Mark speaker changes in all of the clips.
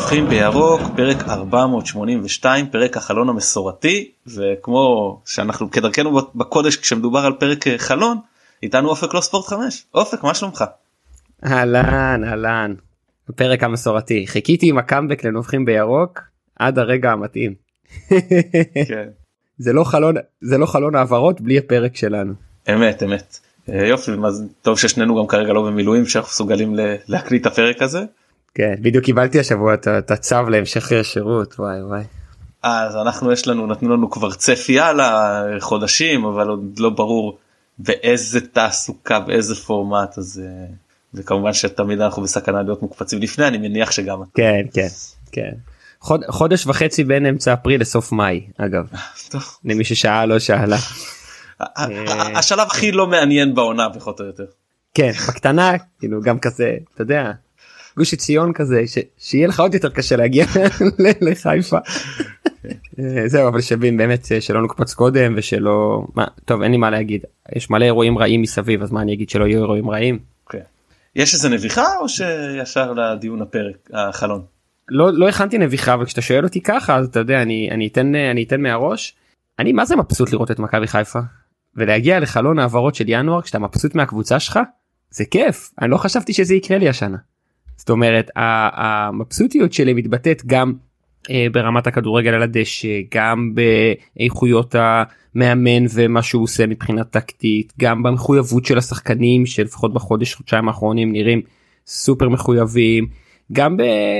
Speaker 1: נובחים בירוק, פרק 482, פרק החלון המסורתי, וכמו שאנחנו כדרכנו בקודש כשמדובר על פרק חלון, איתנו אופק לא ספורט 5. אופק, מה שלומך?
Speaker 2: אהלן, הפרק המסורתי. חיכיתי עם הקאמבק לנובחים בירוק עד הרגע המתאים.
Speaker 1: כן.
Speaker 2: זה לא חלון העברות בלי הפרק שלנו.
Speaker 1: אמת. יופי, טוב ששנינו גם כרגע לא במילואים, שאנחנו מסוגלים להקליט את הפרק הזה.
Speaker 2: כן, בדיוק קיבלתי השבוע את הצו להמשך שירות, וואי.
Speaker 1: אז נתנו לנו כבר צפייה לחודשים, אבל עוד לא ברור באיזה תעסוקה, באיזה פורמט, אז וכמובן שתמיד אנחנו בסכנה להיות מוקפצים לפני, אני מניח שגם.
Speaker 2: כן. חודש וחצי בין אמצע אפריל לסוף מאי, אגב. למי ששאל לא שאלה.
Speaker 1: השלב הכי לא מעניין בעונה, פחות או יותר.
Speaker 2: כן, בקטנה, כאילו גם כזה, אתה יודע, גוש עציון כזה, שיהיה לך עוד יותר קשה להגיע לחיפה. זהו, אבל שבין באמת שלא נקפץ קודם ושלא, טוב, אין לי מה להגיד, יש מלא אירועים רעים מסביב, אז מה אני אגיד שלא יהיו אירועים רעים?
Speaker 1: יש איזה נביכה או שישר לדיון הפרק, החלון?
Speaker 2: לא הכנתי נביכה, אבל כשאתה שואל אותי ככה, אז אתה יודע, אני אתן מהראש, אני מה זה מבסוט לראות את מכבי חיפה, ולהגיע לחלון העברות של ינואר, כשאתה מבסוט מהקבוצה שלך, זה כיף, אני לא חשבתי שזה יקרה לי השנה. זאת אומרת, המבסוטיות שלי מתבטאת גם ברמת הכדורגל על הדשא, גם באיכויות המאמן ומה שהוא עושה מבחינת טקטית, גם במחויבות של השחקנים, שלפחות חודשיים האחרונים נראים סופר מחויבים, גם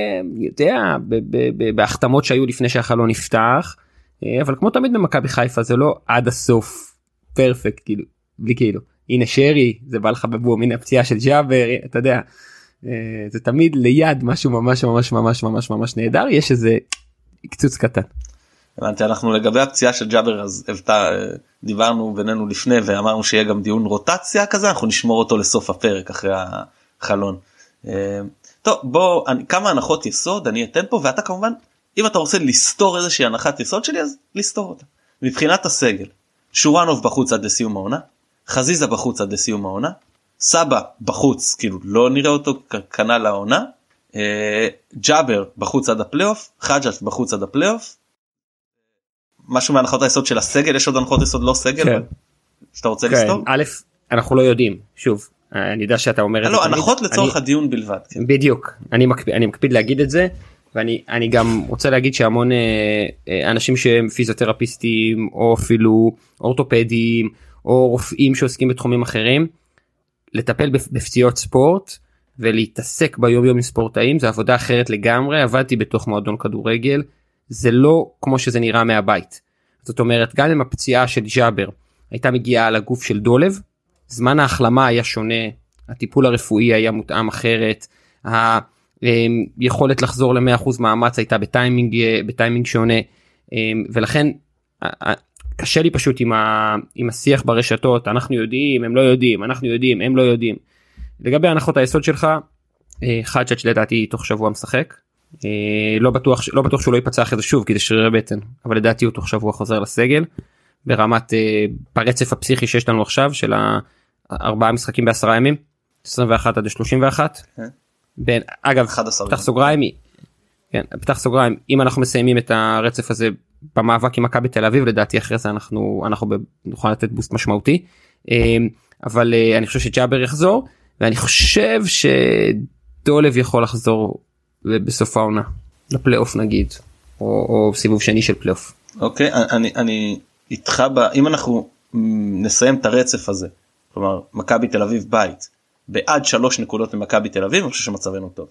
Speaker 2: בהחתמות שהיו לפני שהחלון נפתח, אבל כמו תמיד במכבי חיפה זה לא עד הסוף פרפקט, כאילו, בלי כאילו, הנה שרי, זה בא לך בבום, הנה הפציעה של ג'אבר, אתה יודע, זה תמיד ליד משהו ממש נהדר, יש איזה קצוץ קטן.
Speaker 1: הבנתי, אנחנו לגבי הפציעה של ג'אבר, אז דיברנו בינינו לפני ואמרנו שיהיה גם דיון רוטציה כזה, אנחנו נשמור אותו לסוף הפרק אחרי החלון. טוב, בוא, כמה הנחות יסוד אני אתן פה, ואתה כמובן, אם אתה רוצה לסתור איזושהי הנחת יסוד שלי, אז לסתור אותה. מבחינת הסגל, שורנוב בחוץ עד לסיום העונה, חזיזה בחוץ עד לסיום העונה, סבא בחוץ, כאילו לא נראה אותו כנ"ל לעונה, ג'אבר בחוץ עד הפלייאוף, חג'ת בחוץ עד הפלייאוף, משהו מהנחות היסוד של הסגל, יש עוד הנחות יסוד לא סגל,
Speaker 2: כן.
Speaker 1: שאתה רוצה לסתור?
Speaker 2: א', אנחנו לא יודעים, שוב, אני יודע שאתה אומר את זה.
Speaker 1: לא, הנחות לצורך הדיון בלבד.
Speaker 2: בדיוק, אני מקפיד להגיד את זה, ואני גם רוצה להגיד שהמון אנשים שהם פיזיותרפיסטים, או אפילו אורתופדים, או רופאים שעוסקים בתחומים אחרים, לטפל בפציעות ספורט, ולהתעסק ביום יום עם ספורטאים, זה עבודה אחרת לגמרי, עבדתי בתוך מועדון כדורגל, זה לא כמו שזה נראה מהבית. זאת אומרת, גם אם הפציעה של ג'אבר הייתה מגיעה על הגוף של דולב, זמן ההחלמה היה שונה, הטיפול הרפואי היה מותאם אחרת, היכולת לחזור ל100% מאמץ הייתה בטיימינג שונה, ולכן קשה לי פשוט עם השיח ברשתות, אנחנו יודעים, הם לא יודעים, אנחנו יודעים, הם לא יודעים. לגבי הנחות היסוד שלך, חג'ת שלדעתי תוך שבוע משחק, לא בטוח שהוא לא ייפצע אחרי זה שוב, כי זה שרירי בטן, אבל לדעתי הוא תוך שבוע חוזר לסגל, ברמת ברצף הפסיכי שיש לנו עכשיו, של 4 משחקים ב10 ימים, 21 עד 31, אגב, פתח סוגריים, אם אנחנו מסיימים את הרצף הזה במאבק עם מכבי בתל אביב, לדעתי אחרי זה אנחנו נוכל לתת בוסט משמעותי, אבל אני חושב שג'אבר יחזור, ואני חושב שדולב יכול לחזור בסוף העונה, לפלייאוף נגיד, או סיבוב שני של פלייאוף.
Speaker 1: אוקיי, אני איתך, אם אנחנו נסיים את הרצף הזה, כלומר, מכבי תל אביב בית, בעד 3 נקודות ממכבי תל אביב, אני חושב שמצבנו טוב.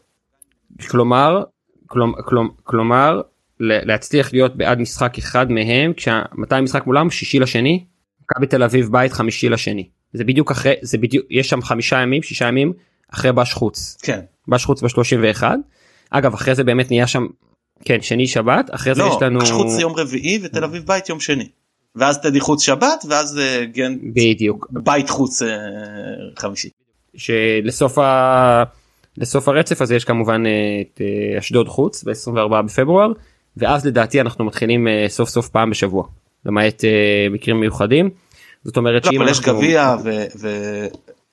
Speaker 2: כלומר, להצליח להיות בעד משחק אחד מהם, כשמתי המשחק מולם? 6 לשני, מכבי תל אביב בית 5 לשני. זה בדיוק אחרי, יש שם 5 ימים, 6 ימים, אחרי בש חוץ.
Speaker 1: כן.
Speaker 2: בש חוץ ב-31. אגב, אחרי זה באמת נהיה שם, כן, שני שבת, אחרי זה יש לנו...
Speaker 1: לא, בש חוץ זה יום רביעי, ותל אביב בית יום שני. ואז תדי חוץ שבת, ואז גן...
Speaker 2: בדיוק.
Speaker 1: בית חוץ חמישי.
Speaker 2: שלסוף הרצף הזה יש כמובן את אשדוד חוץ, ב-24 בפברואר, ואז לדעתי אנחנו מתחילים סוף סוף פעם בשבוע, למעט מקרים מיוחדים. זאת אומרת
Speaker 1: שאם אנחנו... יש גביע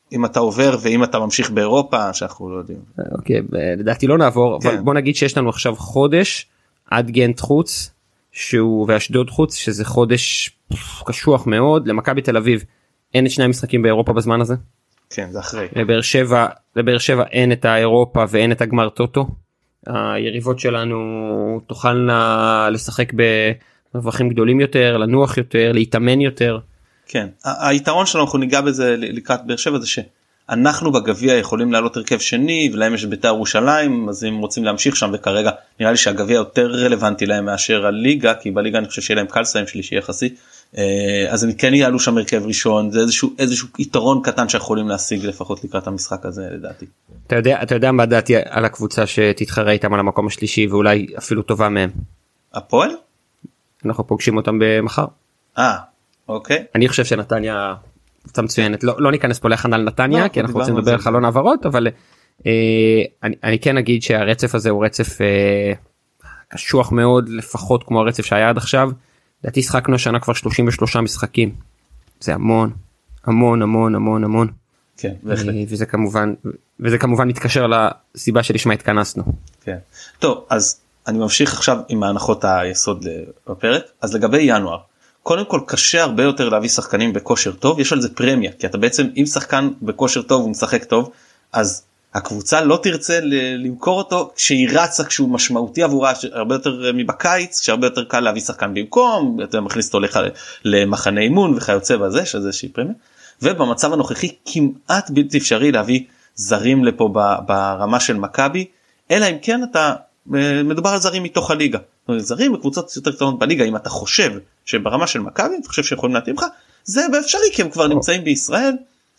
Speaker 1: אם אתה עובר ואם אתה ממשיך באירופה שאנחנו לא יודעים.
Speaker 2: אוקיי, לדעתי לא נעבור, אבל בוא נגיד שיש לנו עכשיו חודש עד גנט חוץ ואשדוד חוץ, שזה חודש קשוח מאוד. למכבי תל אביב אין את שני המשחקים באירופה בזמן הזה.
Speaker 1: כן, זה אחרי.
Speaker 2: לבאר שבע אין את האירופה ואין את הגמר טוטו. היריבות שלנו תוכלנה לשחק במרווחים גדולים יותר, לנוח יותר, להתאמן יותר.
Speaker 1: כן, היתרון שלנו, אנחנו ניגע בזה לקראת באר שבע, זה שאנחנו בגביע יכולים לעלות הרכב שני, ולהם יש בית"ר ירושלים, אז הם רוצים להמשיך שם, וכרגע נראה לי שהגביע יותר רלוונטי להם מאשר הליגה, כי בליגה אני חושב שיהיה להם קל סיים שלישי יחסי, אז הם כן יעלו שם הרכב ראשון, זה איזשהו יתרון קטן שיכולים להשיג לפחות לקראת המשחק הזה לדעתי.
Speaker 2: אתה יודע מה דעתי על הקבוצה שתתחרה איתם על המקום השלישי, ואולי אפילו טובה מהם?
Speaker 1: הפועל?
Speaker 2: אנחנו פוגשים אותם במחר.
Speaker 1: אוקיי.
Speaker 2: אני חושב שנתניה קבוצה מצוינת, לא ניכנס פה להכנה על נתניה, כי אנחנו רוצים לדבר על חלון העברות, אבל אני כן אגיד שהרצף הזה הוא רצף קשוח מאוד, לפחות כמו הרצף שהיה עד עכשיו. לדעתי שחקנו השנה כבר 33 משחקים, זה המון המון המון המון המון.
Speaker 1: כן, בהחלט.
Speaker 2: וזה כמובן מתקשר לסיבה שלשמה התכנסנו.
Speaker 1: כן. טוב, אז אני ממשיך עכשיו עם ההנחות היסוד בפרק. אז לגבי ינואר, קודם כל קשה הרבה יותר להביא שחקנים בכושר טוב, יש על זה פרמיה, כי אתה בעצם, אם שחקן בכושר טוב הוא משחק טוב, אז הקבוצה לא תרצה למכור אותו כשהיא רצה, כשהוא משמעותי עבורה, הרבה יותר מבקיץ, כשהרבה יותר קל להביא שחקן במקום, אתה מכניס אותו למחנה אימון וכיוצא בזה, שזה איזושהי פרמיה. ובמצב הנוכחי כמעט בלתי אפשרי להביא זרים לפה ברמה של מכבי, אלא אם כן אתה מדובר על זרים מתוך הליגה. זרים בקבוצות יותר קטנות בליגה, אם אתה חושב שברמה של מכבי, אתה חושב שיכולים להתאים לך, זה באפשרי, כי הם כבר נמצאים בישראל.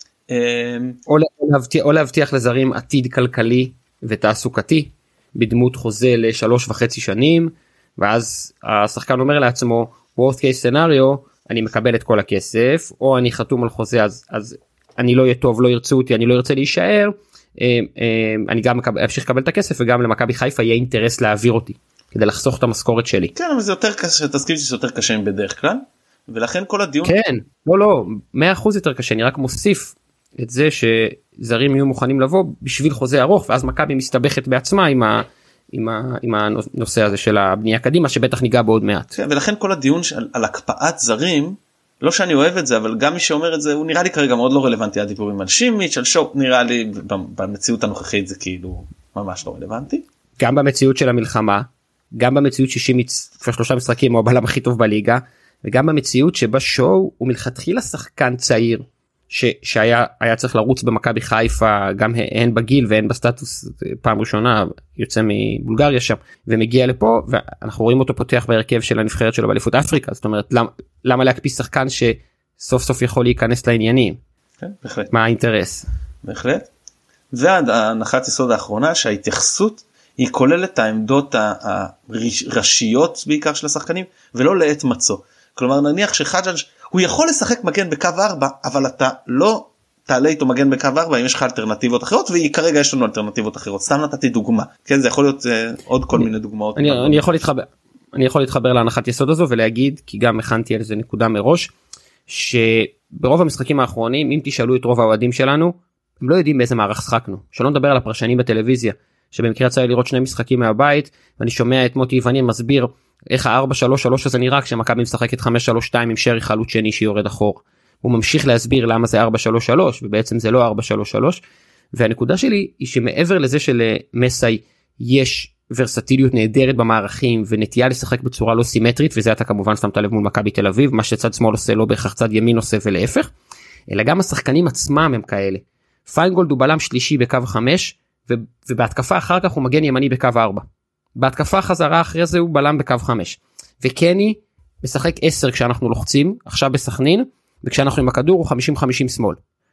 Speaker 2: או להבטיח לזרים עתיד כלכלי ותעסוקתי, בדמות חוזה ל3.5 שנים, ואז השחקן אומר לעצמו, worst case scenario, אני מקבל את כל הכסף, או אני חתום על חוזה, אז אני לא יהיה טוב, לא ירצו אותי, אני לא ירצה להישאר, אני גם אמשיך לקבל את הכסף, וגם למכבי חיפה יהיה אינטרס להעביר אותי, כדי לחסוך את המשכורת שלי.
Speaker 1: כן, אבל זה יותר קשה, תסכים שזה יותר קשה בדרך כלל, ולכן כל הדיון...
Speaker 2: כן, לא, 100% יותר קשה, אני רק מוסיף את זה שזרים יהיו מוכנים לבוא בשביל חוזה ארוך, ואז מכבי מסתבכת בעצמה עם הנושא הזה של הבנייה קדימה, שבטח ניגע בעוד מעט.
Speaker 1: כן, ולכן כל הדיון על הקפאת זרים, לא שאני אוהב את זה, אבל גם מי שאומר את זה, הוא נראה לי כרגע מאוד לא רלוונטי, הדיבורים על שימיץ', על שואו, נראה לי במציאות הנוכחית זה כאילו ממש לא רלוונטי.
Speaker 2: גם במציאות של המלחמה, גם במציאות ששימיץ' כבר 3 משחקים הוא הבלם הכי טוב בליגה, וגם במציאות שבה שואו הוא מלכתחילה שחקן צעיר, שהיה צריך לרוץ במכבי חיפה, גם הן בגיל והן בסטטוס, פעם ראשונה יוצא מבולגריה שם, ומגיע לפה, ואנחנו רואים אותו פותח בהרכב של הנבחרת שלו באליפות אפריקה, זאת אומרת, למה להקפיא שחקן שסוף סוף יכול להיכנס לעניינים?
Speaker 1: כן, בהחלט.
Speaker 2: מה האינטרס?
Speaker 1: בהחלט. והנחת יסוד האחרונה, שההתייחסות היא כוללת העמדות הראשיות בעיקר של השחקנים, ולא לעת מצוא. כלומר, נניח שחג'אג' הוא יכול לשחק מגן בקו 4, אבל אתה לא תעלה איתו מגן בקו 4 אם יש לך אלטרנטיבות אחרות, וכרגע יש לנו אלטרנטיבות אחרות. סתם נתתי דוגמה. כן, זה יכול להיות עוד כל מיני דוגמאות.
Speaker 2: אני יכול להתחבר להנחת יסוד הזו ולהגיד, כי גם הכנתי על זה נקודה מראש, שברוב המשחקים האחרונים, אם תשאלו את רוב האוהדים שלנו, הם לא יודעים באיזה מערך שחקנו. שלא נדבר על הפרשנים בטלוויזיה, שבמקרה יצא לראות 2 משחקים מהבית, ואני שומע את מוטי יווני מסביר איך ה-4-3-3 הזה נראה כשמכבי משחקת 5-3-2 עם שרי חלוץ שני שיורד אחור. הוא ממשיך להסביר למה זה 4-3-3 ובעצם זה לא 4-3-3. והנקודה שלי היא שמעבר לזה שלמסי יש ורסטיליות נהדרת במערכים ונטייה לשחק בצורה לא סימטרית, וזה אתה כמובן שמת לב מול מכבי תל אביב, מה שצד שמאל עושה לא בהכרח צד ימין עושה ולהפך, אלא גם השחקנים עצמם הם כאלה. פיינגולד הוא בלם שלישי בקו 5 ובהתקפה אחר כך הוא מגן ימני בקו 4. בהתקפה חזרה אחרי זה הוא בלם בקו 5. וקני משחק 10 כשאנחנו לוחצים, עכשיו בסכנין, וכשאנחנו עם הכדור הוא 50-50 שמאל.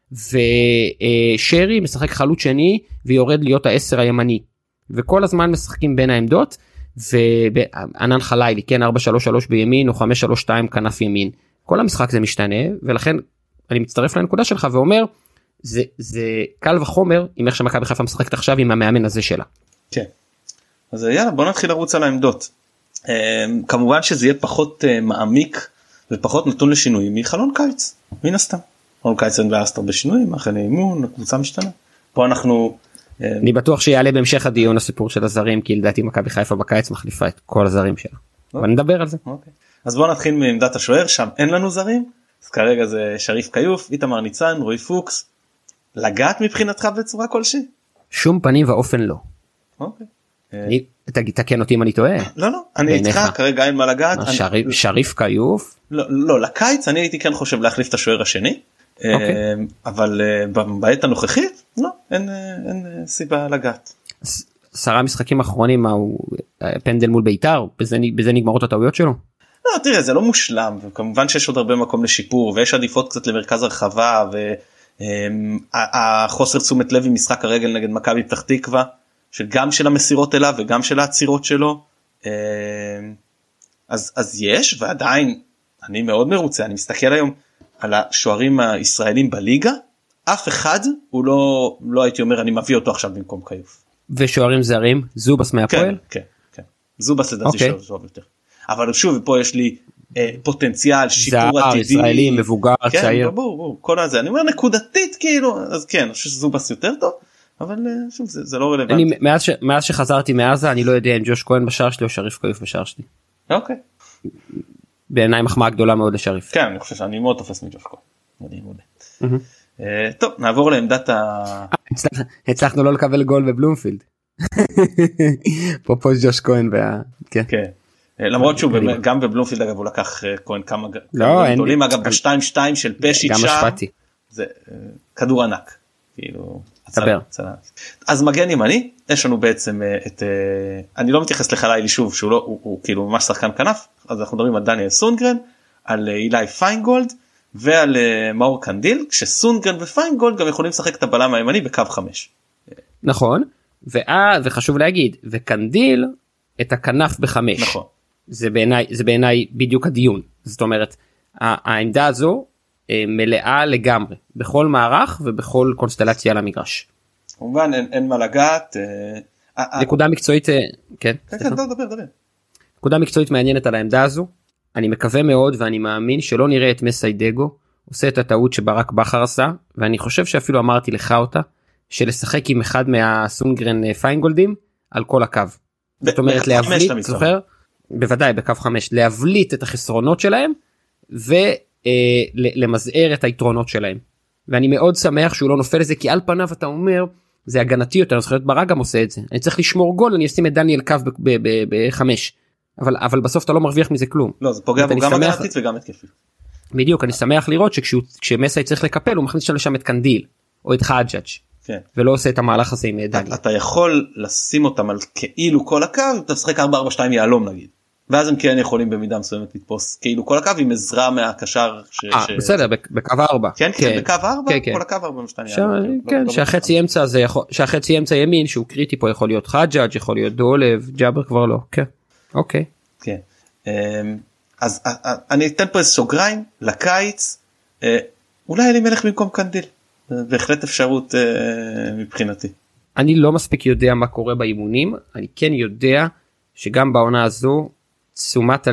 Speaker 2: ושרי משחק חלוץ שני ויורד להיות ה-10 הימני. וכל הזמן משחקים בין העמדות, וענן חלילי, כן, 4-3-3 בימין או 5-3-2 כנף ימין. כל המשחק זה משתנה, ולכן אני מצטרף לנקודה שלך ואומר, זה קל וחומר עם איך שמכבי חיפה משחקת עכשיו עם המאמן הזה שלה.
Speaker 1: כן. אז יאללה, בוא נתחיל לרוץ על העמדות. כמובן שזה יהיה פחות מעמיק ופחות נתון לשינויים מחלון קיץ, מן הסתם. רון קייצן ואסטר בשינויים, אחרי אימון, הקבוצה משתנה. פה אנחנו...
Speaker 2: אני בטוח שיעלה בהמשך הדיון הסיפור של הזרים, כי לדעתי מכבי חיפה בקיץ מחליפה את כל הזרים שלה. אבל נדבר על זה.
Speaker 1: אז בואו נתחיל מעמדת השוער, שם אין לנו זרים, אז כרגע זה שריף קיוף, איתמר ניצן, רועי פוקס, לגעת מבחינתך בצורה כלשהי?
Speaker 2: שום פנים ואופן לא.
Speaker 1: אוקיי.
Speaker 2: תקן אותי אם אני טועה.
Speaker 1: לא, אני איתך, כרגע אין מה לגעת.
Speaker 2: שריף קיוף?
Speaker 1: לא, לקיץ אני הייתי כן חושב להחליף את השוער השני, אבל בעת הנוכחית, לא, אין סיבה לגעת.
Speaker 2: 10 משחקים אחרונים, פנדל מול ביתר, בזה נגמרות הטעויות שלו?
Speaker 1: לא, תראה, זה לא מושלם, וכמובן שיש עוד הרבה מקום לשיפור, ויש עדיפות קצת למרכז הרחבה, והחוסר תשומת לב עם משחק הרגל נגד מכבי פתח תקווה, שגם של המסירות אליו וגם של העצירות שלו, אז יש, ועדיין אני מאוד מרוצה, אני מסתכל היום על השוערים הישראלים בליגה, אף אחד הוא לא הייתי אומר אני מביא אותו עכשיו במקום קיוף.
Speaker 2: ושוערים זרים, זובס מהפועל?
Speaker 1: כן, זובס לדעתי שוער טוב יותר. אבל שוב, פה יש לי פוטנציאל, שיפור עתידי.
Speaker 2: ישראלי, מבוגר, צעיר.
Speaker 1: כן, ברור, כל הזה. אני אומר נקודתית כאילו, אז כן, אני חושב שזובס יותר טוב, אבל שוב, זה לא רלוונטי.
Speaker 2: מאז שחזרתי מעזה, אני לא יודע אם ג'וש כהן בשער שלי או שריף קיוף בשער שלי.
Speaker 1: אוקיי.
Speaker 2: בעיניי מחמאה גדולה מאוד לשריף.
Speaker 1: כן, אני חושב שאני מאוד תופס מג'וש כהן. אני מודה. טוב, נעבור לעמדת
Speaker 2: הצלחנו לא לקבל גול בבלומפילד. פה ג'וש כהן כן.
Speaker 1: למרות שהוא גם בבלומפילד אגב הוא לקח כהן כמה גדולים, אגב ב2-2 של פשיץ'
Speaker 2: גם השפעתי.
Speaker 1: זה כדור ענק, כאילו
Speaker 2: דבר.
Speaker 1: אז מגן ימני, יש לנו בעצם את, אני לא מתייחס לחלילי שוב שהוא לא, הוא כאילו ממש שחקן כנף, אז אנחנו מדברים על דניאל סונגרן, על אילי פיינגולד ועל מאור קנדיל, כשסונגרן ופיינגולד גם יכולים לשחק את הבלם הימני בקו 5.
Speaker 2: נכון, וחשוב להגיד, וקנדיל את הכנף ב5.
Speaker 1: נכון.
Speaker 2: זה בעיניי בדיוק הדיון. זאת אומרת, העמדה הזו מלאה לגמרי, בכל מערך ובכל קונסטלציה על המגרש.
Speaker 1: כמובן אין מה לגעת.
Speaker 2: נקודה מקצועית, כן.
Speaker 1: דבר.
Speaker 2: נקודה מקצועית מעניינת על העמדה הזו. אני מקווה מאוד ואני מאמין שלא נראה את מסיידגו עושה את הטעות שברק בכר עשה, ואני חושב שאפילו אמרתי לך אותה, שלשחק עם אחד מהסונגרן פיינגולדים על כל הקו. זאת אומרת להבליט, זוכר? בוודאי בקו 5, להבליט את החסרונות שלהם ולמזער את היתרונות שלהם. ואני מאוד שמח שהוא לא נופל לזה, כי על פניו אתה אומר, זה הגנתי יותר, אני זוכרת ברק גם עושה את זה. אני צריך לשמור גול, אני אשים את דניאל קו ב5. אבל בסוף אתה לא מרוויח מזה כלום.
Speaker 1: לא, זה פוגע בו גם הגנתית וגם התקפית.
Speaker 2: בדיוק, אני שמח לראות שכשמסי צריך לקפל, הוא מכניס לשם את קנדיל, או את חג'אג'.
Speaker 1: כן.
Speaker 2: ולא עושה את המהלך הזה עם דניאל.
Speaker 1: אתה יכול לשים אותם על כאילו כל הקו, אתה משחק 4-4-2 יעלום נגיד. ואז הם כן יכולים במידה מסוימת לתפוס כאילו כל הקו עם עזרה מהקשר.
Speaker 2: בסדר, בקו 4.
Speaker 1: כן, בקו 4, כל הקו 4-2 יעלום.
Speaker 2: כן, שהחצי אמצע ימין שהוא קריטי פה יכול להיות חג'אג', יכול להיות דולב, ג'אבר כבר לא. כן, אוקיי.
Speaker 1: כן. אז אני אתן פה איזה סוגריים לקיץ, אולי אני מלך במקום קנדיל. בהחלט אפשרות מבחינתי.
Speaker 2: אני לא מספיק יודע מה קורה באימונים, אני כן יודע שגם בעונה הזו תשומת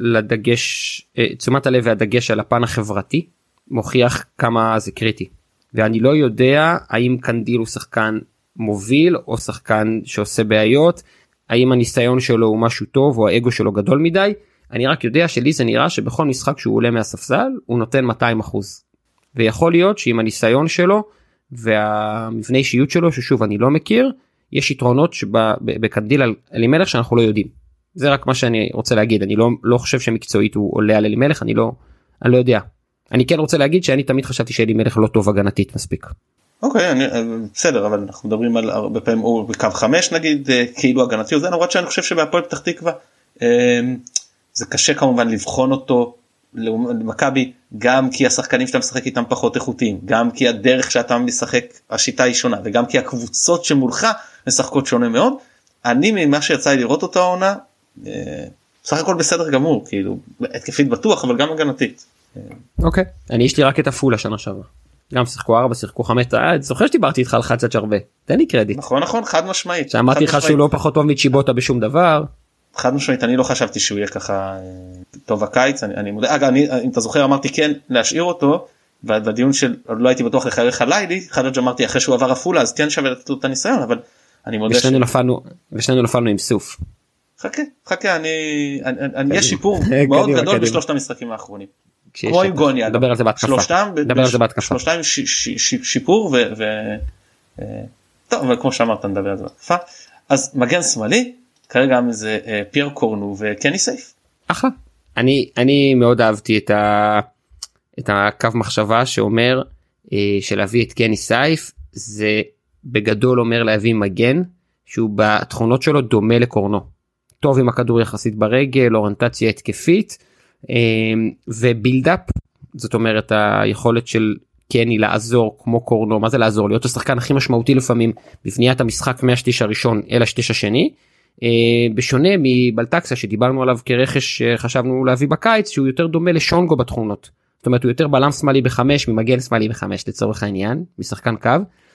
Speaker 2: הלב והדגש על הפן החברתי מוכיח כמה זה קריטי. ואני לא יודע האם קנדיל הוא שחקן מוביל או שחקן שעושה בעיות, האם הניסיון שלו הוא משהו טוב או האגו שלו גדול מדי. אני רק יודע שלי זה נראה שבכל משחק שהוא עולה מהספסל הוא נותן 200%. ויכול להיות שעם הניסיון שלו והמבנה אישיות שלו, ששוב אני לא מכיר, יש יתרונות בקנדיל על אלימלך שאנחנו לא יודעים. זה רק מה שאני רוצה להגיד. אני לא חושב שמקצועית הוא עולה על אלימלך, אני לא יודע. אני כן רוצה להגיד שאני תמיד חשבתי שאלימלך לא טוב הגנתית מספיק.
Speaker 1: אוקיי, בסדר, אבל אנחנו מדברים על הרבה פעמים או בקו 5 נגיד, כאילו הגנתי, וזה למרות שאני חושב שבהפועל פתח תקווה זה קשה כמובן לבחון אותו למכבי, גם כי השחקנים שאתה משחק איתם פחות איכותיים, גם כי הדרך שאתה משחק השיטה היא שונה, וגם כי הקבוצות שמולך משחקות שונה מאוד. אני ממה שיצא לי לראות אותה העונה, סך הכל בסדר גמור, כאילו התקפית בטוח אבל גם הגנתית.
Speaker 2: אוקיי, אני יש לי רק את הפול השנה שעברה, גם שיחקו 4, שיחקו 5, זוכר שדיברתי איתך על חצ'אץ' הרבה, תן לי קרדיט.
Speaker 1: נכון, חד משמעית.
Speaker 2: שאמרתי לך שהוא לא פחות טוב מצ'יבוטה בשום דבר.
Speaker 1: חד משמעית, אני לא חשבתי שהוא יהיה ככה טוב הקיץ, אני מודה, אגב, אם אתה זוכר אמרתי כן להשאיר אותו, בדיון של לא הייתי בטוח לחייך חלילי, חדג' אמרתי אחרי שהוא עבר אפולה אז כן שווה לתת את הניסיון, אבל אני מודה
Speaker 2: ושנינו נפלנו עם סוף.
Speaker 1: חכה, יש שיפור מאוד גדול בשלושת המשחקים האחרונים. כמו עם גוני,
Speaker 2: נדבר על זה בהתקפה.
Speaker 1: שלושתם שיפור טוב, אבל כמו שאמרת נדבר על זה בהתקפה. אז מגן שמאלי, כרגע גם זה פייר קורנו וקני סייף.
Speaker 2: אחלה. אני מאוד אהבתי את הקו מחשבה שאומר שלהביא את קני סייף זה בגדול אומר להביא מגן שהוא בתכונות שלו דומה לקורנו. טוב עם הכדור יחסית ברגל, אוריינטציה התקפית ובילדאפ, זאת אומרת היכולת של קני לעזור כמו קורנו, מה זה לעזור? להיות השחקן הכי משמעותי לפעמים בבניית המשחק מהשליש הראשון אל השליש השני, בשונה מבלטקסה שדיברנו עליו כרכש שחשבנו להביא בקיץ שהוא יותר דומה לשונגו בתכונות, זאת אומרת הוא יותר בלם שמאלי ב5 ממגן שמאלי ב5 לצורך העניין, משחקן קו.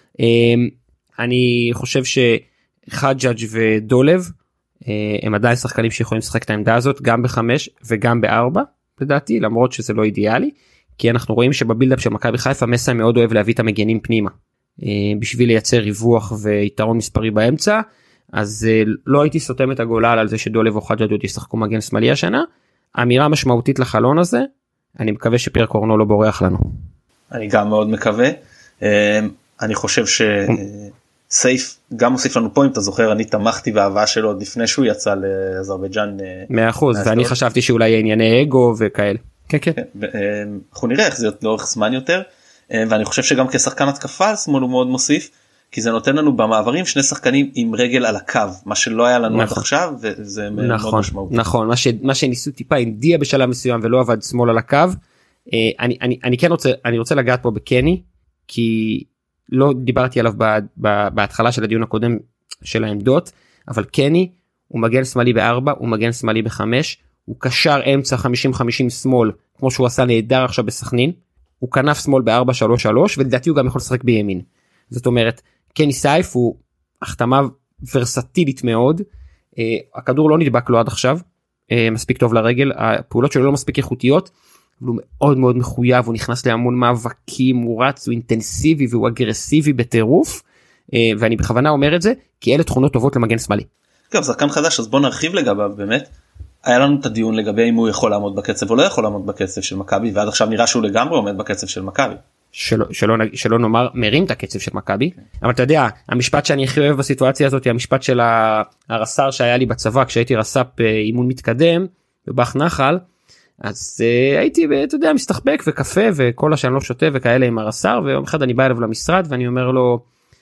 Speaker 2: אני חושב שחג'אג' ודולב הם עדיין שחקנים שיכולים לשחק את העמדה הזאת גם ב5 וגם ב4 לדעתי, למרות שזה לא אידיאלי, כי אנחנו רואים שבבילדאפ של מכבי חיפה מסי מאוד אוהב להביא את המגנים פנימה בשביל לייצר ריווח ויתרון מספרי באמצע, אז לא הייתי סותם את הגולל על זה שדולב או חג'אג' עוד ישחקו מגן שמאלי השנה. אמירה משמעותית לחלון הזה, אני מקווה שפייר קורנו לא בורח לנו.
Speaker 1: אני גם מאוד מקווה, אני חושב שסייף גם מוסיף לנו פה, אם אתה זוכר אני תמכתי באהבה שלו עוד לפני שהוא יצא לאזרבייג'אן
Speaker 2: 100%, ואני חשבתי שאולי יהיה ענייני אגו וכאלה. כן, כן.
Speaker 1: אנחנו נראה איך זה לאורך זמן יותר, ואני חושב שגם כשחקן התקפה על שמאל הוא מאוד מוסיף, כי זה נותן לנו במעברים שני שחקנים עם רגל על הקו, מה שלא היה לנו עד עכשיו, וזה מאוד משמעותי.
Speaker 2: נכון, מה שניסו טיפה עם דיה בשלב מסוים ולא עבד שמאל על הקו. אני כן רוצה לגעת פה בקני, כי לא דיברתי עליו בהתחלה של הדיון הקודם של העמדות, אבל קני הוא מגן שמאלי ב4, הוא מגן שמאלי ב5, הוא קשר אמצע 50-50 שמאל, כמו שהוא עשה נהדר עכשיו בסכנין, הוא כנף שמאל ב4-3-3, ולדעתי הוא גם יכול לשחק בימין. זאת אומרת, קני סייף הוא החתמה ורסטילית מאוד, הכדור לא נדבק לו עד עכשיו, מספיק טוב לרגל, הפעולות שלו לא מספיק איכותיות, אבל הוא מאוד מאוד מחויב, הוא נכנס להמון מאבקים, הוא רץ, הוא אינטנסיבי והוא אגרסיבי בטירוף, ואני בכוונה אומר את זה, כי אלה תכונות טובות למגן שמאלי.
Speaker 1: טוב, שחקן חדש, אז בוא נרחיב לגביו באמת, היה לנו את הדיון לגבי אם הוא יכול לעמוד בקצב או לא יכול לעמוד בקצב של מכבי, ועד עכשיו נראה שהוא לגמרי עומד בקצב של מכבי.
Speaker 2: שלא נאמר מרים את הקצב של מכבי, אבל אתה יודע, המשפט שאני הכי אוהב בסיטואציה הזאת, המשפט של הרס"ר שהיה לי בצבא, כשהייתי רס"פ אימון מתקדם, בבח נחל, אז הייתי, אתה יודע, מסתחבק וקפה, וכל השאלה לא שותה וכאלה עם הרס"ר, ויום אחד אני בא אליו למשרד, ואני אומר לו,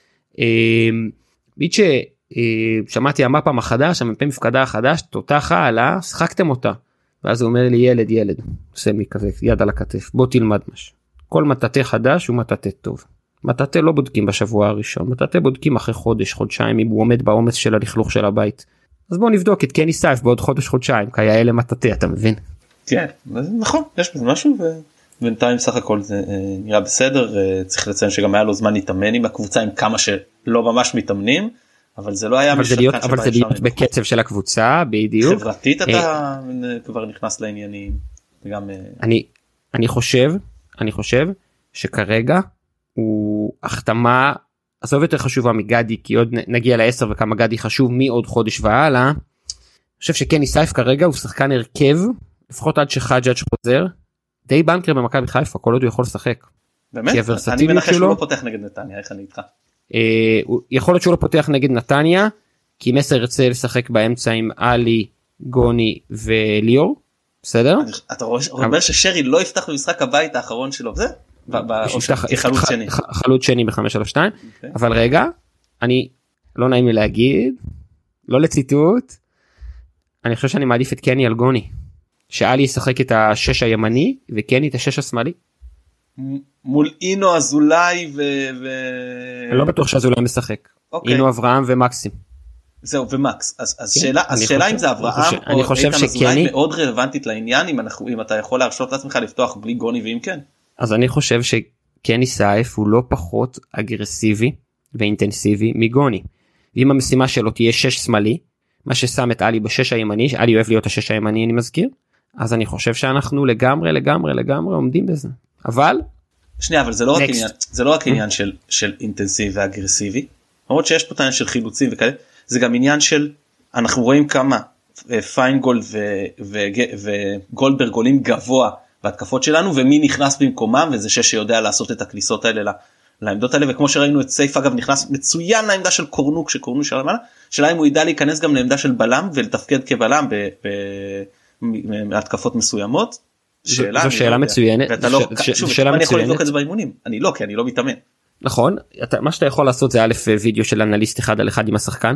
Speaker 2: ביט ששמעתי המפה מחדש, המפה מפקדה החדש, תותחה עלה, שחקתם אותה, ואז הוא אומר לי, ילד, עושה לי כזה, יד על הכתף, בוא תלמד משהו. כל מטאטה חדש הוא מטאטה טוב. מטאטה לא בודקים בשבוע הראשון, מטאטה בודקים אחרי חודש, חודשיים, אם הוא עומד בעומס של הלכלוך של הבית. אז בואו נבדוק את קני סייף בעוד חודש, חודשיים, כיאה למטאטה, אתה מבין?
Speaker 1: כן, נכון, יש בזה משהו, ובינתיים סך הכל זה נראה בסדר, צריך לציין שגם היה לו זמן להתאמן עם הקבוצה, עם כמה שלא ממש מתאמנים, אבל זה לא היה
Speaker 2: אבל זה להיות בקצב של הקבוצה, בדיוק.
Speaker 1: חברתית אתה כבר נכנס לעניינים, וגם...
Speaker 2: אני חושב שכרגע הוא החתמה, עזוב יותר חשובה מגדי, כי עוד נגיע ל10 וכמה גדי חשוב מעוד חודש והלאה. אני חושב שקני סייף כרגע הוא שחקן הרכב, לפחות עד שחג'אג' חוזר, די בנקר במכבי חיפה, כל עוד הוא יכול לשחק.
Speaker 1: באמת? אני מנחש שהוא לא פותח נגד נתניה, איך אני איתך?
Speaker 2: יכול להיות שהוא לא פותח נגד נתניה, כי מסר ירצה לשחק באמצע עם אלי, גוני וליאור. בסדר?
Speaker 1: אתה אומר ששרי לא יפתח במשחק הבית האחרון שלו, זה? כחלוץ שני.
Speaker 2: חלוץ שני ב5-3-2, אבל רגע, אני לא נעים לי להגיד, לא לציטוט, אני חושב שאני מעדיף את קני על גוני, שאלי ישחק את השש הימני, וקני את השש השמאלי.
Speaker 1: מול אינו אזולאי
Speaker 2: אני לא בטוח שאזולאי משחק, אינו אברהם ומקסים.
Speaker 1: זהו, ומקס, אז שאלה אם זה אברהם או איתן אזולאי מאוד רלוונטית לעניין, אם אתה יכול להרשות לעצמך לפתוח בלי גוני ואם כן.
Speaker 2: אז אני חושב שקני סייף הוא לא פחות אגרסיבי ואינטנסיבי מגוני, ואם המשימה שלו תהיה שש שמאלי, מה ששם את אלי בשש הימני, אלי אוהב להיות השש הימני אני מזכיר, אז אני חושב שאנחנו לגמרי עומדים בזה, אבל
Speaker 1: שנייה, אבל זה לא רק עניין של אינטנסיבי ואגרסיבי, למרות שיש פה עניין של חילוצים וכאלה, זה גם עניין של, אנחנו רואים כמה פיינגולד וגולדברג עולים גבוה בהתקפות שלנו, ומי נכנס במקומם, וזה שיודע לעשות את הכניסות האלה לעמדות האלה, וכמו שראינו את סייף אגב נכנס מצוין לעמדה של קורנוק, שקורנו של המעלה, שאלה אם הוא ידע להיכנס גם לעמדה של בלם, ולתפקד כבלם בהתקפות מסוימות.
Speaker 2: זו שאלה מצוינת.
Speaker 1: אני יכול לבדוק את זה באימונים, אני לא, כי אני לא מתאמן.
Speaker 2: נכון, מה שאתה יכול לעשות זה א' וידאו של אנליסט אחד על אחד עם השחקן,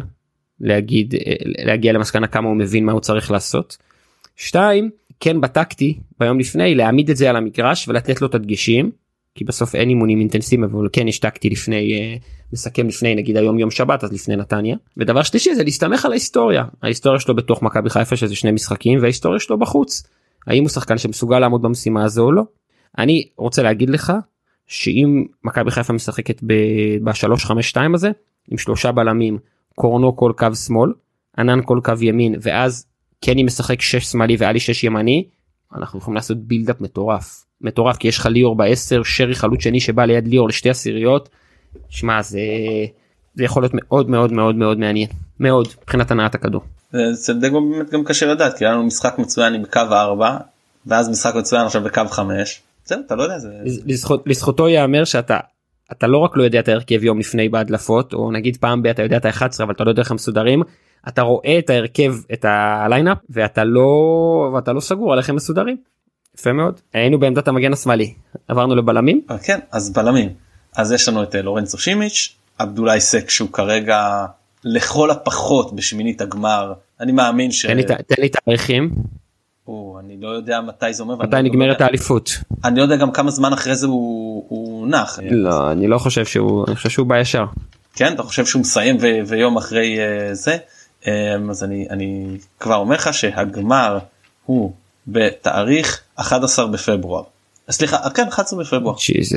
Speaker 2: להגיע למסקנה כמה הוא מבין מה הוא צריך לעשות. 2, כן בטקטי ביום לפני להעמיד את זה על המגרש ולתת לו את הדגשים, כי בסוף אין אימונים אינטנסיביים, אבל כן יש טקטי לפני, מסכם לפני נגיד היום יום שבת, אז לפני נתניה. ודבר שלישי זה להסתמך על ההיסטוריה שלו בתוך מכבי חיפה שזה 2 משחקים, וההיסטוריה שלו בחוץ. האם הוא שחקן שמסוגל לעמוד במשימה הזו או לא? אני רוצה להגיד לך שאם מכבי חיפה משחקת ב-3-5-2 הזה, עם 3 בלמים, קורנו כל קו שמאל, ענן כל קו ימין, ואז קני משחק 6 שמאלי ואלי 6 ימני, אנחנו יכולים לעשות בילדאפ מטורף, כי יש לך ליאור ב10, שרי חלוץ שני שבא ליד ליאור לשתי עשיריות, שמע, זה יכול להיות מאוד מאוד מאוד מאוד מעניין, מאוד, מבחינת הנעת הכדור.
Speaker 1: זה באמת גם קשה לדעת, כי היה לנו משחק מצוין עם קו 4, ואז משחק מצוין עכשיו בקו 5, זהו, אתה לא יודע.
Speaker 2: לזכותו יאמר שאתה לא רק לא יודע את ההרכב יום לפני בהדלפות, או נגיד פעם אתה יודע את ה-11, אבל אתה לא יודע איך הם מסודרים, אתה רואה את ההרכב, את הליינאפ, ואתה לא סגור על איך הם מסודרים. יפה מאוד. היינו בעמדת המגן השמאלי, עברנו לבלמים.
Speaker 1: כן, אז בלמים. אז יש לנו את לורנצו שימיץ', עבדולאי סק שהוא כרגע לכל הפחות בשמינית הגמר. אני מאמין
Speaker 2: תן לי תאריכים.
Speaker 1: אני לא יודע מתי זה אומר.
Speaker 2: מתי נגמרת האליפות?
Speaker 1: אני לא יודע גם כמה זמן אחרי זה הוא נח.
Speaker 2: לא, אני לא חושב אני חושב שהוא בא ישר.
Speaker 1: כן, אתה חושב שהוא מסיים ויום אחרי זה? אז אני כבר אומר לך שהגמר הוא בתאריך 11 בפברואר. סליחה, כן, 11 בפברואר.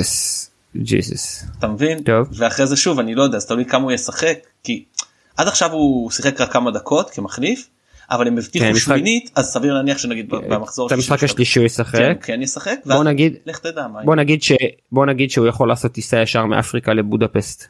Speaker 2: ג'יזוס.
Speaker 1: אתה מבין?
Speaker 2: טוב.
Speaker 1: ואחרי זה שוב, אני לא יודע, אז תלוי כמה הוא ישחק, כי עד עכשיו הוא שיחק רק כמה דקות כמחליף, אבל הם הבטיחו שמינית, אז סביר להניח שנגיד במחזור
Speaker 2: את המשחק השלישי הוא ישחק.
Speaker 1: כן ישחק,
Speaker 2: ואז
Speaker 1: לך תדע מה.
Speaker 2: בוא נגיד שהוא יכול לעשות טיסה ישר מאפריקה לבודפסט.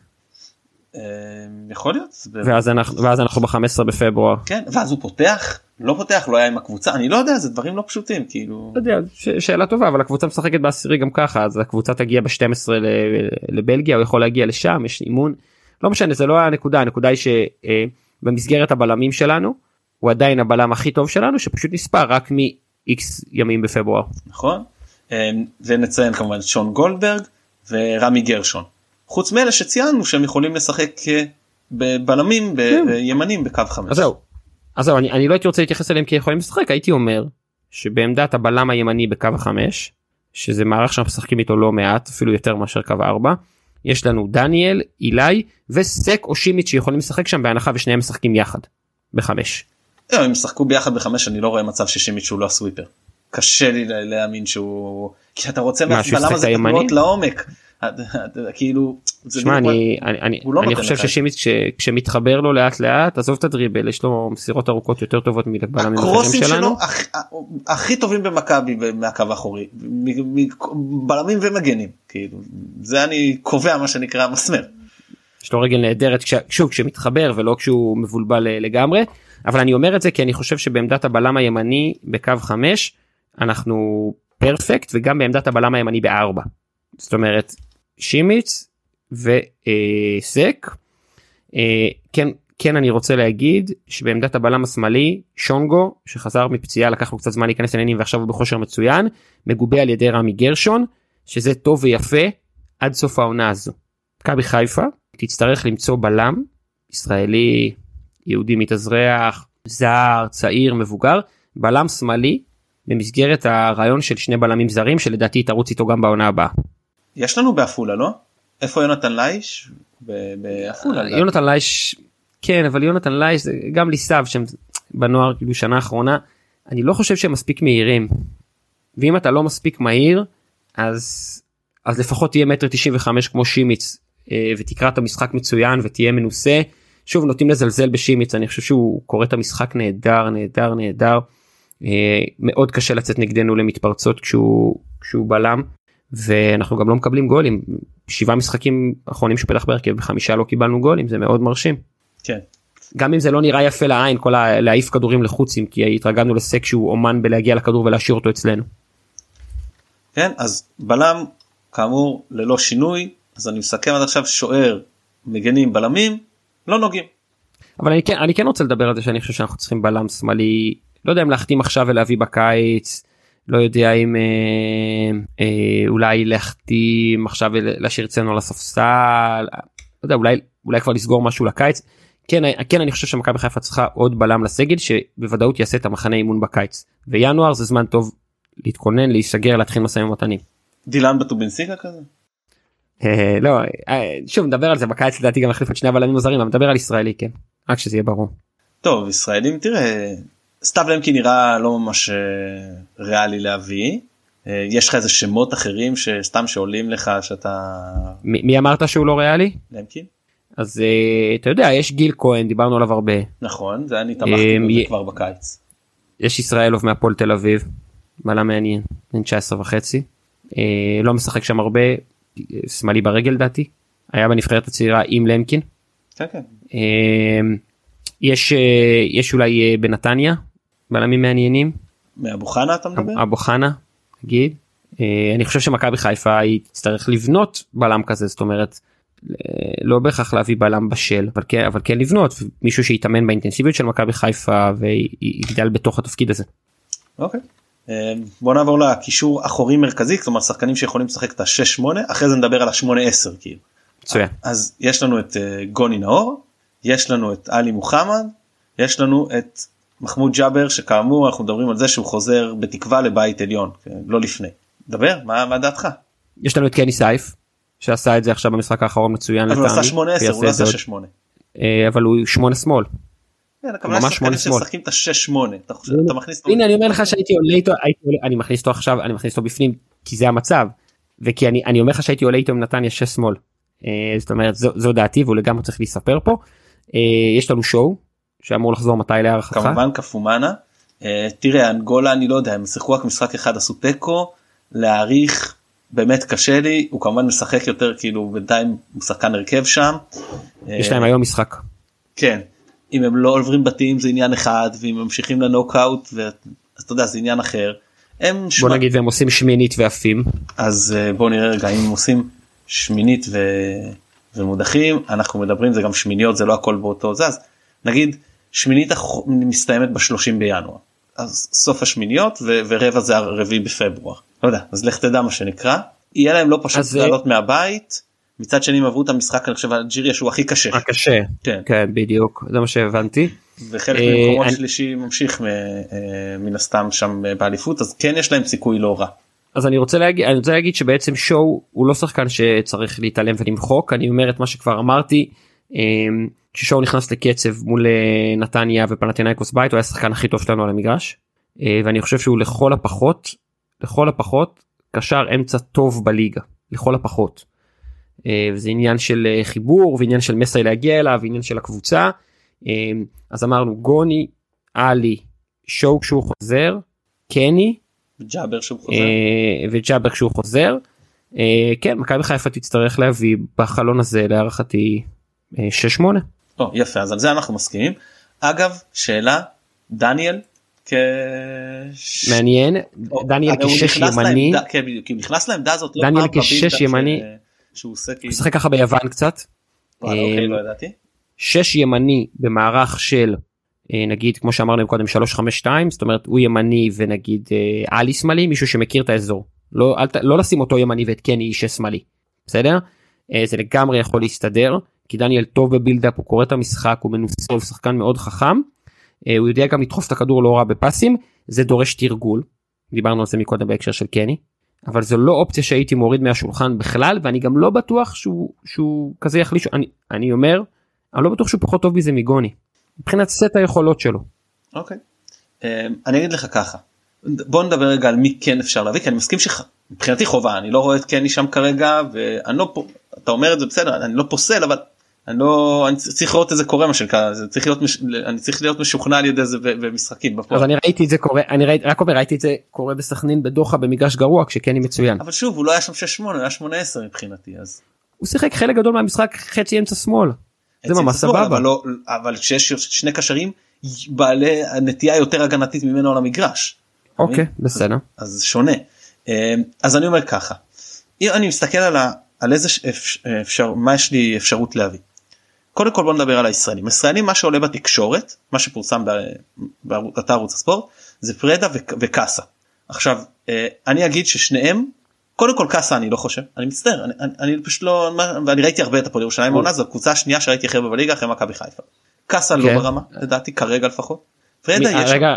Speaker 1: יכול להיות.
Speaker 2: ואז אנחנו ב-15 בפברואר.
Speaker 1: כן, ואז הוא פותח, לא היה עם הקבוצה, אני לא יודע, זה דברים לא פשוטים, כאילו.
Speaker 2: לא יודע, שאלה טובה, אבל הקבוצה משחקת בעשירי גם ככה, אז הקבוצה תגיע ב-12 לבלגיה, הוא יכול להגיע לשם, יש אימון, לא משנה, זה לא הנקודה, הנקודה היא שבמסגרת הבלמים שלנו, הוא עדיין הבלם הכי טוב שלנו, שפשוט נספר רק מ-X ימים בפברואר.
Speaker 1: נכון, ונציין כמובן שון גולדברג ורמי גרשון. חוץ מאלה שציינו שהם יכולים לשחק בבלמים בימנים בקו 5.
Speaker 2: אז זהו, אני לא הייתי רוצה להתייחס אליהם כי יכולים לשחק, הייתי אומר שבעמדת הבלם הימני בקו 5, שזה מערך שאנחנו משחקים איתו לא מעט, אפילו יותר מאשר קו 4, יש לנו דניאל, אילי וסק או שימיץ' שיכולים לשחק שם בהנחה ושניהם משחקים יחד, ב5.
Speaker 1: אם ישחקו ביחד ב5 אני לא רואה מצב ששימיץ' שהוא לא הסוויפר. קשה לי להאמין שהוא, כי אתה רוצה מהבלם הזה כתנועות לעומק. כאילו,
Speaker 2: שמע, אני חושב ששימיץ' כשמתחבר לו לאט לאט, עזוב את הדריבל, יש לו מסירות ארוכות יותר טובות מבלמים אחרים שלנו.
Speaker 1: הכי טובים במכבי מהקו האחורי, בלמים ומגנים, כאילו, זה אני קובע מה שנקרא מסמר.
Speaker 2: יש לו רגל נהדרת כשמתחבר ולא כשהוא מבולבל לגמרי, אבל אני אומר את זה כי אני חושב שבעמדת הבלם הימני בקו 5, אנחנו פרפקט, וגם בעמדת הבלם הימני ב4. זאת אומרת, שימיץ וסק, כן אני רוצה להגיד שבעמדת הבלם השמאלי, שונגו, שחזר מפציעה, לקח לו קצת זמן להיכנס לעניינים ועכשיו הוא בכושר מצוין, מגובה על ידי רמי גרשון, שזה טוב ויפה עד סוף העונה הזו. מכבי חיפה תצטרך למצוא בלם, ישראלי, יהודי מתאזרח, זר, צעיר, מבוגר, בלם שמאלי, במסגרת הרעיון של 2 בלמים זרים, שלדעתי תרוץ איתו גם בעונה הבאה.
Speaker 1: יש לנו באפולה, לא? איפה יונתן לייש? באפולה.
Speaker 2: יונתן לייש, כן, אבל יונתן לייש, גם ליסב, שהם בנוער, כאילו שנה האחרונה, אני לא חושב שהם מספיק מהירים. ואם אתה לא מספיק מהיר, אז לפחות תהיה 1.95 כמו שימיץ, ותקרא את המשחק מצוין, ותהיה מנוסה. שוב, נוטים לזלזל בשימיץ, אני חושב שהוא קורא את המשחק נהדר, נהדר, נהדר. מאוד קשה לצאת נגדנו למתפרצות כשהוא בלם. ואנחנו גם לא מקבלים גולים, 7 משחקים אחרונים שפתח בהרכב, ב5 לא קיבלנו גולים, זה מאוד מרשים.
Speaker 1: כן.
Speaker 2: גם אם זה לא נראה יפה לעין, כל להעיף כדורים לחוצים, כי התרגלנו לסק שהוא אומן בלהגיע לכדור ולהשאיר אותו אצלנו.
Speaker 1: כן, אז בלם, כאמור, ללא שינוי, אז אני מסכם עד עכשיו שוער, מגנים, בלמים, לא נוגעים. אבל
Speaker 2: אני כן רוצה לדבר על זה שאני חושב שאנחנו צריכים בלם שמאלי, לא יודע אם להחתים עכשיו ולהביא בקיץ, לא יודע אם אולי להחתים עכשיו ולהשאיר אצלנו על הספסל, לא יודע, אולי כבר לסגור משהו לקיץ. כן, אני חושב שמכבי חיפה צריכה עוד בלם לסגל שבוודאות יעשה את המחנה אימון בקיץ, וינואר זה זמן טוב להתכונן, להיסגר, להתחיל משאים ומתנים.
Speaker 1: דילן בטובנסיגה כזה?
Speaker 2: לא, שוב נדבר על זה בקיץ, לדעתי גם החליף את שני הבלמים הזרים, אבל נדבר על ישראלי, כן, רק שזה יהיה ברור.
Speaker 1: טוב, ישראלים, תראה, סתיו למקין נראה לא ממש ריאלי להביא, יש לך איזה שמות אחרים שסתם שעולים לך שאתה...
Speaker 2: מי אמרת שהוא לא ריאלי?
Speaker 1: למקין.
Speaker 2: אז אתה יודע, יש גיל כהן, דיברנו עליו הרבה.
Speaker 1: נכון, זה אני תמכתי בזה כבר בקיץ.
Speaker 2: יש ישראלוב מהפועל תל אביב, בלם מעניין, בן 19.5, לא משחק שם הרבה, שמאלי ברגל דעתי, היה בנבחרת הצעירה עם למקין.
Speaker 1: כן, כן.
Speaker 2: יש אולי בנתניה, בלמים מעניינים.
Speaker 1: מאבו חנה אתה מדבר?
Speaker 2: אבו חנה, נגיד. אני חושב שמכבי חיפה היא תצטרך לבנות בלם כזה, זאת אומרת, לא בהכרח להביא בלם בשל, אבל כן לבנות, מישהו שיתאמן באינטנסיביות של מכבי חיפה ויגדל בתוך התפקיד הזה.
Speaker 1: אוקיי. בוא נעבור לקישור אחורי מרכזי, כלומר שחקנים שיכולים לשחק את ה-6-8, אחרי זה נדבר על ה-8-10 כאילו.
Speaker 2: מצוין.
Speaker 1: אז יש לנו את גוני נאור, יש לנו את עלי מוחמד, יש לנו את מחמוד ג'אבר, שכאמור אנחנו מדברים על זה שהוא חוזר בתקווה לבית עליון, לא לפני. דבר, מה דעתך?
Speaker 2: יש לנו את קני סייף, שעשה את זה עכשיו במשחק האחרון מצוין.
Speaker 1: אבל הוא עשה 8-10, הוא לא עשה 6-8.
Speaker 2: אבל הוא 8 שמאל.
Speaker 1: ממש 8 שמאל. שחקים את ה-6-8, אתה מכניס אותו.
Speaker 2: הנה אני אומר לך שהייתי עולה איתו, אני מכניס אותו עכשיו, אני מכניס אותו בפנים, כי זה המצב, וכי אני אומר לך שהייתי עולה איתו עם נתניה 6 שמאל. זאת אומרת, זו דעתי, והוא לגמרי צריך להספר פה. יש לנו שואו, שאמור לחזור מתי להערכתך.
Speaker 1: כמובן קפומנה. תראה, אנגולה, אני לא יודע, הם שיחקו רק משחק אחד, עשו תיקו, להעריך, באמת קשה לי, הוא כמובן משחק יותר, כאילו בינתיים הוא שחקן הרכב שם.
Speaker 2: יש להם היום משחק.
Speaker 1: כן, אם הם לא עוברים בתים זה עניין אחד, ואם הם ממשיכים לנוקאוט, אז אתה יודע, זה עניין אחר.
Speaker 2: בוא נגיד, והם עושים שמינית ועפים.
Speaker 1: אז בוא נראה רגע, אם הם עושים שמינית ומודחים, אנחנו מדברים, זה גם שמיניות, זה לא הכל באותו זה, אז נגיד, שמינית מסתיימת ב-30 בינואר, אז סוף השמיניות, ורבע זה הרביעי בפברואר, לא יודע, אז לך תדע מה שנקרא, יהיה להם לא פשוט לעלות מהבית, מצד שני הם עברו את המשחק, אני חושב, אלג'יריה שהוא הכי קשה.
Speaker 2: הקשה, כן, בדיוק, זה מה שהבנתי.
Speaker 1: וחלק ממקומות שלישי ממשיך מן הסתם שם באליפות, אז כן יש להם סיכוי לא רע.
Speaker 2: אז אני רוצה להגיד שבעצם שואו הוא לא שחקן שצריך להתעלם ולמחוק, אני אומר את מה שכבר אמרתי, כששואו נכנס לקצב מול נתניה ופנתינייקוס בית, הוא היה השחקן הכי טוב שלנו על המגרש, ואני חושב שהוא לכל הפחות קשר אמצע טוב בליגה, לכל הפחות. וזה עניין של חיבור, ועניין של מסי להגיע אליו, ועניין של הקבוצה. אז אמרנו גוני, עלי, שואו כשהוא חוזר, קני, וג'אבר כשהוא חוזר. כן, מכבי חיפה תצטרך להביא בחלון הזה להערכתי 6-8.
Speaker 1: יפה, אז על זה אנחנו מסכימים. אגב, שאלה, דניאל
Speaker 2: מעניין, דניאל כשש ימני,
Speaker 1: כי הוא נכנס לעמדה הזאת,
Speaker 2: דניאל כשש ימני, הוא משחק ככה ביוון קצת,
Speaker 1: לא ידעתי.
Speaker 2: 6 ימני במערך של נגיד כמו שאמרנו קודם 3-5-2, זאת אומרת הוא ימני ונגיד עלי שמאלי, מישהו שמכיר את האזור, לא לשים אותו ימני ואת קני איש שמאלי, בסדר? זה לגמרי יכול להסתדר, כי דניאל טוב בבילדאפ, הוא קורא את המשחק, הוא מנוסה, הוא שחקן מאוד חכם, הוא יודע גם לדחוף את הכדור לא רע בפסים, זה דורש תרגול, דיברנו על זה מקודם בהקשר של קני, אבל זו לא אופציה שהייתי מוריד מהשולחן בכלל, ואני גם לא בטוח שהוא כזה יחליש, אני אומר, אני לא בטוח שהוא פחות טוב מזה מגוני, מבחינת סט היכולות שלו.
Speaker 1: אוקיי, אני אגיד לך ככה, בוא נדבר רגע על מי כן אפשר להביא, כי אני מסכים שמבחינתי חובה, אני לא רואה את קני שם כרגע, ואני לא, אתה אומר את זה בסדר, אני לא פוסל, אבל אני צריך לראות איזה קורה מה שנקרא, אני צריך להיות משוכנע על ידי זה במשחקים בפועל.
Speaker 2: אז אני ראיתי את זה קורה, ראיתי את זה קורה בסכנין בדוחה במגרש גרוע כשקני מצוין.
Speaker 1: אבל שוב הוא לא היה שם 6-8, הוא היה 18 מבחינתי אז.
Speaker 2: הוא שיחק חלק גדול מהמשחק חצי אמצע שמאל. זה ממש סבבה.
Speaker 1: אבל כשיש שני קשרים בעלי נטייה יותר הגנתית ממנו על המגרש.
Speaker 2: אוקיי, בסדר.
Speaker 1: אז זה שונה. אז אני אומר ככה, אם אני מסתכל על איזה מה יש לי אפשרות להביא. קודם כל בוא נדבר על הישראלים. הישראלים מה שעולה בתקשורת, מה שפורסם באתר ערוץ הספורט, זה פרדה וקאסה. עכשיו, אני אגיד ששניהם, קודם כל קאסה אני לא חושב, אני מצטער, אני פשוט לא, ואני ראיתי הרבה את הפועל ירושלים העונה, זו הקבוצה השנייה שראיתי הכי הרבה בליגה אחרי מכבי חיפה. קאסה לא ברמה, לדעתי כרגע לפחות. פרדה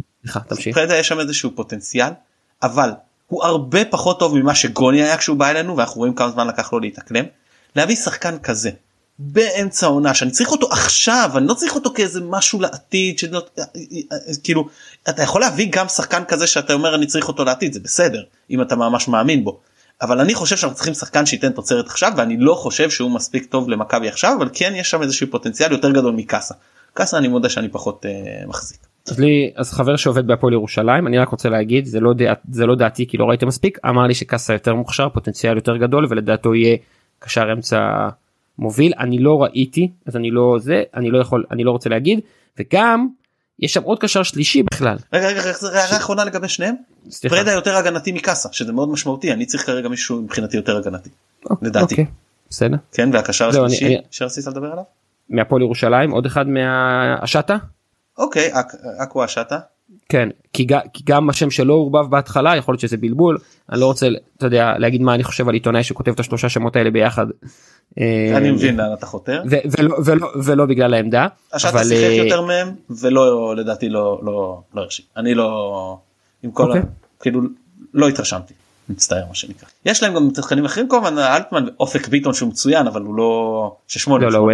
Speaker 1: יש שם איזשהו פוטנציאל, אבל הוא הרבה פחות טוב ממה שגוני היה כשהוא בא אלינו, ואנחנו רואים כמה זמן לקח לו להתאקלם. להביא שחקן כזה, באמצע העונה, שאני צריך אותו עכשיו, אני לא צריך אותו כאיזה משהו לעתיד, כאילו, אתה יכול להביא גם שחקן כזה שאתה אומר אני צריך אותו לעתיד, זה בסדר, אם אתה ממש מאמין בו, אבל אני חושב שאנחנו צריכים שחקן שייתן תוצרת עכשיו, ואני לא חושב שהוא מספיק טוב למכבי עכשיו, אבל כן יש שם איזשהו פוטנציאל יותר גדול מקאסה. קאסה אני מודה שאני פחות מחזיק. אז
Speaker 2: חבר שעובד בהפועל ירושלים, אני רק רוצה להגיד, זה לא דעתי כי לא ראיתם מספיק, אמר לי שקאסה יותר מוכשר, פוטנציאל יותר גדול, ולדעתו יהיה קשר אמצע מוביל. אני לא ראיתי, אז אני לא רוצה להגיד, וגם יש שם עוד קשר שלישי בכלל.
Speaker 1: רגע, הערה אחרונה לגבי שניהם. פרדה יותר הגנתי מקאסה, שזה מאוד משמעותי, אני צריך כרגע מישהו מבחינתי יותר הגנתי, לדעתי.
Speaker 2: אוקיי, בסדר.
Speaker 1: כן, והקשר השלישי שרצית לדבר עליו?
Speaker 2: מהפועל ירושלים, עוד אחד מהשטה?
Speaker 1: אוקיי, אקו השטה.
Speaker 2: כן, כי גם השם שלו עורבב בהתחלה, יכול להיות שזה בלבול, אני לא רוצה, אתה יודע, להגיד מה אני חושב על עיתונאי שכותב את השלושה שמות האלה ביחד.
Speaker 1: אני מבין לאן אתה חותר.
Speaker 2: ולא בגלל העמדה.
Speaker 1: השטה שיחק יותר מהם, ולא, לדעתי לא הרשים. אני לא, עם כל, כאילו, לא התרשמתי. מצטער מה שנקרא. יש להם גם שחקנים אחרים כמובן, אלטמן ואופק ביטון שהוא מצוין, אבל הוא לא 6-8, 8-10.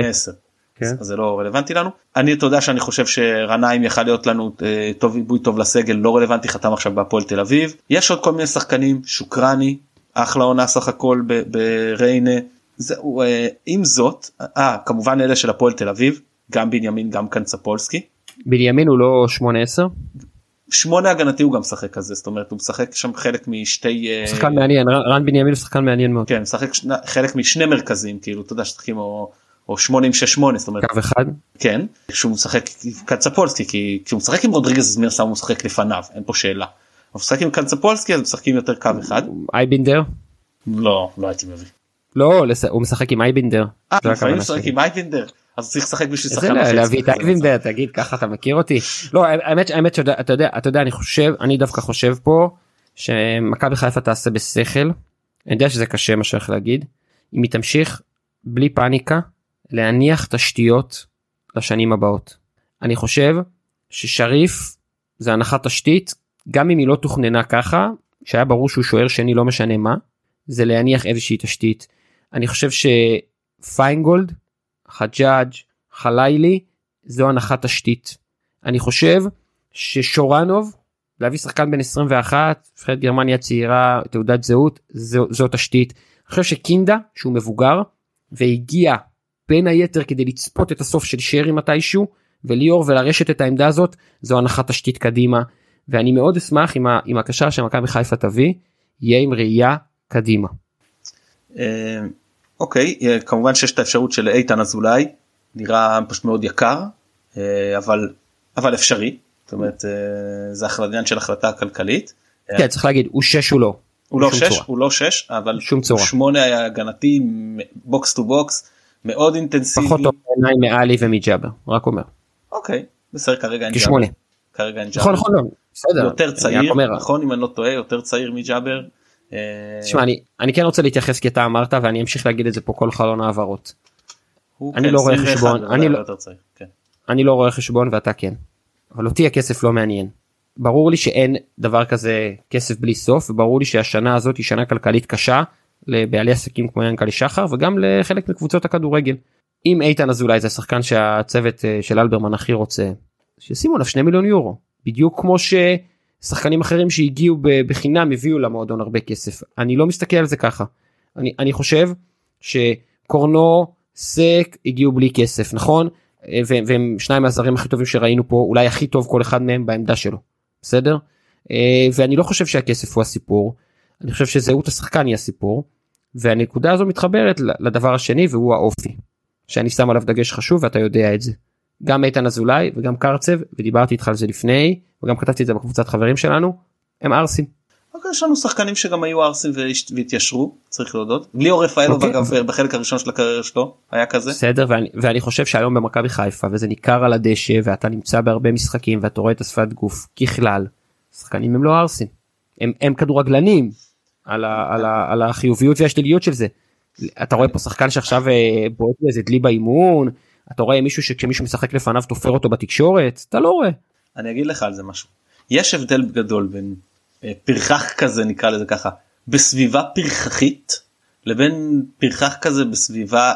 Speaker 1: אז זה לא רלוונטי לנו. אני אתה יודע שאני חושב שרנאים יכל להיות לנו עיבוי טוב לסגל, לא רלוונטי, חתם עכשיו בהפועל תל אביב. יש עוד כל מיני שחקנים, שוקרני, אחלה עונה סך הכל בריינה. עם זאת, כמובן אלה של הפועל תל אביב, גם בנימין, גם קנצפולסקי.
Speaker 2: בנימין הוא לא 8-10?
Speaker 1: 8 הגנתי הוא גם משחק כזה, זאת אומרת הוא משחק שם חלק משתי...
Speaker 2: שחקן מעניין, רן בנימין הוא שחקן מעניין מאוד.
Speaker 1: כן, משחק חלק משני מרכזים, כאילו, אתה יודע, שחקים או 8-6-8, זאת אומרת...
Speaker 2: קו אחד?
Speaker 1: כן, כשהוא משחק קנצפולסקי, כי כשהוא משחק עם רודריגז, אז מי עשה הוא משחק לפניו, אין פה שאלה. הוא משחק עם קנצפולסקי, אז משחקים יותר קו אחד.
Speaker 2: אייבינדר?
Speaker 1: לא הייתי מביא.
Speaker 2: לא, הוא משחק עם אייבינדר.
Speaker 1: לפעמים משחק עם אייבינדר. אז צריך לשחק בשביל שחקן
Speaker 2: אחר. להביא את אייבינדר, תגיד ככה אתה מכיר אותי. לא, האמת שאתה יודע, אני דווקא חושב פה שמכבי חיפה תעשה בשכל. אני יודע שזה קשה מה שאני להגיד. אם היא תמשיך בלי פאניקה להניח תשתיות לשנים הבאות. אני חושב ששריף זה הנחת תשתית, גם אם היא לא תוכננה ככה, שהיה ברור שהוא שוער שני לא משנה מה, זה להניח איזושהי תשתית. אני חושב שפיינגולד, חג'אג', חלילי, זו הנחת תשתית. אני חושב ששורנוב, להביא שחקן בן 21, נבחרת גרמניה צעירה, תעודת זהות, זו תשתית. אני חושב שקינדה, שהוא מבוגר, והגיע בין היתר כדי לצפות את הסוף של שרי מתישהו, וליאור ולרשת את העמדה הזאת, זו הנחת תשתית קדימה. ואני מאוד אשמח אם הקשר שמכבי חיפה תביא, יהיה עם ראייה קדימה.
Speaker 1: אוקיי, כמובן שיש את האפשרות של איתן אזולאי, נראה פשוט מאוד יקר, אבל אפשרי, זאת אומרת, זה עניין של החלטה כלכלית.
Speaker 2: כן, צריך להגיד, הוא 6 הוא לא.
Speaker 1: הוא לא 6, אבל 8 היה הגנתי, בוקס טו בוקס, מאוד אינטנסיבי.
Speaker 2: פחות טוב בעיניי מעלי ומג'אבר, רק אומר.
Speaker 1: אוקיי, בסדר, כרגע אין
Speaker 2: ג'אבר.
Speaker 1: כרגע אין ג'אבר.
Speaker 2: נכון, בסדר.
Speaker 1: יותר צעיר, נכון, אם אני לא טועה, יותר צעיר מג'אבר.
Speaker 2: תשמע, אני כן רוצה להתייחס כי אתה אמרת, ואני אמשיך להגיד את זה פה כל חלון העברות. אני לא רואה חשבון, אני לא רואה חשבון ואתה כן. אבל אותי הכסף לא מעניין. ברור לי שאין דבר כזה כסף בלי סוף, וברור לי שהשנה הזאת היא שנה כלכלית קשה, לבעלי עסקים כמו ינקלי שחר, וגם לחלק מקבוצות הכדורגל. אם איתן אזולאי זה שחקן שהצוות של אלברמן הכי רוצה, שישימו עליו 2 מיליון יורו. בדיוק כמו ששחקנים אחרים שהגיעו בחינם הביאו למועדון הרבה כסף. אני לא מסתכל על זה ככה. אני חושב שקורנו סק הגיעו בלי כסף, נכון? והם שניים מהזרים הכי טובים שראינו פה, אולי הכי טוב כל אחד מהם בעמדה שלו, בסדר? ואני לא חושב שהכסף הוא הסיפור, אני חושב שזהות השחקן היא הסיפור, והנקודה הזו מתחברת לדבר השני, והוא האופי, שאני שם עליו דגש חשוב, ואתה יודע את זה. גם איתן אזולאי וגם קרצב, ודיברתי איתך על זה לפני, וגם כתבתי את זה בקבוצת חברים שלנו, הם ארסים.
Speaker 1: אוקיי, יש לנו שחקנים שגם היו ארסים והתיישרו, צריך להודות. ליאור רפאלוב, אגב, בחלק הראשון של הקריירה שלו, היה כזה.
Speaker 2: בסדר, ואני חושב שהיום במכבי חיפה, וזה ניכר על הדשא, ואתה נמצא בהרבה משחקים, ואתה רואה את השפת גוף, ככלל, שחקנים הם לא ארסים. הם כדורגלנים, על החיוביות והשליליות של זה. אתה רואה פה שחקן שעכשיו בועט באיזה דלי באימון, אתה רואה מישהו שכשמישהו משחק לפניו תופר אותו בתקשורת, אתה לא רואה.
Speaker 1: אני אגיד לך על זה משהו. יש הבדל גדול בין פרחח כזה, נקרא לזה ככה, בסביבה פרחחית, לבין פרחח כזה בסביבה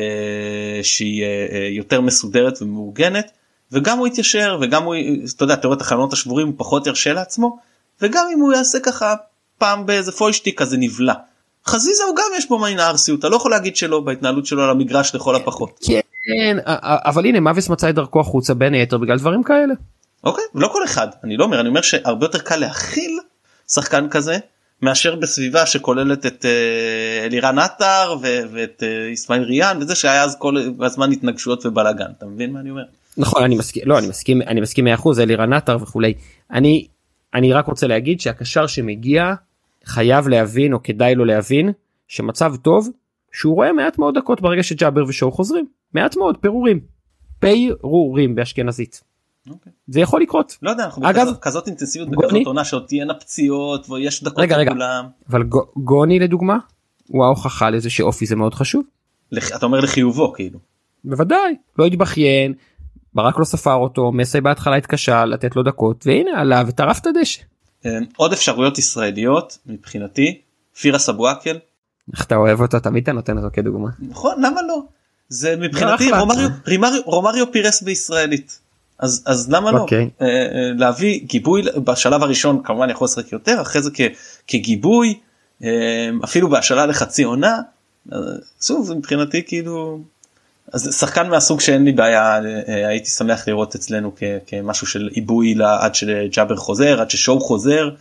Speaker 1: שהיא יותר מסודרת ומאורגנת, וגם הוא יתיישר, וגם הוא, אתה יודע, תראה את החלונות השבורים, הוא פחות ירשה לעצמו, וגם אם הוא יעשה ככה פעם באיזה פוישטיק כזה נבלה. חזיזה הוא גם יש בו מין הארסיות, אתה לא יכול להגיד שלא בהתנהלות שלו על המגרש לכל הפחות.
Speaker 2: כן, אבל הנה מאביס מצא את דרכו החוצה בין היתר בגלל דברים כאלה.
Speaker 1: אוקיי, לא כל אחד, אני לא אומר, אני אומר שהרבה יותר קל להכיל שחקן כזה, מאשר בסביבה שכוללת את אלירן עטר ואת איסמעיל ריאן, וזה שהיה אז כל הזמן התנגשויות ובלגן, אתה מבין מה אני אומר?
Speaker 2: נכון, אני מסכים 100%, אלירן עטר וכולי. אני רק רוצה להגיד שהקשר שמגיע חייב להבין או כדאי לו להבין שמצב טוב שהוא רואה מעט מאוד דקות ברגע שג'אבר ושואו חוזרים, מעט מאוד פירורים באשכנזית. זה יכול לקרות.
Speaker 1: לא יודע, אנחנו בכזאת אינטנסיביות בכזאת עונה שעוד תהיינה פציעות ויש דקות לכולם.
Speaker 2: אבל גוני לדוגמה הוא ההוכחה לזה שאופי זה מאוד חשוב.
Speaker 1: אתה אומר לחיובו כאילו.
Speaker 2: בוודאי, לא התבכיין, ברק לא ספר אותו, מסי בהתחלה התקשה לתת לו דקות, והנה עלה וטרף את הדשא.
Speaker 1: עוד אפשרויות ישראליות מבחינתי, פירס אבואקל.
Speaker 2: איך אתה אוהב אותו, תמיד אתה נותן אותו כדוגמה.
Speaker 1: נכון, למה לא? זה מבחינתי רומריו פירס בישראלית. אז למה לא? להביא גיבוי בשלב הראשון, כמובן יכול לשחק יותר, אחרי זה כגיבוי, אפילו בהשאלה לחצי עונה, שוב, מבחינתי כאילו, אז שחקן מהסוג שאין לי בעיה, הייתי שמח לראות אצלנו כמשהו של עיבוי עד שג'אבר חוזר, עד ששואו חוזר.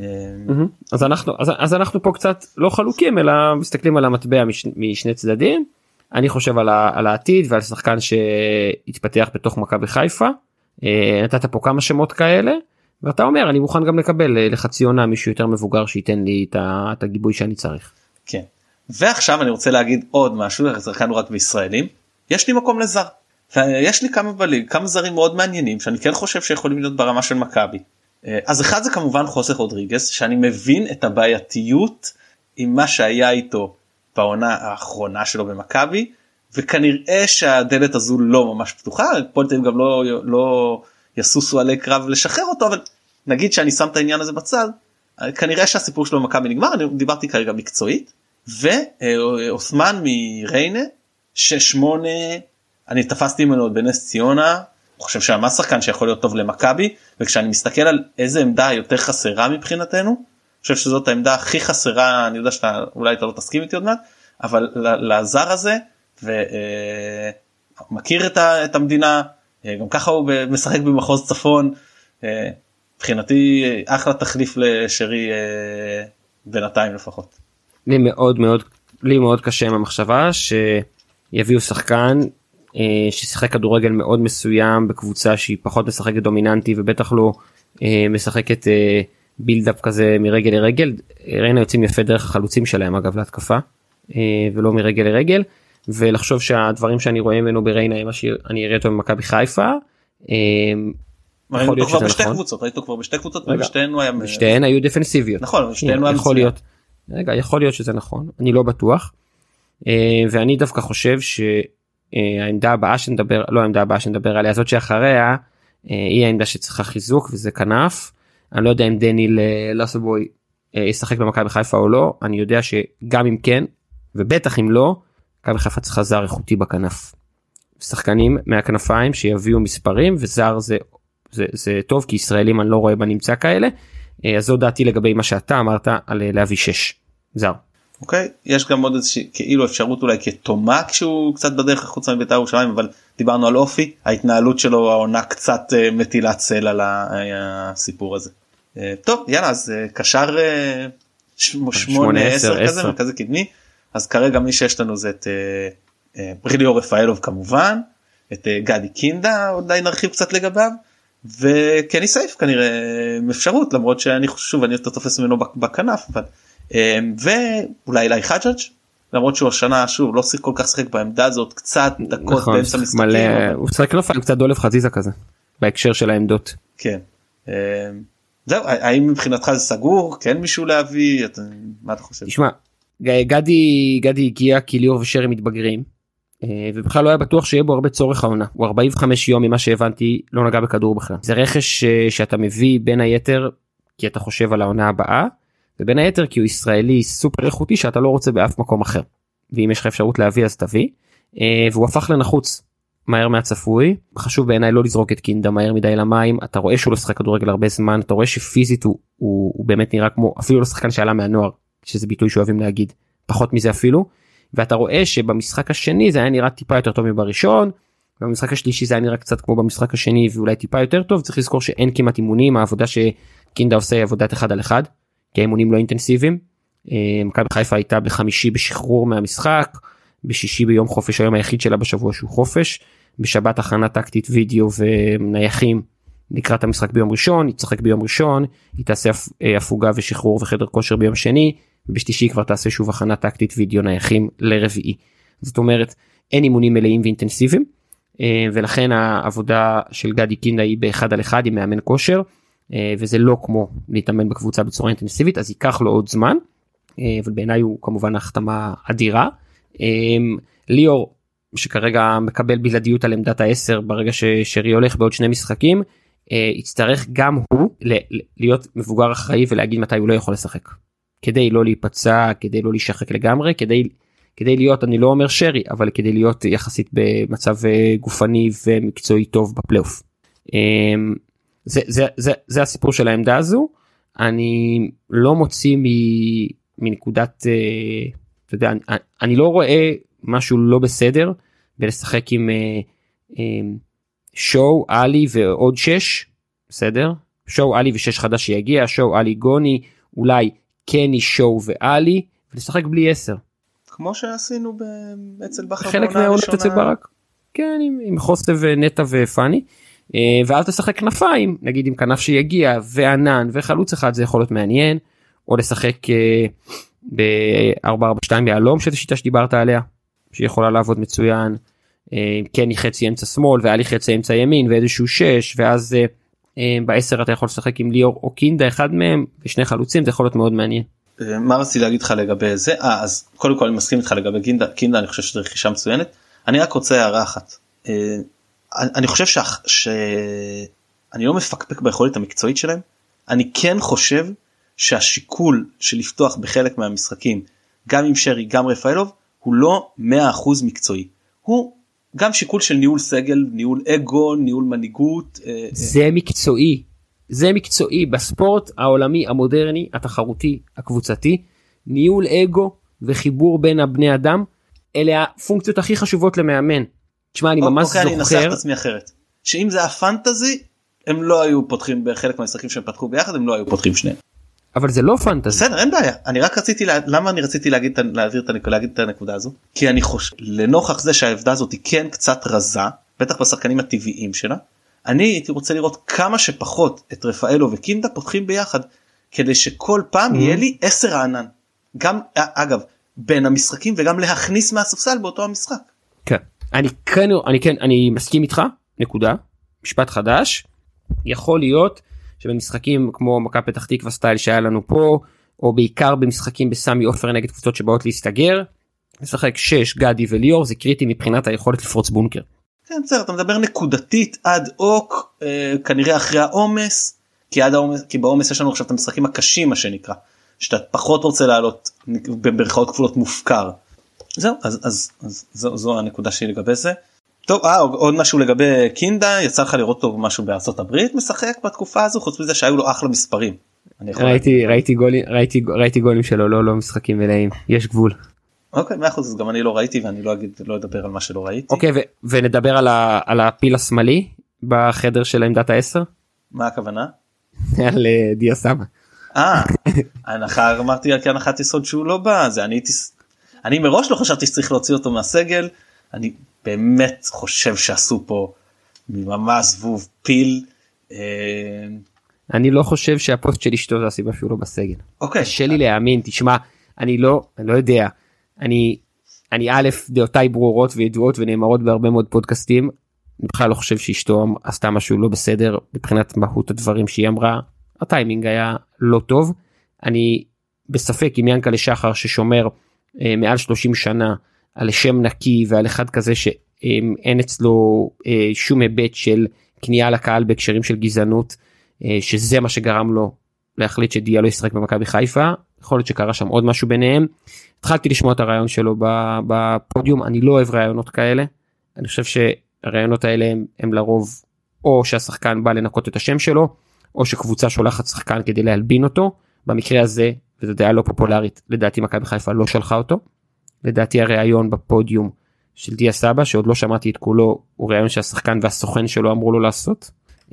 Speaker 2: אז אנחנו פה קצת לא חלוקים, אלא מסתכלים על המטבע משני צדדים. אני חושב על העתיד ועל שחקן שהתפתח בתוך מכבי חיפה. נתת פה כמה שמות כאלה, ואתה אומר אני מוכן גם לקבל לחצי עונה מישהו יותר מבוגר שייתן לי את הגיבוי שאני צריך.
Speaker 1: כן, ועכשיו אני רוצה להגיד עוד משהו, שחקנו רק בישראלים, יש לי מקום לזר, ויש לי כמה זרים מאוד מעניינים שאני כן חושב שיכולים להיות ברמה של מכבי. אז אחד זה כמובן חוסה רודריגז, שאני מבין את הבעייתיות עם מה שהיה איתו בעונה האחרונה שלו במכבי, וכנראה שהדלת הזו לא ממש פתוחה, פולטים גם לא יסוסו עלי קרב לשחרר אותו, אבל נגיד שאני שם את העניין הזה בצד, כנראה שהסיפור שלו במכבי נגמר, אני דיברתי כרגע מקצועית, ואוסמן מריינה, 6-8, אני תפסתי ממנו בנס ציונה, אני חושב שהמה שחקן שיכול להיות טוב למכבי, וכשאני מסתכל על איזה עמדה יותר חסרה מבחינתנו, אני חושב שזאת העמדה הכי חסרה, אני יודע שאולי אתה לא תסכים איתי עוד מעט, אבל לזר הזה, ומכיר את המדינה, גם ככה הוא משחק במחוז צפון, מבחינתי אחלה תחליף לשרי בינתיים לפחות.
Speaker 2: לי מאוד קשה עם המחשבה שיביאו שחקן ששיחק כדורגל מאוד מסוים בקבוצה שהיא פחות משחקת דומיננטי ובטח לא משחקת בילדאפ כזה מרגל לרגל. ריינה יוצאים יפה דרך החלוצים שלהם אגב להתקפה ולא מרגל לרגל, ולחשוב שהדברים שאני רואה ממנו בריינה הם מה שאני אראה אותו במכבי חיפה.
Speaker 1: ראיתו כבר בשתי קבוצות,
Speaker 2: ושתיהן היו דפנסיביות.
Speaker 1: נכון, שתיהן היו
Speaker 2: מצוין. רגע, יכול להיות שזה נכון, אני לא בטוח, ואני דווקא חושב שהעמדה הבאה שנדבר, לא העמדה הבאה שנדבר עליה, זאת שאחריה, היא העמדה שצריכה חיזוק, וזה כנף. אני לא יודע אם דניל לסובוי ישחק במכבי חיפה או לא, אני יודע שגם אם כן, ובטח אם לא, מכבי חיפה צריכה זר איכותי בכנף. שחקנים מהכנפיים שיביאו מספרים, וזר זה טוב, כי ישראלים אני לא רואה בנמצא כאלה, אז זו דעתי לגבי מה שאתה אמרת על להביא 6 זר.
Speaker 1: אוקיי, יש גם עוד איזושהי כאילו אפשרות אולי כתומה כשהוא קצת בדרך חוץ מבית"ר ירושלים, אבל דיברנו על אופי, ההתנהלות שלו העונה קצת מטילה צל על הסיפור הזה. טוב יאללה, אז קשר 8-10 כזה מרכזי קדמי, אז כרגע מי שיש לנו זה את ליאור רפאלוב כמובן, את גדי קינדה עוד די נרחיב קצת לגביו, וקני סייף כנראה אפשרות, למרות שאני חושב אני יותר תופס ממנו בכנף, אבל ואולי אלי חג'אג' למרות שהוא השנה שוב לא כל כך שחק בעמדה הזאת, קצת דקות באמצע משחקים,
Speaker 2: הוא שחק נופל קצת דולף חזיזה כזה בהקשר של העמדות.
Speaker 1: כן, זהו, האם מבחינתך זה סגור, כן מישהו להביא, מה אתה חושב?
Speaker 2: תשמע, גדי הגיע כי ליאור ושרי מתבגרים, ובכלל לא היה בטוח שיהיה בו הרבה צורך העונה, הוא 45 יום ממה שהבנתי לא נגע בכדור בכלל, זה רכש שאתה מביא בין היתר כי אתה חושב על העונה הבאה, ובין היתר כי הוא ישראלי סופר איכותי שאתה לא רוצה באף מקום אחר, ואם יש לך אפשרות להביא אז תביא, והוא הפך לנחוץ מהר מהצפוי, חשוב בעיניי לא לזרוק את קינדה מהר מדי למים, אתה רואה שהוא לא שחק כדורגל הרבה זמן, אתה רואה שפיזית הוא באמת נראה כמו, אפילו לא שחקן שעלה מהנוער, שזה ביטוי שאוהבים להגיד, פחות מזה אפילו, ואתה רואה שבמשחק השני זה היה נראה טיפה יותר טוב מבראשון, ובמשחק השלישי זה היה נראה קצת כמו במשחק השני ואולי טיפה יותר טוב, צריך לזכור שאין כמעט אימונים, העבודה שקינדה עושה היא עבודת 1 על 1, כי האימונים לא אינטנסיביים, מכבי חיפה הייתה בחמישי בשחרור מהמשחק, בשישי ביום חופש, היום היחיד שלה בשבוע שהוא חופש, בשבת הכנה טקטית וידאו ונייחים לקראת המשחק ביום ראשון, היא תשחק ביום ראשון, היא תעשה הפוגה ושחרור וחדר כושר ביום שני, ובשלישי כבר תעשה שוב הכנה טקטית וידאו נייחים לרביעי. זאת אומרת, אין אימונים מלאים ואינטנסיביים, ולכן העבודה של גדי קינדה היא ב1 על 1 עם מאמן כושר, וזה לא כמו להתאמן בקבוצה בצורה אינטנסיבית, אז ייקח לו עוד זמן, אבל בעיניי הוא כמובן החתמה אדירה. ליאור, שכרגע מקבל בלעדיות על עמדת ה10 ברגע ששרי הולך בעוד 2 משחקים, יצטרך גם הוא להיות מבוגר אחראי ולהגיד מתי הוא לא יכול לשחק. כדי לא להיפצע, כדי לא להישחק לגמרי, כדי להיות, אני לא אומר שרי, אבל כדי להיות יחסית במצב גופני ומקצועי טוב בפלייאוף. זה הסיפור של העמדה הזו. אני לא מוציא מנקודת, אתה יודע, אני לא רואה משהו לא בסדר בלשחק עם שואו, אלי ועוד 6, בסדר? שואו, אלי ו6 חדש שיגיע, שואו, אלי, גוני, אולי קני, שואו ואלי, ולשחק בלי 10.
Speaker 1: כמו שעשינו אצל בכר
Speaker 2: חלק מהעונות אצל ברק. כן, עם חוסטב נטע ופני. ואז תשחק כנפיים, נגיד עם כנף שיגיע, וענן וחלוץ אחד, זה יכול להיות מעניין, או לשחק ב-4-4-2 ביהלום, שזו שיטה שדיברת עליה, שיכולה לעבוד מצוין, קני חצי אמצע שמאל, ואלי חצי אמצע ימין, ואיזשהו 6, ואז ב10 אתה יכול לשחק עם ליאור או קינדה, אחד מהם, ושני חלוצים, זה יכול להיות מאוד מעניין.
Speaker 1: מה רציתי להגיד לך לגבי זה? אז קודם כל אני מסכים איתך לגבי קינדה, אני חושב שזו רכישה מצוינת. אני רק רוצה הערה אחת. אני חושב שאני לא מפקפק ביכולת המקצועית שלהם. אני כן חושב שהשיקול של לפתוח בחלק מהמשחקים, גם עם שרי, גם רפאלוב, הוא לא 100% מקצועי. הוא גם שיקול של ניהול סגל, ניהול אגו, ניהול מנהיגות.
Speaker 2: זה מקצועי. זה מקצועי בספורט העולמי המודרני, התחרותי, הקבוצתי, ניהול אגו וחיבור בין הבני אדם, אלה הפונקציות הכי חשובות למאמן. תשמע, אני ממש זוכר.
Speaker 1: אני אנסח את עצמי אחרת. שאם זה הפנטזי, הם לא היו פותחים בחלק מהמשחקים שהם פתחו ביחד, הם לא היו פותחים שניהם.
Speaker 2: אבל זה לא פנטזי.
Speaker 1: בסדר, אין בעיה. אני רק רציתי, למה אני רציתי להגיד את הנקודה הזו? כי אני חושב, לנוכח זה שהעבדה הזאת היא כן קצת רזה, בטח בשחקנים הטבעיים שלה, אני הייתי רוצה לראות כמה שפחות את רפאלו וקינדה פותחים ביחד, כדי שכל פעם יהיה לי 10 הענן. גם, אגב, בין המשחקים וגם להכניס מהספסל באותו המשחק.
Speaker 2: כן. אני מסכים איתך, נקודה, משפט חדש. יכול להיות שבמשחקים כמו מכבי פתח תקווה סטייל שהיה לנו פה, או בעיקר במשחקים בסמי עופר נגד קבוצות שבאות להסתגר, לשחק 6 גדי וליאור, זה קריטי מבחינת היכולת לפרוץ בונקר.
Speaker 1: כן, בסדר, אתה מדבר נקודתית עד אוק, כנראה אחרי העומס, כי בעומס יש לנו עכשיו את המשחקים הקשים, מה שנקרא, שאתה פחות רוצה לעלות בברכאות כפולות מופקר. זהו, אז זו הנקודה שלי לגבי זה. טוב, עוד משהו לגבי קינדה, יצא לך לראות טוב משהו בארצות הברית, משחק בתקופה הזו, חוץ מזה שהיו לו אחלה מספרים.
Speaker 2: ראיתי גולים שלו, לא משחקים מלאים, יש גבול.
Speaker 1: אוקיי, 100%, אז גם אני לא ראיתי ואני לא אדבר על מה שלא ראיתי.
Speaker 2: אוקיי, ונדבר על הפיל השמאלי בחדר של עמדת ה-10.
Speaker 1: מה הכוונה?
Speaker 2: על דיה סבא.
Speaker 1: אמרתי כהנחת יסוד שהוא לא בא, אני מראש לא חשבתי שצריך להוציא אותו מהסגל, אני באמת חושב שעשו פה ממש זבוב פיל.
Speaker 2: אני לא חושב שהפוסט של אשתו זה הסיבה שהוא לא בסגל.
Speaker 1: אוקיי.
Speaker 2: קשה לי להאמין, תשמע, אני לא יודע, אני א', דעותיי ברורות וידועות ונאמרות בהרבה מאוד פודקאסטים, אני בכלל לא חושב שאשתו עשתה משהו לא בסדר, מבחינת מהות הדברים שהיא אמרה, הטיימינג היה לא טוב, אני בספק עם ינקלה שחר ששומר מעל 30 שנה על שם נקי ועל אחד כזה שאין אצלו שום היבט של כניעה לקהל בהקשרים של גזענות, שזה מה שגרם לו להחליט שדיה לא ישחק במכבי חיפה, יכול להיות שקרה שם עוד משהו ביניהם. התחלתי לשמוע את הרעיון שלו בפודיום, אני לא אוהב רעיונות כאלה, אני חושב שהרעיונות האלה הם לרוב או שהשחקן בא לנקות את השם שלו, או שקבוצה שולחת שחקן כדי להלבין אותו, במקרה הזה, וזו דעה לא פופולרית, לדעתי מכבי חיפה לא שלחה אותו, לדעתי הרעיון בפודיום של דיה סבא, שעוד לא שמעתי את כולו, הוא רעיון שהשחקן והסוכן שלו אמרו לו לעשות,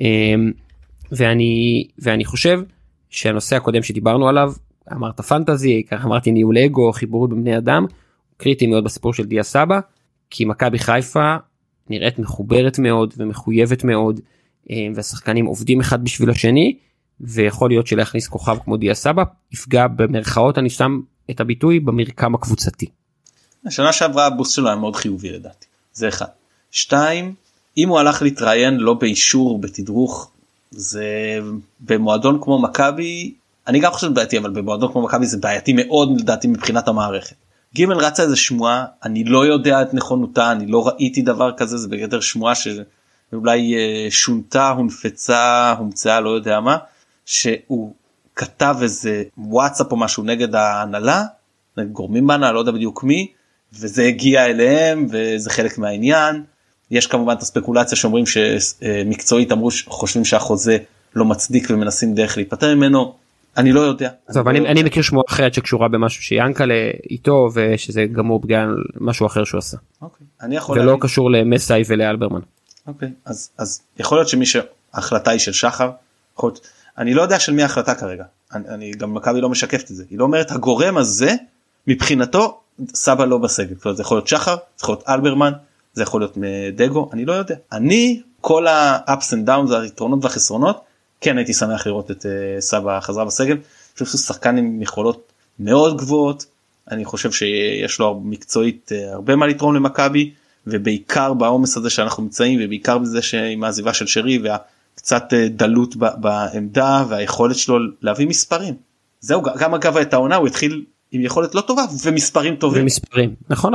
Speaker 2: ואני חושב שהנושא הקודם שדיברנו עליו, אמרת פנטזי, כך אמרתי ניהול אגו, חיבורות בבני אדם, קריטי מאוד בסיפור של דיה סבא, כי מכבי חיפה נראית מחוברת מאוד ומחויבת מאוד, והשחקנים עובדים אחד בשביל השני, ויכול להיות שלהכניס כוכב כמו דיה סבא, יפגע במרכאות, אני שם את הביטוי, במרקם הקבוצתי.
Speaker 1: השנה שעברה הבוסט שלו היה מאוד חיובי לדעתי, זה אחד. 2, אם הוא הלך להתראיין לא באישור, בתדרוך, זה במועדון כמו מכבי, אני גם חושב בעייתי, אבל במועדון כמו מכבי זה בעייתי מאוד לדעתי מבחינת המערכת. ג' רצה איזה שמועה, אני לא יודע את נכונותה, אני לא ראיתי דבר כזה, זה בגדר שמועה שאולי שונתה, הומצאה, לא יודע מה, שהוא כתב איזה וואטסאפ או משהו נגד ההנהלה, נגד גורמים בהנהלה, לא יודע בדיוק מי, וזה הגיע אליהם, וזה חלק מהעניין. יש כמובן את הספקולציה שאומרים שמקצועית אמרו חושבים שהחוזה לא מצדיק ומנסים דרך להיפטר ממנו, אני לא יודע.
Speaker 2: טוב, אני מכיר שמועה אחרת שקשורה במשהו שיאנקלה איתו, ושזה גמור בגלל משהו אחר שהוא עשה. ולא קשור למסאי ולאלברמן.
Speaker 1: אוקיי, אז יכול להיות שמי שההחלטה היא של שחר, אני לא יודע של מי ההחלטה כרגע, אני גם מכבי לא משקפת את זה, היא לא אומרת הגורם הזה מבחינתו סבא לא בסגל, זה יכול להיות שחר, זה יכול להיות אלברמן, זה יכול להיות דגו, אני לא יודע. אני כל ה-ups and downs, היתרונות והחסרונות, כן הייתי שמח לראות את סבא חזרה בסגל, אני חושב שהוא שחקן עם יכולות מאוד גבוהות, אני חושב שיש לו מקצועית הרבה מה לתרום למכבי, ובעיקר בעומס הזה שאנחנו מצאים, ובעיקר בזה שעם העזיבה של שרי, והקצת דלות בעמדה, והיכולת שלו להביא מספרים. זהו, גם אגב את העונה, הוא התחיל עם יכולת לא טובה, ומספרים טובים.
Speaker 2: ומספרים, נכון.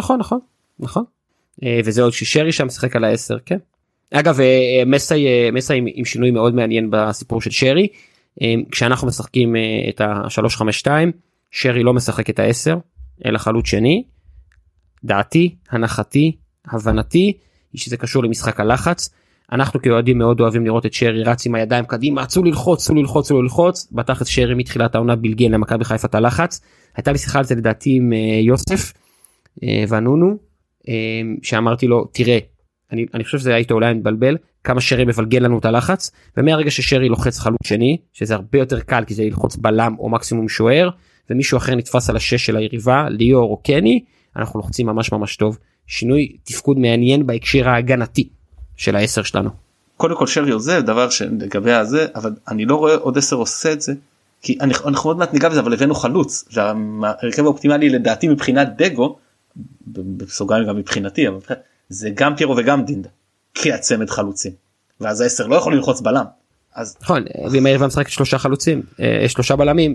Speaker 2: וזה עוד ששרי שם משחק על ה10, כן. אגב, מסי עם שינוי מאוד מעניין בסיפור של שרי, כשאנחנו משחקים את ה-352, שרי לא משחק את ה-10, אלא חלוץ שני, דעתי, הנחתי, הבנתי, היא שזה קשור למשחק הלחץ, אנחנו כאוהדים מאוד אוהבים לראות את שרי רץ עם הידיים קדימה, צאו ללחוץ, בתחת שרי מתחילת העונה בלגן למכבי חיפה את הלחץ, הייתה לי שיחה על זה לדעתי עם יוסף ונונו, שאמרתי לו, תראה, אני חושב שזה היית אולי מתבלבל, כמה שרי מבלגן לנו את הלחץ, ומהרגע ששרי לוחץ חלוץ שני, שזה הרבה יותר קל, כי זה ללחוץ בלם או מקסימום שוער, ומישהו אחר נתפס על השש של היריבה, ליאור או קני, אנחנו לוחצים ממש טוב, שינוי תפקוד מעניין בהקשר ההגנתי של ה10 שלנו.
Speaker 1: קודם כל שרי עוזב, דבר שלגבי הזה, אבל אני לא רואה עוד 10 עושה את זה, כי אנחנו עוד מעט ניגע בזה, אבל הבאנו חלוץ, והרכב האופטימלי לדעתי מבחינת דגו, בסוגריים גם מבחינתי, אבל זה גם פירו וגם דינדה, כעצמת חלוצים, ואז ה10 לא יכול ללחוץ בלם.
Speaker 2: נכון, ואם היריבה משחקת 3 חלוצים, 3 בלמים,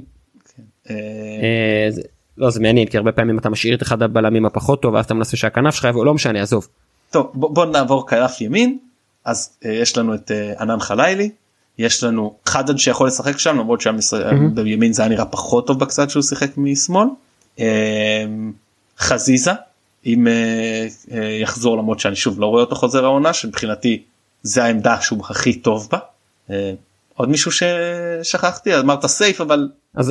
Speaker 2: לא, זה מעניין, כי הרבה פעמים אתה משאיר את אחד הבלמים הפחות טוב, ואז אתה מנסה שהכנף שלך, לא משנה, עזוב.
Speaker 1: טוב, בוא נעבור כנף ימין, אז יש לנו את ענן חלילי, יש לנו חדד שיכול לשחק שם, למרות שבימין זה היה נראה פחות טוב בקצת שהוא שיחק משמאל, חזיזה, אם יחזור, למרות שאני שוב לא רואה אותו חוזר העונה, שמבחינתי זה העמדה שהוא הכי טוב בה, עוד מישהו ששכחתי, אמרת סייף, אבל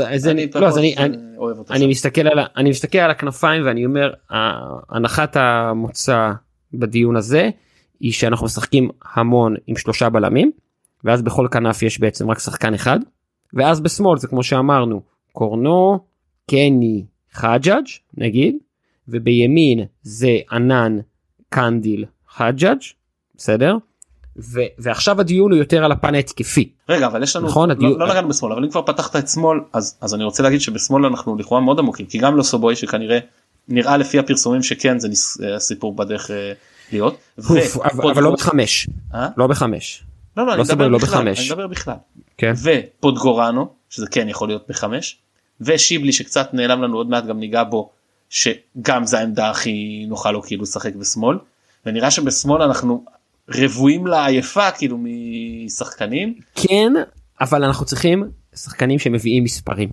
Speaker 2: אני מסתכל על הכנפיים ואני אומר, הנחת המוצא בדיון הזה היא שאנחנו משחקים המון עם 3 בלמים, ואז בכל כנף יש בעצם רק שחקן אחד, ואז בשמאל זה כמו שאמרנו, קורנו, קני, חג'אג' נגיד, ובימין זה ענן, קנדיל, חג'אג', בסדר? ועכשיו הדיון הוא יותר על הפן ההתקפי.
Speaker 1: רגע, אבל יש לנו, נכון, לא נגענו בשמאל, אבל אם כבר פתחת את שמאל, אז אני רוצה להגיד שבשמאל אנחנו לכאורה מאוד עמוקים, כי גם לא סובוי שכנראה נראה לפי הפרסומים שכן זה הסיפור בדרך להיות.
Speaker 2: אבל לא ב5. לא ב5.
Speaker 1: לא, אני מדבר בכלל. ופודגורנו, שזה כן יכול להיות ב5, ושיבלי שקצת נעלם לנו עוד מעט גם ניגע בו, שגם זה העמדה הכי נוחה לו כאילו לשחק בשמאל, ונראה שבשמאל אנחנו רבועים לעייפה כאילו משחקנים.
Speaker 2: כן, אבל אנחנו צריכים שחקנים שמביאים מספרים.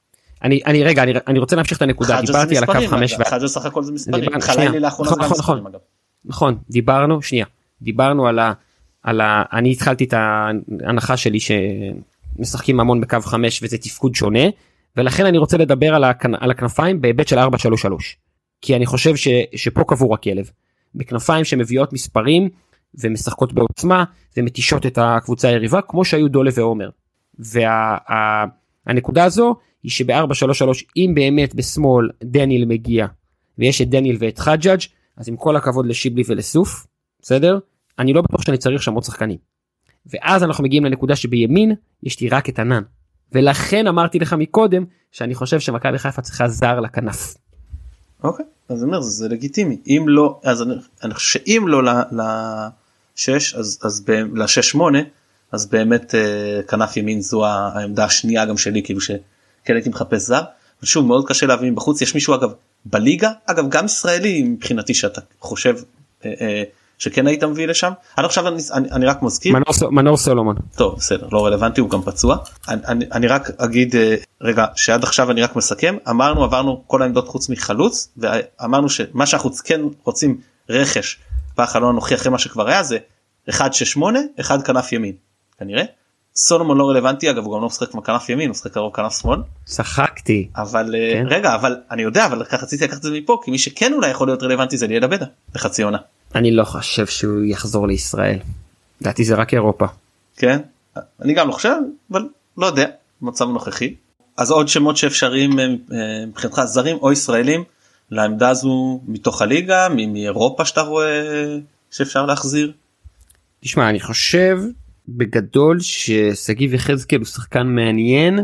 Speaker 2: אני רוצה להמשיך את הנקודה, דיברתי על הקו 5.
Speaker 1: חג'ה סך הכל זה מספרים, חלילי לאחרונה גם מספרים אגב.
Speaker 2: נכון, דיברנו אני התחלתי את ההנחה שלי שמשחקים המון בקו 5 וזה תפקוד שונה, ולכן אני רוצה לדבר על הכנפיים בהיבט של 4-3-3, כי אני חושב שפה קבור הכלב, בכנפיים שמביאות מספרים ומשחקות בעוצמה ומתישות את הקבוצה היריבה כמו שהיו דולה ועומר, והנקודה הזו היא שב-4-3-3 אם באמת בשמאל דניאל מגיע ויש את דניאל ואת חג'אג', אז עם כל הכבוד לשיבלי ולסוף, בסדר? אני לא בטוח שאני צריך שם עוד שחקנים. ואז אנחנו מגיעים לנקודה שבימין יש לי רק את ענן. ולכן אמרתי לך מקודם שאני חושב שמכבי חיפה צריכה זר לכנף.
Speaker 1: אוקיי, אז אני אומר, זה לגיטימי. אם לא, אז אני חושב שאם לא ל-6, אז ל-6-8, אז באמת כנף ימין זו העמדה השנייה גם שלי, כאילו שכן הייתי מחפש זר. ושוב, מאוד קשה להבין בחוץ. יש מישהו אגב בליגה, אגב גם ישראלי מבחינתי שאתה חושב שכן היית מביא לשם. עכשיו אני רק מזכיר.
Speaker 2: מנור סולומון.
Speaker 1: טוב, בסדר, לא רלוונטי, הוא גם פצוע. אני רק אגיד, רגע, שעד עכשיו אני רק מסכם, עברנו כל העמדות חוץ מחלוץ, ואמרנו שמה שאנחנו כן רוצים רכש, בחלון הנוכחי אחרי מה שכבר היה, זה 1-6-8, 1 כנף ימין. כנראה. סולומון לא רלוונטי, אגב, הוא גם לא משחק כנף ימין, הוא משחק קרוב כנף שמאל.
Speaker 2: שחקתי.
Speaker 1: אבל, רגע, אבל אני יודע, אבל רציתי לקחת את זה מפה, כי מי שכן אולי יכול להיות רלוונטי זה ליאל עבדה, בחצי עונה.
Speaker 2: אני לא חושב שהוא יחזור לישראל. לדעתי זה רק אירופה.
Speaker 1: כן, אני גם לא חושב, אבל לא יודע, מצב נוכחי. אז עוד שמות שאפשריים מבחינתך זרים או ישראלים לעמדה הזו מתוך הליגה, מאירופה שאתה רואה שאפשר להחזיר?
Speaker 2: תשמע, אני חושב בגדול שסגיב יחזקאל הוא שחקן מעניין.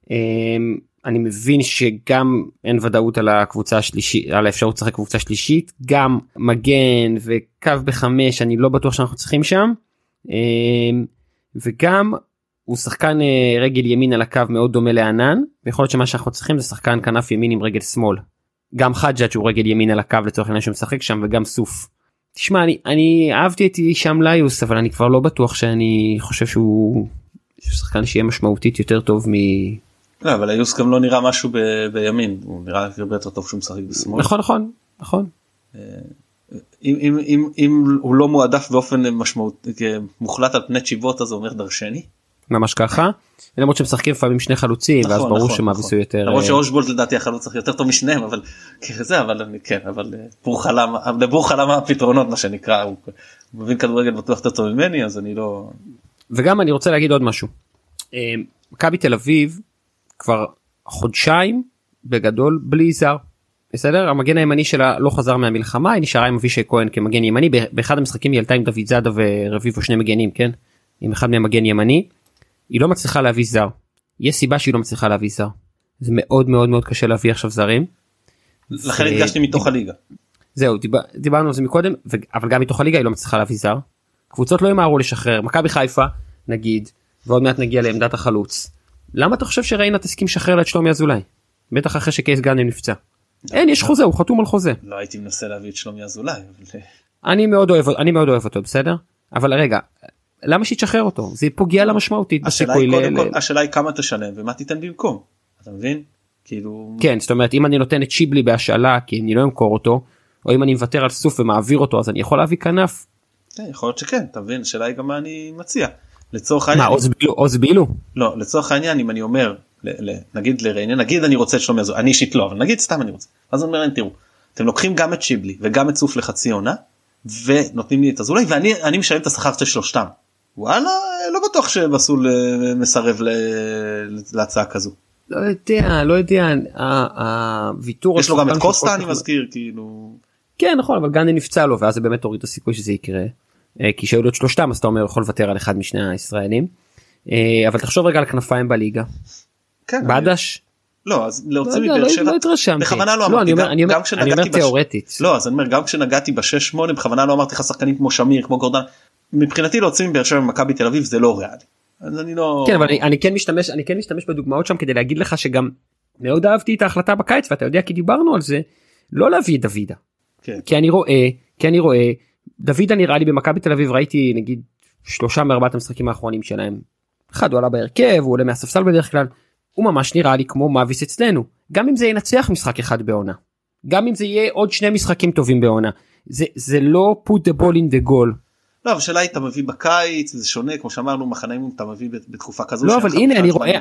Speaker 2: אני מבין שגם אין ודאות על הקבוצה השלישית, על האפשרות לשחק קבוצה שלישית, גם מגן וקו ב5 אני לא בטוח שאנחנו צריכים שם, וגם הוא שחקן רגל ימין על הקו מאוד דומה לענן, ויכול להיות שמה שאנחנו צריכים זה שחקן כנף ימין עם רגל שמאל. גם חג'אג' שהוא רגל ימין על הקו לצורך העניין שמשחק שם, וגם סוף. תשמע, אני אהבתי את הישאם ליוס, אבל אני כבר לא בטוח שאני חושב שהוא שחקן שיהיה משמעותית יותר טוב מ...
Speaker 1: לא, אבל היוס גם לא נראה משהו בימין, הוא נראה הרבה יותר טוב שהוא משחק בשמאל.
Speaker 2: נכון.
Speaker 1: אם הוא לא מועדף באופן מוחלט על פני צ'יבות, אז הוא אומר דרשני.
Speaker 2: ממש ככה, למרות שמשחקים לפעמים שני חלוצים, ואז ברור שמאביסו יותר...
Speaker 1: למרות שאושבולט לדעתי החלוץ צריך יותר טוב משניהם, אבל זה, אבל לבור חלמה הפתרונות מה שנקרא, הוא מבין כדורגל בטוח יותר טוב ממני, אז אני לא...
Speaker 2: וגם אני רוצה להגיד עוד משהו. מכבי תל אביב כבר חודשיים בגדול בלי זר, בסדר? המגן הימני שלה לא חזר מהמלחמה, היא נשארה עם אבישי כהן כמגן ימני, באחד המשחקים היא עלתה עם דוד זאדה ורביבו, שני מגנים, כן? עם אחד מהם מגן ימני, היא לא מצליחה להביא זר, יש סיבה שהיא לא מצליחה להביא זר, זה מאוד מאוד מאוד קשה להביא עכשיו זרים.
Speaker 1: לכן הדגשתי מתוך הליגה.
Speaker 2: זהו, דיברנו על זה מקודם, אבל גם מתוך הליגה היא לא מצליחה להביא זר, קבוצות לא ימהרו לשחרר, מכבי חיפה נגיד, ועוד מעט נגיע לעמדת החלוץ, למה אתה חושב שריינה תסכים לשחרר לה את שלומי אזולאי? בטח אחרי שקייס גאנם נפצע. אין, יש חוזה, הוא חתום על חוזה.
Speaker 1: לא הייתי מנסה להביא את שלומי אזולאי.
Speaker 2: אני מאוד אוהב אותו, בסדר? אבל רגע, למה שתשחרר אותו? זה פוגע לה משמעותית.
Speaker 1: השאלה היא כמה תשלם ומה תיתן במקום. אתה מבין? כאילו...
Speaker 2: כן, זאת אומרת, אם אני נותן את שיבלי בהשאלה, כי אני לא אמכור אותו, או אם אני מוותר על סוף ומעביר אותו, אז אני יכול להביא כנף.
Speaker 1: יכול להיות שכן, אתה מבין? השאלה היא גם מה אני מציע. לצורך העניין,
Speaker 2: עוז בילו?
Speaker 1: לא, לצורך העניין, אם אני אומר, נגיד לרעיין, נגיד אני רוצה את שלומי אזולאי, אני אישית לא, אבל נגיד סתם אני רוצה, אז אני אומר להם, תראו, אתם לוקחים גם את שיבלי וגם את סוף לחצי עונה, ונותנים לי את אזולאי, ואני משלם את השכר של שלושתם. וואלה, לא בטוח שבסול מסרב להצעה כזו.
Speaker 2: לא יודע, הוויתור...
Speaker 1: יש לו גם את קוסטה, אני מזכיר, כאילו...
Speaker 2: כן, נכון, אבל גנדי נפצע לו, ואז זה באמת הוריד את הסיכוי שזה יקרה. כי שהיו לו את שלושתם, אז אתה אומר, יכול לוותר על אחד משני הישראלים. אבל תחשוב רגע על כנפיים בליגה.
Speaker 1: כן.
Speaker 2: בדש?
Speaker 1: לא, אז להוציא מבאר שבע...
Speaker 2: לא התרשמתי.
Speaker 1: בכוונה לא אמרתי,
Speaker 2: אני אומר תיאורטית.
Speaker 1: לא, אז אני אומר, גם כשנגעתי ב-6-8, בכוונה לא אמרתי לך שחקנים כמו שמיר, כמו גורדן. מבחינתי להוציא מבאר שבע ממכבי תל אביב זה לא ריאלי. אז אני לא...
Speaker 2: כן, אבל אני כן משתמש בדוגמאות שם כדי להגיד לך שגם מאוד אהבתי את ההחלטה בקיץ, ואתה יודע כי דיברנו על זה, לא להביא את דוידה. כי אני רואה, דוידה נראה לי במכבי תל אביב, ראיתי נגיד 3 מ4 המשחקים האחרונים שלהם. אחד הוא עלה בהרכב, הוא עולה מהספסל בדרך כלל, הוא ממש נראה לי כמו מאביס אצלנו. גם אם זה ינצח משחק אחד בעונה, גם אם זה יהיה עוד 2 משחקים טובים בעונה, זה לא put the ball in the goal.
Speaker 1: לא, אבל שאלה היא, אתה מביא בקיץ, זה שונה, כמו שאמרנו, מחנה אימון, אתה מביא בתקופה כזו.
Speaker 2: לא, אבל הנה,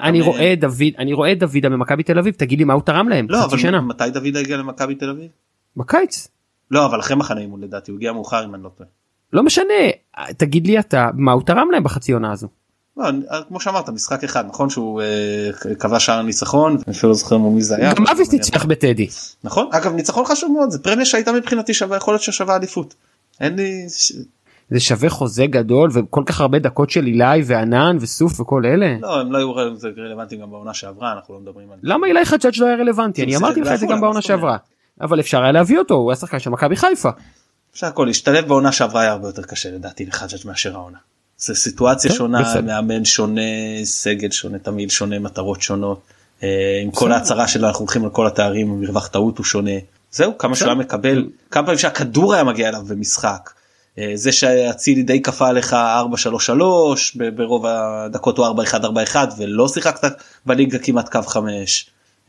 Speaker 2: אני רואה דוידה במכבי תל אביב, תגיד לי מה הוא תרם להם,
Speaker 1: לא, אבל מתי דוידה הגיע למכבי תל אביב?
Speaker 2: בקיץ.
Speaker 1: לא, אבל אחרי מחנה אימון לדעתי, הוא הגיע מאוחר אם אני לא טועה.
Speaker 2: לא משנה, תגיד לי אתה, מה הוא תרם להם בחצי עונה הזו?
Speaker 1: לא, כמו שאמרת, משחק אחד, נכון שהוא קבע שער ניצחון, אני אפילו לא זוכר מי זה היה.
Speaker 2: גם אביס ניצח בטדי.
Speaker 1: נכון, אגב ניצחון חשוב מאוד, זה פרמיה שהייתה מבחינתי שווה, יכול להיות ששווה עדיפות. אין לי...
Speaker 2: זה שווה חוזה גדול וכל כך הרבה דקות של אילי וענן וסוף וכל אלה.
Speaker 1: לא, הם לא היו רלוונטיים גם בעונה שעברה, אנחנו לא מדברים על...
Speaker 2: למה אילי חג'אג' לא היה רלוונטי? אני אמרתי לך את זה גם בעונה שעברה. אבל אפשר היה להביא אותו, הוא היה שחקן של מכבי חיפה.
Speaker 1: אפשר הכל, להשתלב בעונה שעברה היה הרבה יותר קשה לדעתי לחג'אג' מאשר העונה. זה סיטואציה שונה, מאמן שונה, סגל שונה, תמיד שונה, מטרות שונות. עם כל ההצהרה שלו אנחנו הולכים על כל התארים, מרווח טעות הוא שונה. זהו, כמה שהוא היה מקבל, כמה פעמים שהכדור היה מגיע אליו במשחק. זה שהצילי די קפה לך 4-3-3, ברוב הדקות הוא 4-1-4-1, ולא שיחקת בליגה כמעט קו 5.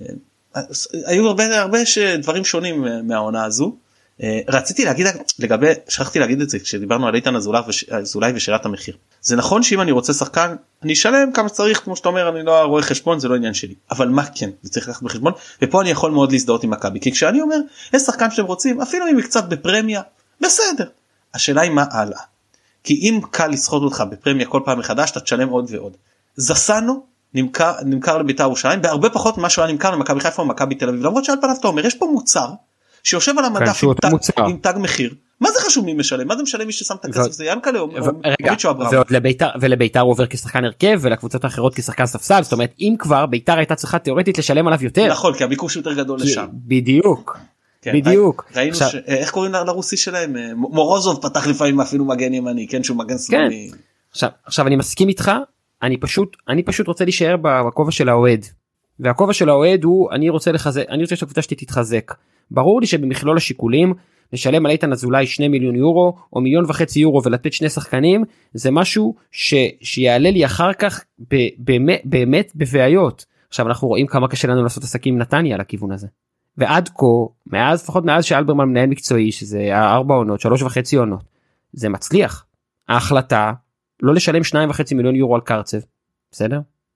Speaker 1: היו הרבה דברים שונים מהעונה הזו. רציתי להגיד לגבי, שכחתי להגיד את זה כשדיברנו על איתן אזולאי ושאלת המחיר. זה נכון שאם אני רוצה שחקן אני אשלם כמה שצריך, כמו שאתה אומר, אני לא רואה חשבון, זה לא עניין שלי, אבל מה כן, זה צריך לקחת בחשבון, ופה אני יכול מאוד להזדהות עם מכבי, כי כשאני אומר יש שחקן שאתם רוצים, אפילו אם היא קצת בפרמיה, בסדר. השאלה היא מה הלאה, כי אם קל לסחוט אותך בפרמיה כל פעם מחדש, אתה תשלם עוד ועוד. זסנו נמכר לבית"ר ירושלים בהרבה פחות ממה שהוא היה נמכר למכבי חיפה או מכבי תל אביב, למרות שעל פניו אתה אומר יש פה מוצר שיושב על המדף עם תג מחיר, מה זה חשוב מי משלם, מה זה משלם מי ששם את הכסף, זה ינקלה או מישהו אברהם,
Speaker 2: ולבית"ר הוא עובר כשחקן הרכב ולקבוצות האחרות כשחקן ספסל, זאת אומרת אם כבר בית"ר הייתה צריכה תיאורטית לשלם עליו יותר,
Speaker 1: נכון, כי הביקוש יותר גדול לשם,
Speaker 2: בדיוק.
Speaker 1: ראינו איך קוראים לרוסי שלהם, מורוזוב פתח לפעמים אפילו מגן ימני, כן, שהוא מגן שמאלי.
Speaker 2: עכשיו אני מסכים איתך, אני פשוט רוצה להישאר בכובע של האוהד, והכובע של האוהד הוא אני רוצה שהקבוצה שלי תתחזק. ברור לי שבמכלול השיקולים לשלם על איתן אזולאי 2 מיליון יורו או 1.5 מיליון יורו ולתת 2 שחקנים, זה משהו שיעלה לי אחר כך באמת בבעיות. עכשיו אנחנו רואים כמה קשה לנו לעשות עסקים עם נתניה על הכיוון הזה. ועד כה, לפחות מאז שאלברמן מנהל מקצועי, שזה 4 עונות, 3.5 עונות, זה מצליח. ההחלטה לא לשלם 2.5 מיליון יורו על קרצב, בסדר?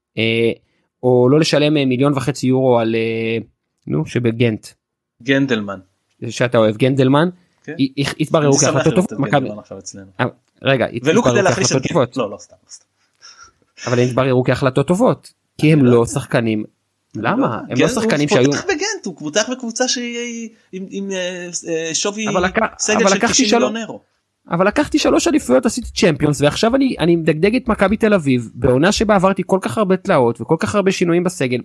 Speaker 2: או לא לשלם 1.5 מיליון יורו על, שבגנט.
Speaker 1: גנדלמן.
Speaker 2: שאתה אוהב, גנדלמן. התבררו כהחלטות טובות. רגע,
Speaker 1: ולא כדי להחליש את גנט. לא, סתם. אבל
Speaker 2: התבררו כהחלטות טובות, כי הם לא שחקנים. למה? הם לא שחקנים שהיו...
Speaker 1: הוא פותח בגנט, הוא פותח בקבוצה שהיא עם שווי סגל של 90 מיליון אירו.
Speaker 2: אבל לקחתי 3 אליפויות, עשיתי צ'מפיונס, ועכשיו אני מדגדג את מכבי תל אביב, בעונה שבה עברתי כל כך הרבה תלאות, וכל כך הרבה שינויים בסגל.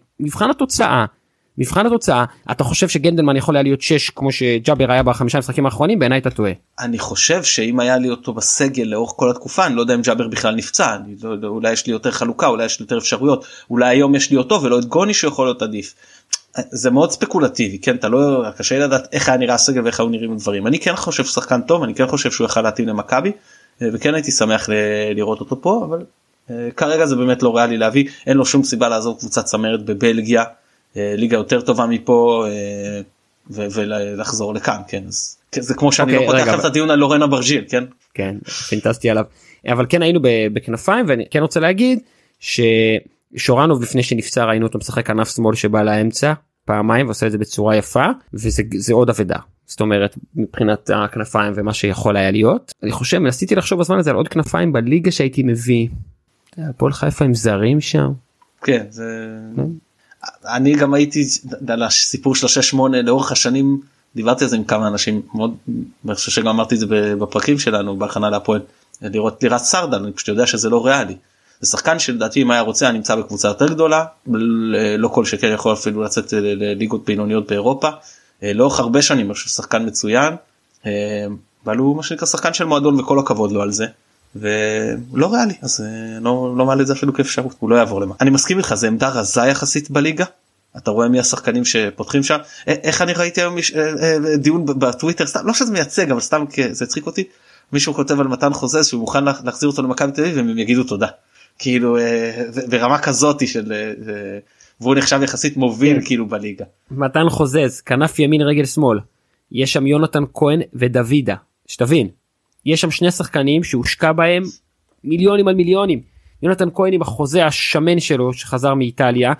Speaker 2: מבחן התוצאה, אתה חושב שגנדלמן יכול היה להיות 6, כמו שג'אבר היה ב5 משחקים האחרונים, בעיניי אתה טועה.
Speaker 1: אני חושב שאם היה לי אותו בסגל לאורך כל התקופה, אני לא יודע אם ג'אבר בכלל נפצע, אולי יש לי יותר חלוקה, אולי יש לי יותר אפשרויות, אולי היום יש לי אותו ולא את גוני שיכול להיות עדיף. זה מאוד ספקולטיבי, כן, אתה לא, קשה לדעת איך היה נראה הסגל ואיך היו נראים הדברים. אני כן חושב ששחקן טוב, אני כן חושב שהוא יכל להתאים למכבי, וכן הייתי שמח לראות אותו פה, אבל כרגע זה באמת לא ריאלי להביא, אין לו שום סיבה לעזור קבוצת צמרת בבלגיה, ליגה יותר טובה מפה, ולחזור לכאן, כן, אז זה כמו שאני לא פותח את הדיון על לורן אברג'יל, כן?
Speaker 2: כן, פנטסטי עליו. אבל כן היינו בכנפיים, ואני כן רוצה להגיד ששורנוב לפני שנפצע ראינו אותו משחק כנף שמאל שבא לאמצע פעמיים ועושה את זה בצורה יפה, וזה עוד עבודה. זאת אומרת מבחינת הכנפיים ומה שיכול היה להיות. אני חושב, ניסיתי לחשוב בזמן הזה על עוד כנפיים בליגה שהייתי מביא. הפועל חיפה עם זרים שם.
Speaker 1: כן, זה... אני גם הייתי על הסיפור של 6-8 לאורך השנים, דיברתי על זה עם כמה אנשים, מאוד, אני חושב שגם אמרתי את זה בפרקים שלנו, בהכנה להפועל, לראות לירת סרדן, אני פשוט יודע שזה לא ריאלי. זה שחקן שלדעתי אם היה רוצה, נמצא בקבוצה יותר גדולה, לא כל שכן יכול אפילו לצאת לליגות בינוניות באירופה, לאורך הרבה שנים, אני חושב שחקן מצוין, אבל הוא מה שנקרא שחקן של מועדון וכל הכבוד לו על זה. ולא ריאלי, אז לא מעלה את זה אפילו כאפשרות, הוא לא יעבור למה. אני מסכים איתך, זה עמדה רזה יחסית בליגה, אתה רואה מי השחקנים שפותחים שם, איך אני ראיתי היום דיון בטוויטר, סתם, לא שזה מייצג, אבל סתם זה הצחיק אותי, מישהו כותב על מתן חוזז שהוא מוכן להחזיר אותו למכבי תל אביב, והם יגידו תודה, כאילו ברמה כזאת של, והוא נחשב יחסית מוביל כאילו בליגה.
Speaker 2: מתן חוזז, כנף ימין רגל שמאל, יש שם יונתן כהן ודוידה, שתבין. יש שם שני שחקנים שהושקע בהם מיליונים על מיליונים. יונתן כהן עם החוזה השמן שלו שחזר מאיטליה,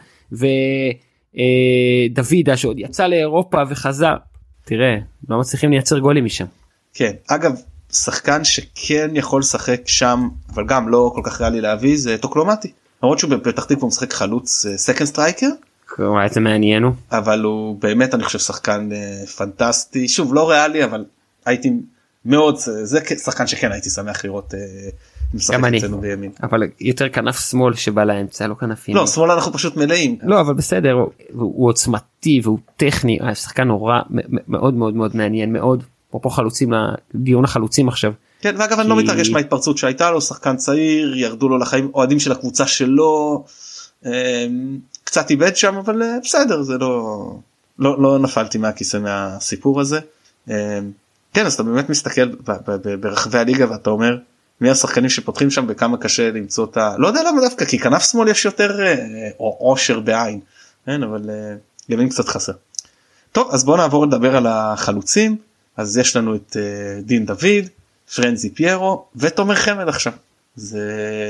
Speaker 2: ודוידה שעוד יצא לאירופה וחזר. תראה, לא מצליחים לייצר גולים משם.
Speaker 1: כן, אגב, שחקן שכן יכול לשחק שם, אבל גם לא כל כך ריאלי להביא, זה טוקלומטי. למרות שהוא בפתח תקווה משחק חלוץ סקנד סטרייקר.
Speaker 2: זה מעניין הוא.
Speaker 1: אבל הוא באמת, אני חושב, שחקן פנטסטי. שוב, לא ריאלי, אבל הייתי... מאוד, זה שחקן שכן הייתי שמח לראות משחק אצלנו בימין.
Speaker 2: אבל יותר כנף שמאל שבא לאמצע, לא כנף ימין.
Speaker 1: לא, שמאל אנחנו פשוט מלאים.
Speaker 2: לא, אבל בסדר, הוא עוצמתי והוא טכני, שחקן נורא, מאוד מאוד מאוד מעניין, מאוד, פה חלוצים, דיון החלוצים עכשיו.
Speaker 1: כן, ואגב אני לא מתרגש מההתפרצות שהייתה לו, שחקן צעיר, ירדו לו לחיים, אוהדים של הקבוצה שלו, קצת איבד שם, אבל בסדר, זה לא נפלתי מהכיסא מהסיפור הזה. כן, אז אתה באמת מסתכל ברחבי הליגה ואתה אומר מי השחקנים שפותחים שם וכמה קשה למצוא את ה... לא יודע למה דווקא, כי כנף שמאל יש יותר עושר בעין, כן, אבל ימין קצת חסר. טוב, אז בואו נעבור לדבר על החלוצים. אז יש לנו את דין דוד, פרנזי פיירו ותומר חמד עכשיו. זה...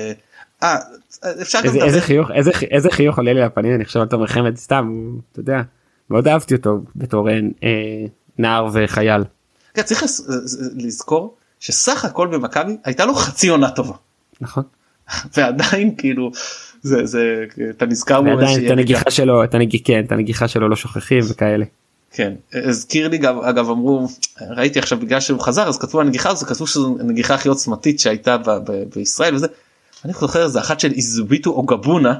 Speaker 1: אפשר גם לדבר...
Speaker 2: איזה חיוך עולה לי לפנים, אני חושב על תומר חמד סתם, אתה יודע, מאוד אהבתי אותו בתור נער וחייל.
Speaker 1: כן, צריך לזכור שסך הכל במכבי הייתה לו חצי עונה טובה.
Speaker 2: נכון.
Speaker 1: ועדיין כאילו זה אתה נזכר בו.
Speaker 2: ועדיין את הנגיחה שלו לא שוכחים וכאלה.
Speaker 1: כן, הזכיר לי אגב אמרו, ראיתי עכשיו בגלל שהוא חזר אז כתבו הנגיחה הזו, כתבו שזו הנגיחה הכי עוצמתית שהייתה בישראל וזה. אני זוכר זה אחת של איזוביטו או גבונה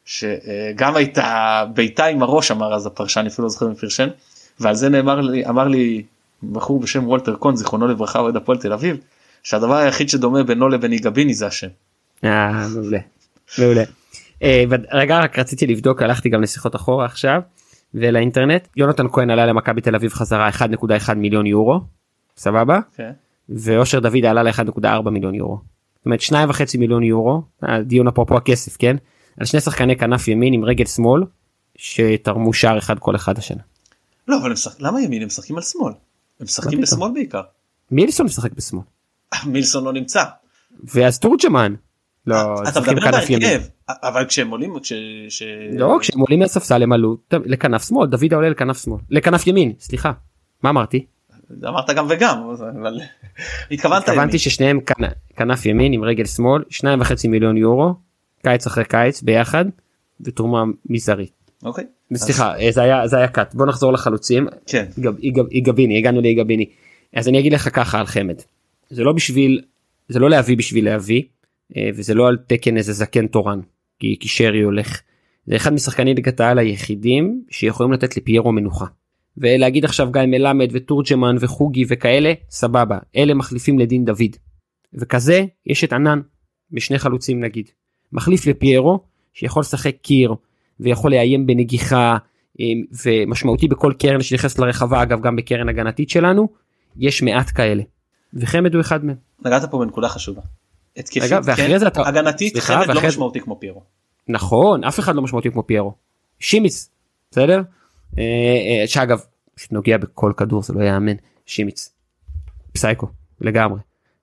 Speaker 1: שגם הייתה ביתה עם הראש אמר אז הפרשן אפילו לא זוכר מפרשן, ועל זה אמר לי בחור בשם וולטר קון, זיכרונו לברכה, אוהד הפועל תל אביב, שהדבר היחיד שדומה בינו לבין יגביני זה השם.
Speaker 2: מעולה, מעולה. רגע, רק רציתי לבדוק, הלכתי גם לשיחות אחורה עכשיו, ולאינטרנט, יונתן כהן עלה למכבי תל אביב חזרה 1.1 מיליון יורו, סבבה?
Speaker 1: כן.
Speaker 2: ואושר דוד עלה ל1.4 מיליון יורו. זאת אומרת 2.5 מיליון יורו, דיון אפרופו הכסף, כן? על שני שחקני כנף ימין עם רגל שמאל, שתרמו שער אחד כל אחד השנה.
Speaker 1: לא, אבל למה ימין? הם משחקים על שמאל. הם משחקים בשמאל בעיקר.
Speaker 2: מילסון משחק בשמאל.
Speaker 1: מילסון לא נמצא.
Speaker 2: ואז תורג'מן. לא,
Speaker 1: אתה מדבר בהרכב, אבל כשהם עולים...
Speaker 2: לא, כשהם עולים מהספסל הם עלו לכנף שמאל, דוד עולה לכנף שמאל. לכנף ימין, סליחה. מה אמרתי?
Speaker 1: אמרת גם וגם, אבל...
Speaker 2: התכוונתי ששניהם כנף ימין עם רגל שמאל, 2.5 מיליון יורו, קיץ אחרי קיץ ביחד, ותרומה מזערית.
Speaker 1: אוקיי.
Speaker 2: סליחה, זה היה קאט. בוא נחזור לחלוצים.
Speaker 1: כן.
Speaker 2: איגביני, הגענו לאיגביני. אז אני אגיד לך ככה על חמד. זה לא להביא בשביל להביא, וזה לא על תקן איזה זקן תורן, כי שרי הולך. זה אחד משחקני ליגת העל היחידים שיכולים לתת לפיירו מנוחה. ולהגיד עכשיו גיא מלמד וטורג'מן וחוגי וכאלה, סבבה. אלה מחליפים לדין דוד. וכזה יש את ענן, בשני חלוצים נגיד. מחליף לפיירו, שיכול לשחק קיר, ויכול לאיים בנגיחה, ומשמעותי בכל קרן שנכנס לרחבה, אגב גם בקרן הגנתית שלנו, יש מעט כאלה. וחמד הוא אחד מהם.
Speaker 1: נגעת פה בנקודה חשובה. התקפית,
Speaker 2: כן,
Speaker 1: הגנתית, חמד לא משמעותי כמו פיירו.
Speaker 2: נכון, אף אחד לא משמעותי כמו פיירו. שימיץ, בסדר? שאגב, שנוגע בכל כדור, זה לא יאמן, שימיץ. פסייקו לגמרי.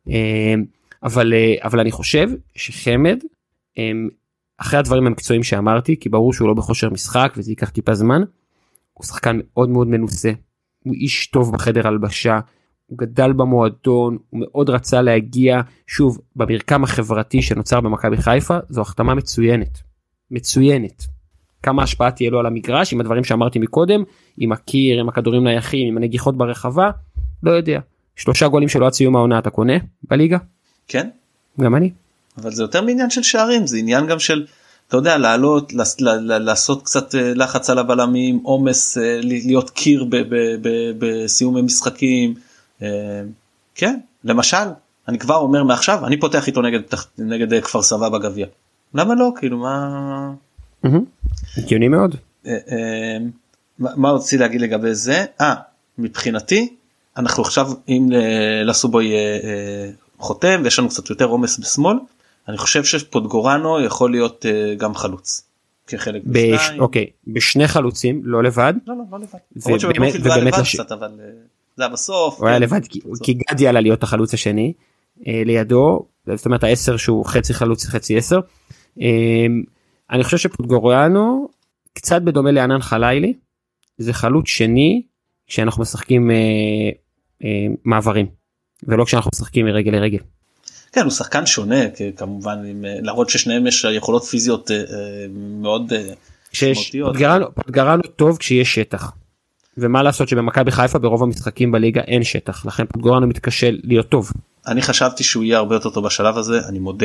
Speaker 2: אבל אני חושב שחמד, אחרי הדברים המקצועיים שאמרתי, כי ברור שהוא לא בכושר משחק וזה ייקח טיפה זמן, הוא שחקן מאוד מאוד מנוסה, הוא איש טוב בחדר הלבשה, הוא גדל במועדון, הוא מאוד רצה להגיע, שוב, במרקם החברתי שנוצר במכבי חיפה, זו החתמה מצוינת, מצוינת. כמה השפעה תהיה לו על המגרש, עם הדברים שאמרתי מקודם, עם הקיר, עם הכדורים נייחים, עם הנגיחות ברחבה, לא יודע. 3 גולים שלו עד סיום העונה אתה קונה בליגה?
Speaker 1: כן.
Speaker 2: גם אני.
Speaker 1: אבל זה יותר מעניין של שערים, זה עניין גם של, אתה יודע, לעלות, לעשות קצת לחץ על הבלמים, עומס, להיות קיר בסיום המשחקים. כן, למשל, אני כבר אומר מעכשיו, אני פותח איתו נגד כפר סבא בגביע. למה לא? כאילו, מה...
Speaker 2: הגיוני מאוד.
Speaker 1: מה רציתי להגיד לגבי זה? מבחינתי, אנחנו עכשיו, אם לסובוי חותם, ויש לנו קצת יותר עומס בשמאל, אני חושב שפוטגורנו יכול להיות גם חלוץ. כחלק בשניים.
Speaker 2: אוקיי, בשני חלוצים, לא לבד.
Speaker 1: לא לבד. ובאמת לבד קצת, אבל זה היה בסוף.
Speaker 2: הוא היה לבד, כי גדי עלה להיות החלוץ השני, לידו, זאת אומרת ה10 שהוא חצי חלוץ, חצי 10. אני חושב שפוטגורנו, קצת בדומה לענן חלילי, זה חלוץ שני, כשאנחנו משחקים מעברים, ולא כשאנחנו משחקים מרגל לרגל.
Speaker 1: כן, הוא שחקן שונה, כמובן, להראות ששניהם יש יכולות פיזיות מאוד משמעותיות.
Speaker 2: פוטגורנו טוב כשיש שטח, ומה לעשות שבמכבי חיפה ברוב המשחקים בליגה אין שטח, לכן פוטגורנו מתקשה להיות טוב.
Speaker 1: אני חשבתי שהוא יהיה הרבה יותר טוב בשלב הזה, אני מודה.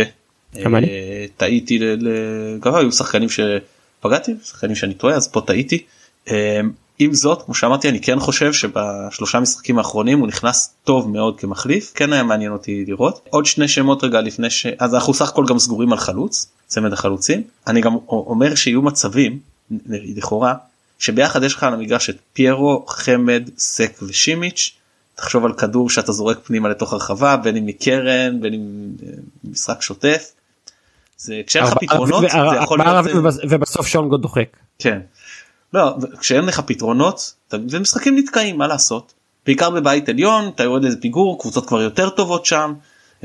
Speaker 1: טעיתי, היו שחקנים שפגעתי, שחקנים שאני טועה, אז פה טעיתי. עם זאת, כמו שאמרתי, אני כן חושב שבשלושה משחקים האחרונים הוא נכנס טוב מאוד כמחליף, כן היה מעניין אותי לראות. עוד 2 שמות רגע לפני אז אנחנו סך הכל גם סגורים על חלוץ, צמד החלוצים. אני גם אומר שיהיו מצבים, לכאורה, שביחד יש לך על המגרש את פיירו, חמד, סק ושימיץ'. תחשוב על כדור שאתה זורק פנימה לתוך הרחבה, בין אם מקרן, בין אם משחק שוטף. זה כשאין לך פתרונות, זה יכול להיות...
Speaker 2: ובסוף שונגו דוחק.
Speaker 1: כן. לא, כשאין לך פתרונות, ומשחקים נתקעים, מה לעשות? בעיקר בבית עליון, אתה יורד לאיזה פיגור, קבוצות כבר יותר טובות שם,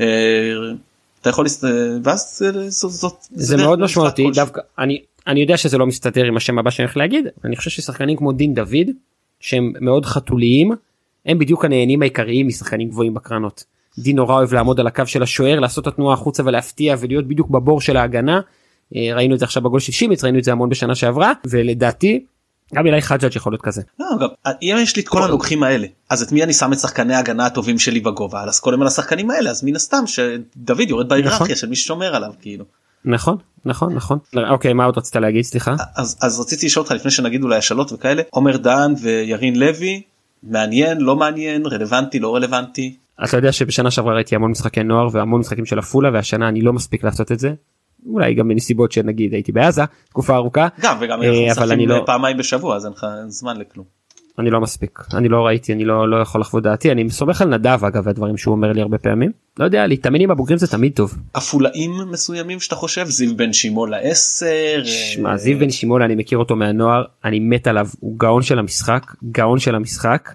Speaker 1: אתה יכול ואז
Speaker 2: זה מאוד משמעותי, דווקא, אני יודע שזה לא מסתדר עם השם הבא שאני הולך להגיד, אני חושב ששחקנים כמו דין דוד, שהם מאוד חתוליים, הם בדיוק הנהנים העיקריים משחקנים גבוהים בקרנות. דין נורא אוהב לעמוד על הקו של השוער, לעשות את התנועה החוצה ולהפתיע ולהיות בדיוק בבור של ההגנה, ראינו את זה עכשיו בגול של שימיץ, ראינו את זה המון בשנה שעברה, ולדעתי, גם אליי חג'אג' יכול להיות כזה.
Speaker 1: לא, גם, אם יש לי את כל הנוגחים האלה, אז את מי אני שם את שחקני ההגנה הטובים שלי בגובה, אז כל הם על השחקנים האלה, אז מן הסתם שדוד יורד בהיררכיה של מי ששומר עליו, כאילו.
Speaker 2: נכון. אוקיי, מה עוד רצית להגיד, סליחה?
Speaker 1: אז רציתי לשאול אותך לפני שנגיד אולי השאלות וכאלה, עומר דהן וירין לוי, מעניין, לא מעניין, רלוונטי, לא רלוונטי.
Speaker 2: אתה יודע שבשנה שעברה ראיתי המון משחקי נוער והמון משחקים של הפולה, והשנה אני לא מספיק לעשות את זה. אולי גם בנסיבות שנגיד הייתי בעזה תקופה ארוכה,
Speaker 1: וגם משחקים פעמיים בשבוע, אז אין לך זמן לכלום.
Speaker 2: אני לא מספיק, אני לא ראיתי, אני לא יכול לחוות דעתי, אני סומך על נדב אגב, הדברים שהוא אומר לי הרבה פעמים, לא יודע, להתאמן עם הבוגרים זה תמיד טוב.
Speaker 1: אפולאים מסוימים שאתה חושב, זיו בן שימול 10?
Speaker 2: שמע, זיו בן שימול אני מכיר אותו מהנוער, אני מת עליו, הוא גאון של המשחק,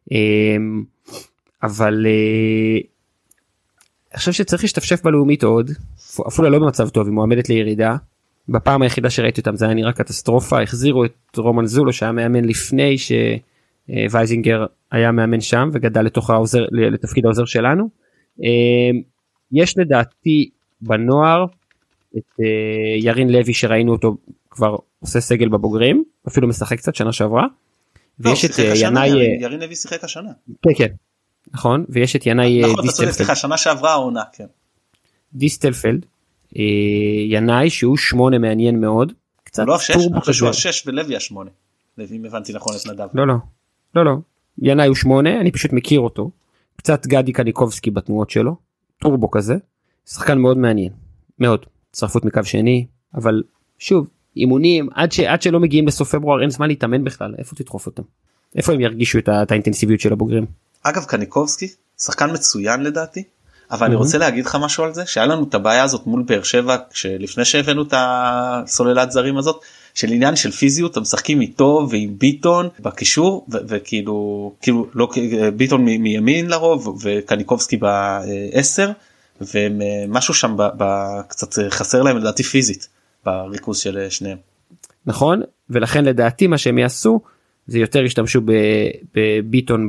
Speaker 2: אבל אני חושב שצריך להשתפשף בלאומית עוד, אפולה לא במצב טוב, היא מועמדת לירידה, בפעם היחידה שראיתי אותם זה היה נראה קטסטרופה, החזירו את רומן זולו שהיה מאמן לפני שווייזינגר היה מאמן שם וגדל לתפקיד העוזר שלנו. יש לדעתי בנוער את ירין לוי שראינו אותו כבר עושה סגל בבוגרים, אפילו משחק קצת שנה שעברה.
Speaker 1: ויש את ינאי... ירין לוי שיחק השנה.
Speaker 2: כן, נכון, ויש את ינאי
Speaker 1: דיסטלפלד. שנה שעברה העונה, כן.
Speaker 2: דיסטלפלד. ינאי שהוא 8 מעניין מאוד,
Speaker 1: קצת לא 6, אני חושב שהוא 6 ולוי 8, לוי אם הבנתי נכון את נדב.
Speaker 2: לא, ינאי הוא 8, אני פשוט מכיר אותו, קצת גדי קניקובסקי בתנועות שלו, טורבו כזה, שחקן מאוד מעניין, מאוד, צרפות מקו שני, אבל שוב, אימונים, עד שלא מגיעים לסוף פברואר, אין זמן להתאמן בכלל, איפה תדחוף אותם? איפה הם ירגישו את האינטנסיביות של הבוגרים?
Speaker 1: אגב, קניקובסקי, שחקן מצוין לדעתי, אבל אני רוצה להגיד לך משהו על זה, שהיה לנו את הבעיה הזאת מול באר שבע, לפני שהבאנו את הסוללת זרים הזאת, של עניין של פיזיות, הם משחקים איתו ועם ביטון בקישור, וכאילו, לא, ביטון מימין לרוב, וקניקובסקי ב10, ומשהו שם קצת חסר להם לדעתי פיזית, בריכוז של שניהם.
Speaker 2: נכון, ולכן לדעתי מה שהם יעשו, זה יותר ישתמשו בביטון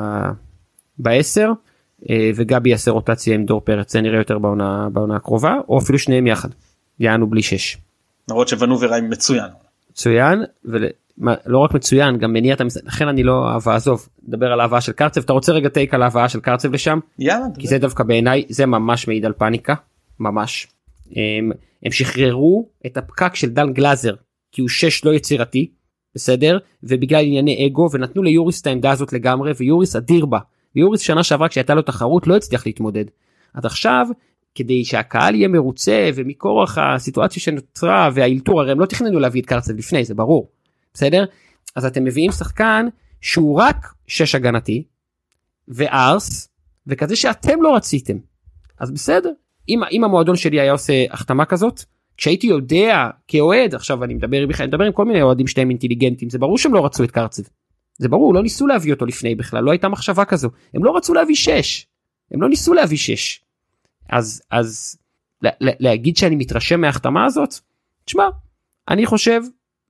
Speaker 2: ב10, וגבי יעשה רוטציה עם דור פרץ, זה נראה יותר בעונה הקרובה, או אפילו שניהם יחד, יענו בלי 6.
Speaker 1: למרות שוונובר היה מצוין,
Speaker 2: ולא רק מצוין, גם מניע את המשחק, לכן אני לא אהבה, עזוב, דבר על ההבאה של קרצב, אתה רוצה רגע טייק על ההבאה של קרצב לשם?
Speaker 1: יאללה.
Speaker 2: כי זה דווקא בעיניי, זה ממש מעיד על פאניקה, ממש. הם שחררו את הפקק של דן גלאזר, כי הוא 6 לא יצירתי, בסדר, ובגלל ענייני אגו, ונתנו ליוריס את העמדה הזאת לגמרי, ויוריס אדיר בה. ויוריס שנה שעברה כשהייתה לו תחרות לא הצליח להתמודד. עד עכשיו, כדי שהקהל יהיה מרוצה ומכורח הסיטואציה שנותרה והאילתור, הרי הם לא תכננו להביא את קרצב לפני, זה ברור. בסדר? אז אתם מביאים שחקן שהוא רק 6 הגנתי וארס, וכזה שאתם לא רציתם. אז בסדר. אם המועדון שלי היה עושה החתמה כזאת, כשהייתי יודע כאוהד, עכשיו אני מדבר עם כל מיני אוהדים שהם אינטליגנטים, זה ברור שהם לא רצו את קרצב. זה ברור, לא ניסו להביא אותו לפני בכלל, לא הייתה מחשבה כזו. הם לא רצו להביא 6. הם לא ניסו להביא 6. אז להגיד שאני מתרשם מההחתמה הזאת, תשמע, אני חושב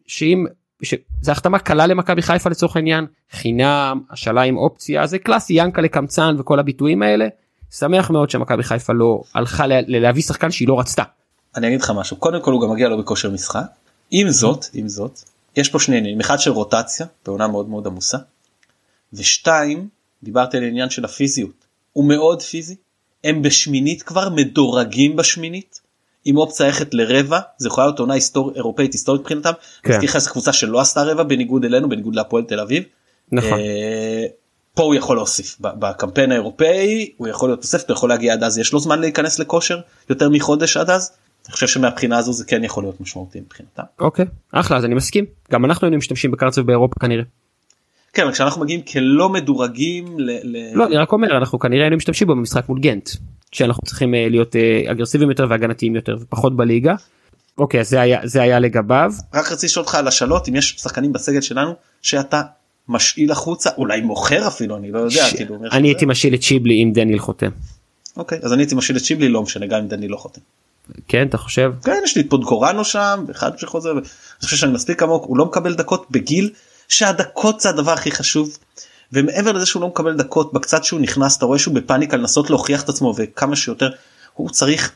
Speaker 2: שזה החתמה קלה למכבי חיפה לצורך העניין, חינם, השאלה עם אופציה, זה קלאסי, ינקה לקמצן וכל הביטויים האלה, שמח מאוד שמכבי חיפה לא הלכה להביא שחקן שהיא לא רצתה.
Speaker 1: אני אגיד לך משהו, קודם כל הוא גם מגיע לו בכושר משחק, עם זאת, יש פה שני עניינים, אחד של רוטציה, בעונה מאוד מאוד עמוסה, ושתיים, דיברתי על העניין של הפיזיות, הוא מאוד פיזי, הם בשמינית כבר, מדורגים בשמינית, עם אופציה ללכת לרבע, זה יכולה להיות עונה אירופאית היסטורית מבחינתם, מזכיר לך קבוצה שלא עשתה רבע, בניגוד אלינו, בניגוד להפועל תל אביב,
Speaker 2: נכון.
Speaker 1: פה הוא יכול להוסיף, בקמפיין האירופאי, הוא יכול להיות תוספת, הוא יכול להגיע עד אז, יש לו זמן להיכנס לכושר, יותר מחודש עד אז, אני חושב שמהבחינה הזו זה כן יכול להיות משמעותי מבחינתם.
Speaker 2: אוקיי, אחלה, אז אני מסכים. גם אנחנו היינו משתמשים בקרצב באירופה כנראה.
Speaker 1: כן, אבל כשאנחנו מגיעים כלא מדורגים
Speaker 2: לא, אני רק אומר, אנחנו כנראה היינו משתמשים בו במשחק מול גנט, שאנחנו צריכים להיות אגרסיביים יותר והגנתיים יותר ופחות בליגה. אוקיי, אז זה היה לגביו.
Speaker 1: רק רציתי לשאול אותך על השאלות, אם יש שחקנים בסגל שלנו שאתה משאיל החוצה, אולי מוכר אפילו, אני לא יודע.
Speaker 2: אני הייתי משאיל את שיבלי עם דניל חותם.
Speaker 1: אוקיי, אז אני הייתי משאיל את שיבלי, לא משנה, גם אם דניל לא חותם.
Speaker 2: כן, אתה חושב?
Speaker 1: כן, יש לי את פודגורנו שם, ואחד שחוזר, אני חושב שאני מספיק עמוק, הוא לא מקבל דקות בגיל, שהדקות זה הדבר הכי חשוב, ומעבר לזה שהוא לא מקבל דקות, בקצת שהוא נכנס, אתה רואה שהוא בפאניקה לנסות להוכיח את עצמו, וכמה שיותר, הוא צריך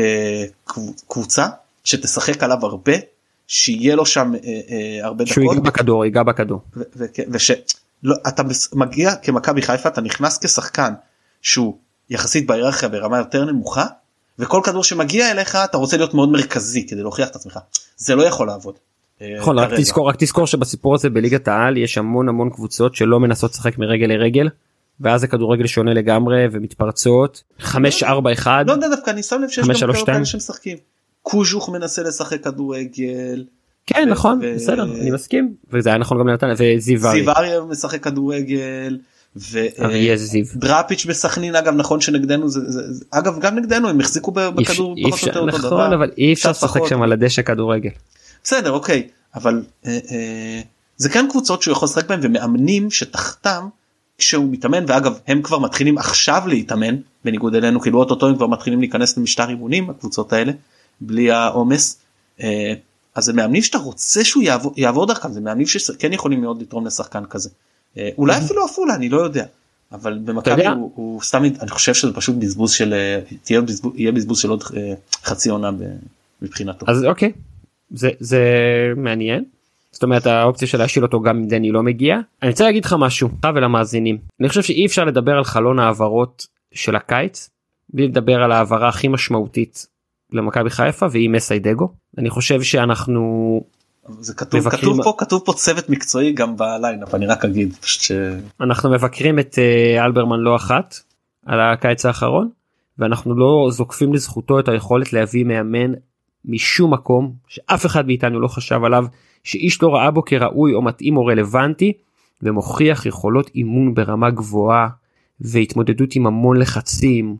Speaker 1: קבוצה, שתשחק עליו הרבה, שיהיה לו שם הרבה דקות.
Speaker 2: שהוא ייגע בכדור.
Speaker 1: אתה מגיע כמכבי חיפה, אתה נכנס כשחקן, שהוא יחסית בהיררכיה ברמה יותר נמוכה, וכל כדור שמגיע אליך אתה רוצה להיות מאוד מרכזי כדי להוכיח את עצמך, זה לא יכול לעבוד.
Speaker 2: נכון, רק תזכור שבסיפור הזה בליגת העל יש המון קבוצות שלא מנסות לשחק מרגל לרגל, ואז הכדורגל שונה לגמרי ומתפרצות 5-4-1.
Speaker 1: לא יודע דווקא, אני שם לב שיש גם כאלה שמשחקים, קוז'וך מנסה לשחק כדורגל.
Speaker 2: כן נכון, בסדר, אני מסכים, וזה היה נכון גם לנתניה, וזיו
Speaker 1: אריה משחק כדורגל, דראפיץ' בסכנין, אגב נכון שנגדנו, אגב גם נגדנו הם החזיקו בכדור פחות או יותר אותו דבר.
Speaker 2: נכון, אבל אי אפשר לשחק שם על הדשא כדורגל.
Speaker 1: בסדר, אוקיי, אבל זה כן קבוצות שהוא יכול לשחק בהם, ומאמנים שתחתם כשהוא מתאמן, ואגב הם כבר מתחילים עכשיו להתאמן, בניגוד אלינו, כאילו אותו הם כבר מתחילים להיכנס למשטר אימונים, הקבוצות האלה, בלי העומס, אז זה מאמנים שאתה רוצה שהוא יעבור דרכם, זה מאמנים שכן יכולים מאוד לתרום לשחקן כזה. אולי אפילו אפולה, אני לא יודע, אבל במכבי הוא סתם, אני חושב שזה פשוט בזבוז של, יהיה בזבוז של עוד חצי עונה מבחינתו.
Speaker 2: אז אוקיי, זה מעניין, זאת אומרת האופציה של להשאיל אותו גם אם דני לא מגיע. אני רוצה להגיד לך משהו, אתה ולמאזינים, אני חושב שאי אפשר לדבר על חלון העברות של הקיץ, בלי לדבר על העברה הכי משמעותית למכבי חיפה, והיא מסיידגו. אני חושב שאנחנו
Speaker 1: זה כתוב פה צוות מקצועי גם בליינאפ, אני רק אגיד
Speaker 2: אנחנו מבקרים את אלברמן לא אחת על הקיץ האחרון, ואנחנו לא זוקפים לזכותו את היכולת להביא מאמן משום מקום שאף אחד מאיתנו לא חשב עליו, שאיש לא ראה בו כראוי או מתאים או רלוונטי, ומוכיח יכולות אימון ברמה גבוהה והתמודדות עם המון לחצים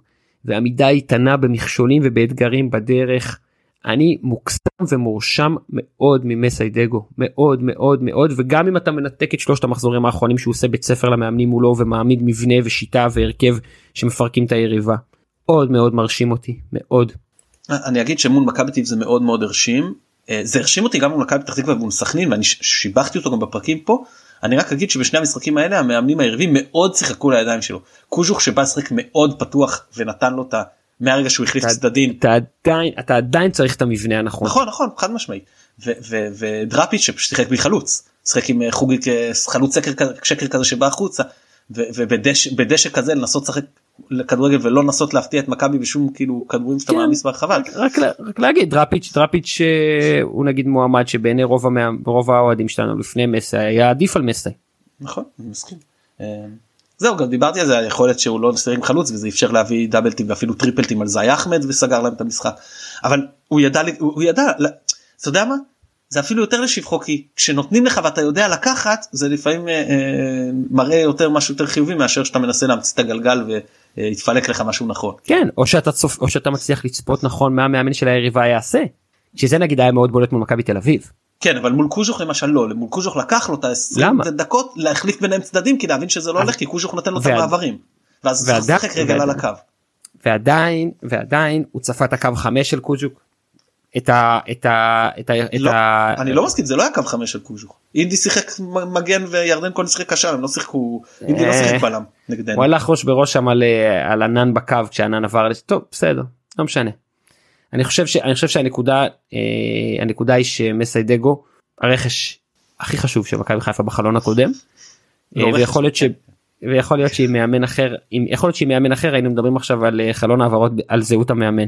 Speaker 2: ועמידה איתנה במכשולים ובאתגרים בדרך. אני מוקסם ומורשם מאוד ממסיידגו, מאוד מאוד מאוד, וגם אם אתה מנתק את 3 המחזורים האחרונים שהוא עושה בית ספר למאמנים מולו, ומעמיד מבנה ושיטה והרכב שמפרקים את היריבה. מאוד מאוד מרשים אותי, מאוד.
Speaker 1: אני אגיד שמול מכבי תל אביב זה מאוד מאוד הרשים, זה הרשים אותי גם מול מכבי פתח תקווה ומול סכנין, ואני שיבחתי אותו גם בפרקים פה. אני רק אגיד שבשני המשחקים האלה המאמנים היריבים מאוד שיחקו לידיים שלו. קוז'וך שבא לשחק מאוד פתוח ונתן לו את מהרגע שהוא החליף צדדים.
Speaker 2: אתה עדיין צריך את המבנה הנכון.
Speaker 1: נכון, חד משמעית. ודראפיץ' ששיחק בלי חלוץ, שיחק עם חוגי חלוץ שקר כזה שבא החוצה, ובדשא כזה לנסות לשחק לכדורגל ולא לנסות להפתיע את מכבי בשום כאילו כדורים שאתה מעמיס ברחבה.
Speaker 2: רק להגיד, דראפיץ' הוא נגיד מועמד שבעיני רוב האוהדים שלנו לפני מסי היה עדיף על מסי.
Speaker 1: נכון, אני מסכים. זהו, גם דיברתי על זה, היכולת שהוא לא נסתר עם חלוץ, וזה אפשר להביא דאבלטים ואפילו טריפלטים על זי אחמד וסגר להם את המשחק. אבל הוא ידע, אתה יודע מה? זה אפילו יותר לשבחו, כי כשנותנים לך ואתה יודע לקחת, זה לפעמים מראה יותר משהו יותר חיובי, מאשר שאתה מנסה להמציא את הגלגל ויתפלק לך משהו נכון.
Speaker 2: כן, או שאתה מצליח לצפות נכון מה המאמן של היריבה יעשה, שזה נגיד היה מאוד בולט מול מכבי תל אביב.
Speaker 1: כן, אבל מול קוז'וך למשל לא, מול קוז'וך לקח לו את 20 דקות להחליף ביניהם צדדים, כי להבין שזה לא הולך, כי קוז'וך נותן לו את המעברים, ואז הוא שחק רגע על הקו.
Speaker 2: ועדיין הוא צפה את הקו 5 של קוז'וך,
Speaker 1: אני לא מסכים, זה לא היה קו 5 של קוז'וך. אינדי שיחק מגן וירדן כהן שיחק קשר, הם לא שיחקו, אינדי לא שיחק בלם נגדנו.
Speaker 2: הוא הלך ראש בראש שם על ענן בקו, כשענן עבר, טוב בסדר, לא משנה. אני חושב שהנקודה היא שמסיידגו הרכש הכי חשוב של מכבי חיפה בחלון הקודם, ויכול להיות שעם מאמן אחר היינו מדברים עכשיו על חלון העברות על זהות המאמן.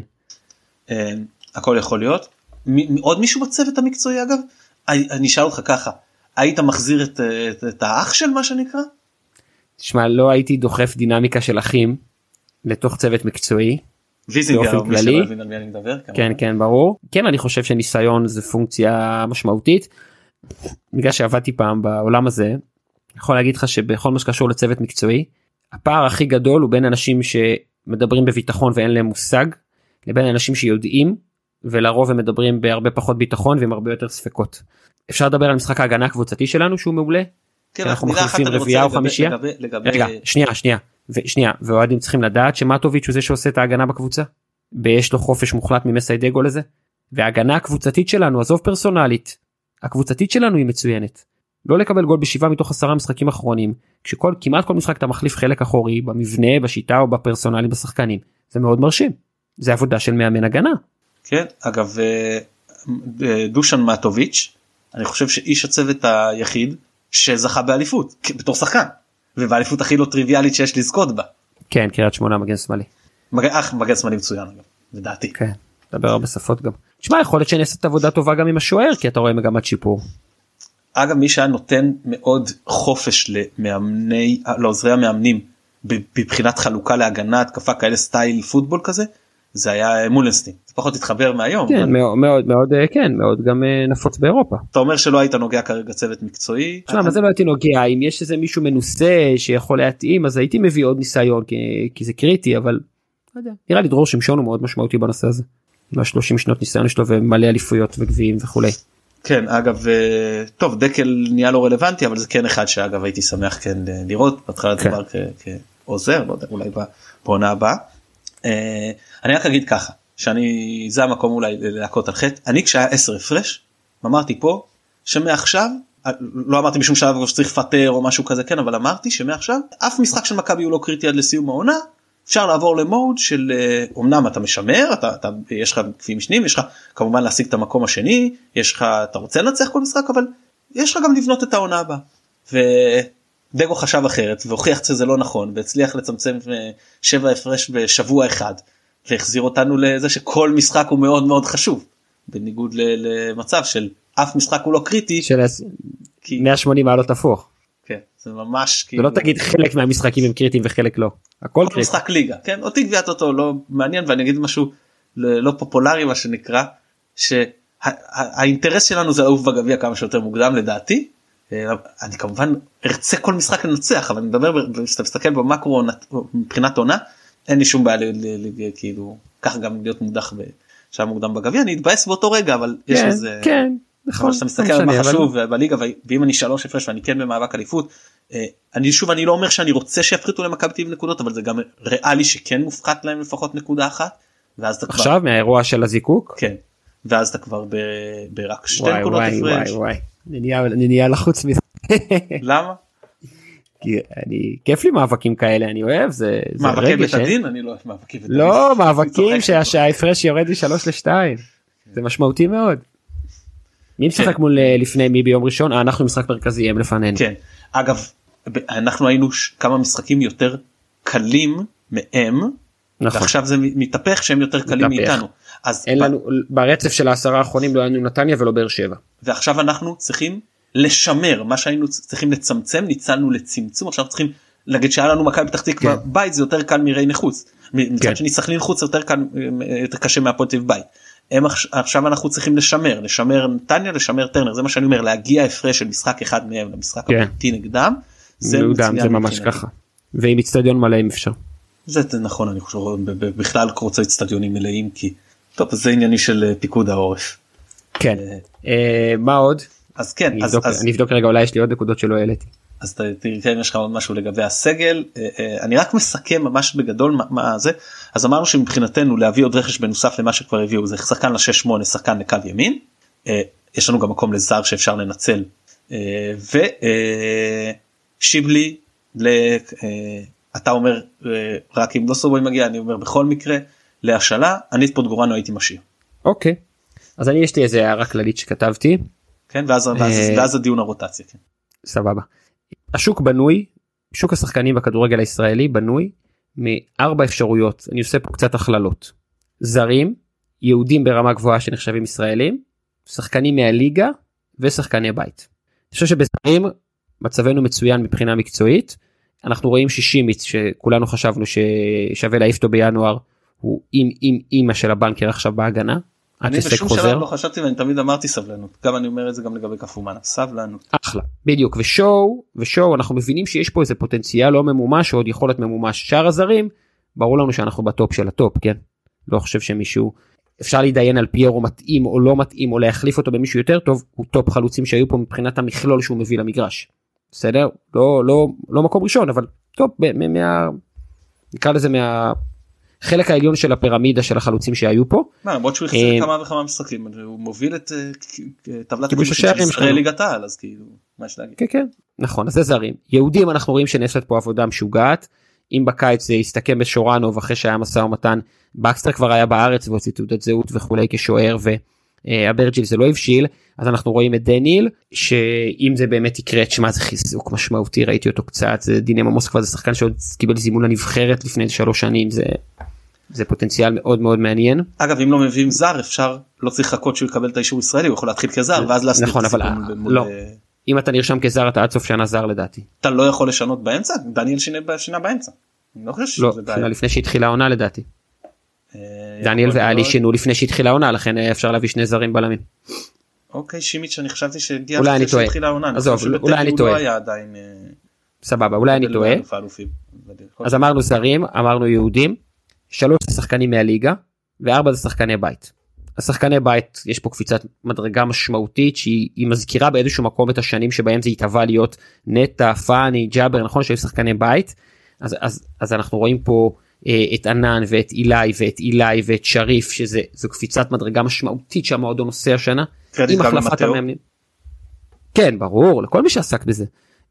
Speaker 1: הכל יכול להיות. עוד מישהו בצוות המקצועי אגב? אני אשאל אותך ככה, היית מחזיר את האח של מה שנקרא?
Speaker 2: תשמע, לא הייתי דוחף דינמיקה של אחים לתוך צוות מקצועי.
Speaker 1: ויזינגר, מי שלא הבין על מי אני מדבר.
Speaker 2: כן, ברור. כן, אני חושב שניסיון זה פונקציה משמעותית. בגלל שעבדתי פעם בעולם הזה, יכול להגיד לך שבכל מה שקשור לצוות מקצועי, הפער הכי גדול הוא בין אנשים שמדברים בביטחון ואין להם מושג, לבין אנשים שיודעים, ולרוב הם מדברים בהרבה פחות ביטחון ועם הרבה יותר ספקות. אפשר לדבר על משחק ההגנה הקבוצתי שלנו שהוא מעולה?
Speaker 1: כן,
Speaker 2: אנחנו מחליפים רביעייה או חמישייה? רגע, שנייה, ואוהדים צריכים לדעת שמטוביץ' הוא זה שעושה את ההגנה בקבוצה, ויש לו חופש מוחלט ממסיידגו לזה, וההגנה הקבוצתית שלנו, עזוב פרסונלית, הקבוצתית שלנו היא מצוינת. לא לקבל גול ב7 מתוך 10 משחקים אחרונים, כשכמעט כל משחק אתה מחליף חלק אחורי, במבנה, בשיטה או בפרסונלי בשחקנים. זה מאוד מרשים. זה עבודה של מאמן הגנה.
Speaker 1: כן, אגב, דושן מטוביץ', אני חושב שאיש הצוות היחיד שזכה באליפות, בתור שחקן, ובאליפות הכי לא טריוויאלית שיש לזכות בה.
Speaker 2: כן, קריית שמונה מגן שמאלי.
Speaker 1: מגן שמאלי מצוין, אגב, לדעתי.
Speaker 2: כן, דבר הרבה שפות גם. תשמע, יכול להיות שנעשית עבודה טובה גם עם השוער, כי אתה רואה מגמת שיפור.
Speaker 1: אגב, מי שהיה נותן מאוד חופש לעוזרי המאמנים, בבחינת חלוקה להגנה, התקפה כאלה סטייל פוטבול כזה, זה היה מולנסטין. זה פחות התחבר מהיום.
Speaker 2: כן, מאוד גם נפוץ באירופה.
Speaker 1: אתה אומר שלא היית נוגע כרגע צוות מקצועי?
Speaker 2: תשמע, מה זה לא הייתי נוגע? אם יש איזה מישהו מנוסה שיכול להתאים, אז הייתי מביא עוד ניסיון, כי זה קריטי, אבל לא יודע. נראה לי דרור שמשון הוא מאוד משמעותי בנושא הזה. מה-30 שנות ניסיון שלו ומלא אליפויות וגביעים וכולי.
Speaker 1: כן, אגב, טוב, דקל נהיה לא רלוונטי, אבל זה כן אחד שאגב הייתי שמח כן לראות, בהתחלת דבר כעוזר, לא יודע, אולי בעונה הבאה. אני רק אגיד ככה, זה המקום אולי להכות על חטא, אני כשהיה 10 הפרש, אמרתי פה, שמעכשיו, לא אמרתי בשום שלב שצריך לפטר או משהו כזה, כן, אבל אמרתי שמעכשיו, אף משחק של מכבי הוא לא קריטי עד לסיום העונה, אפשר לעבור למוד של, אמנם אתה משמר, יש לך גביעים משנים, יש לך כמובן להשיג את המקום השני, אתה רוצה לנצח כל משחק, אבל יש לך גם לבנות את העונה הבאה. ודגו חשב אחרת, והוכיח שזה לא נכון, והצליח לצמצם 7 הפרש בשבוע אחד, והחזיר אותנו לזה שכל משחק הוא מאוד מאוד חשוב, בניגוד למצב של אף משחק הוא לא קריטי.
Speaker 2: של 180 מעלות הפוך.
Speaker 1: כן, זה ממש
Speaker 2: ולא תגיד חלק מהמשחקים הם קריטיים וחלק לא. הכל קריטי.
Speaker 1: משחק ליגה, כן? אותי גביעת אותו לא מעניין, ואני אגיד משהו לא פופולרי מה שנקרא, שהאינטרס שלנו זה לעוף בגביע כמה שיותר מוקדם לדעתי. אני כמובן ארצה כל משחק לנצח, אבל אני מדבר, כשאתה מסתכל במקרו מבחינת עונה, אין לי שום בעיה כאילו, ככה גם להיות מודח בשעה מוקדם בגביע, אני אתבאס באותו רגע, אבל יש לזה...
Speaker 2: כן, נכון.
Speaker 1: שאתה מסתכל על מה חשוב בליגה, ואם אני 3 הפרש ואני כן במאבק אליפות, אני לא אומר שאני רוצה שיפחיתו למכבי תל אביב נקודות, אבל זה גם ריאלי שכן מופחת להם לפחות נקודה אחת, ואז אתה כבר...
Speaker 2: עכשיו מהאירוע של הזיקוק?
Speaker 1: כן, ואז אתה כבר ברק 2 נקודות הפרש.
Speaker 2: וואי, אני נהיה לחוץ מזה.
Speaker 1: למה?
Speaker 2: כי כיף לי מאבקים כאלה, אני אוהב, זה
Speaker 1: מאבקי בית הדין? אני לא אוהב מאבקי בית הדין.
Speaker 2: לא, מאבקים שההפרש יורד מ3-2, זה משמעותי מאוד. מי משחק מול לפני מי ביום ראשון? אנחנו משחק מרכזי, הם לפנינו.
Speaker 1: כן, אגב, אנחנו היינו כמה משחקים יותר קלים מהם, ועכשיו זה מתהפך שהם יותר קלים מאיתנו.
Speaker 2: אין לנו, ברצף של 10 האחרונים לא היינו נתניה ולא באר שבע.
Speaker 1: ועכשיו אנחנו צריכים לשמר, מה שהיינו צריכים לצמצם, ניצלנו לצמצום, עכשיו צריכים להגיד שהיה לנו מכבי פתח תקווה בית, זה יותר קל מריינה חוץ. מצד שני סכנין חוץ יותר קשה מהפועל תל אביב בית. עכשיו אנחנו צריכים לשמר נתניה, לשמר טרנר, זה מה שאני אומר, להגיע הפרש של משחק אחד מהם למשחק הביתי נגדם,
Speaker 2: זה ממש ככה, ועם אצטדיון מלא אם אפשר.
Speaker 1: זה נכון, אני חושב, בכלל רוצה אצטדיונים מלאים, כי טוב, זה ענייני של פיקוד העורף.
Speaker 2: כן, מה עוד?
Speaker 1: אז כן,
Speaker 2: אני אבדוק רגע, אולי יש לי עוד נקודות שלא העליתי.
Speaker 1: אז תראה אם יש לך עוד משהו לגבי הסגל, אני רק מסכם ממש בגדול מה זה, אז אמרנו שמבחינתנו להביא עוד רכש בנוסף למה שכבר הביאו, זה שחקן ל-6-8, שחקן לקו ימין, יש לנו גם מקום לזר שאפשר לנצל, ושיבלי, אתה אומר רק אם לא סובוי מגיע, אני אומר בכל מקרה, להשאלה, אני את פוטגורנו הייתי משאיר.
Speaker 2: אוקיי, אז אני יש לי איזה הערה כללית שכתבתי.
Speaker 1: כן, ואז הדיון הרוטציה, כן.
Speaker 2: סבבה. השוק בנוי, שוק השחקנים בכדורגל הישראלי בנוי מ4 אפשרויות, אני עושה פה קצת הכללות. זרים, יהודים ברמה גבוהה שנחשבים ישראלים, שחקנים מהליגה ושחקני בית. אני חושב שבזרים מצבנו מצוין מבחינה מקצועית, אנחנו רואים שישימיץ שכולנו חשבנו ששווה להעיף בינואר, הוא עם אמא של הבנקר עכשיו בהגנה.
Speaker 1: אני בשום שלב לא חשבתי ואני תמיד אמרתי סבלנות, גם אני אומר את זה גם לגבי קפומנה, סבלנות.
Speaker 2: אחלה, בדיוק, ושואו אנחנו מבינים שיש פה איזה פוטנציאל לא ממומש או עוד יכולת ממומש. שאר הזרים, ברור לנו שאנחנו בטופ של הטופ, כן? לא חושב שמישהו, אפשר להידיין על פיירו מתאים או לא מתאים או להחליף אותו במישהו יותר טוב, הוא טופ חלוצים שהיו פה מבחינת המכלול שהוא מביא למגרש. בסדר? לא מקום ראשון, אבל טוב, נקרא לזה חלק העליון של הפירמידה של החלוצים שהיו פה.
Speaker 1: למרות שהוא החזיר כמה וכמה משחקים, הוא מוביל את טבלת הכיבוש של ישראל ליגת העל, אז כאילו, מה יש להגיד?
Speaker 2: כן, כן, נכון, אז זה זרים. יהודים אנחנו רואים שנעשית פה עבודה משוגעת, אם בקיץ זה יסתכם בשורנוב, אחרי שהיה משא ומתן, בקסטר כבר היה בארץ, והוציא תעודת זהות וכולי כשוער, והברג'יל זה לא הבשיל, אז אנחנו רואים את דניאל, שאם זה באמת יקרה, שמה זה חיזוק משמעותי, ראיתי אותו קצת, זה דינמו מוסקבה, זה שחקן שעוד קיבל זימון לנבחרת לפני 3 שנים, זה פוטנציאל מאוד מאוד מעניין.
Speaker 1: אגב, אם לא מביאים זר, אפשר, לא צריך לחכות שהוא יקבל את האישור ישראלי, הוא יכול להתחיל כזר, ואז להסביר
Speaker 2: נכון, אבל לא. אם אתה נרשם כזר, אתה עד סוף שנה זר לדעתי.
Speaker 1: אתה לא יכול לשנות באמצע? דניאל שינה באמצע. אני לא חושב שזה בעיה.
Speaker 2: לא, לפני שהתחילה העונה לדעתי. דניאל ואלי שינו לפני שהתחילה העונה, לכן אפשר להביא 2 זרים בלמים.
Speaker 1: אוקיי, שימיץ' אני חשבתי שהגיע אחרי שהתחילה העונה.
Speaker 2: עזוב, אולי אני טועה. סבבה, אולי אני טועה. אז אמרנו זרים, אמרנו יהודים, 3 שחקנים מהליגה, ו4 זה שחקני בית. השחקני בית, יש פה קפיצת מדרגה משמעותית, שהיא מזכירה באיזשהו מקום את השנים שבהם זה יתהווה להיות נטע, פאני, ג'אבר, נכון שיש שחקני בית, אז אנחנו רואים פה את ענן ואת אילי ואת שריף, שזו קפיצת מדרגה משמעותית שהמועדון עושה השנה, עם החלפת המאמנים. כן, ברור, לכל מי שעסק בזה.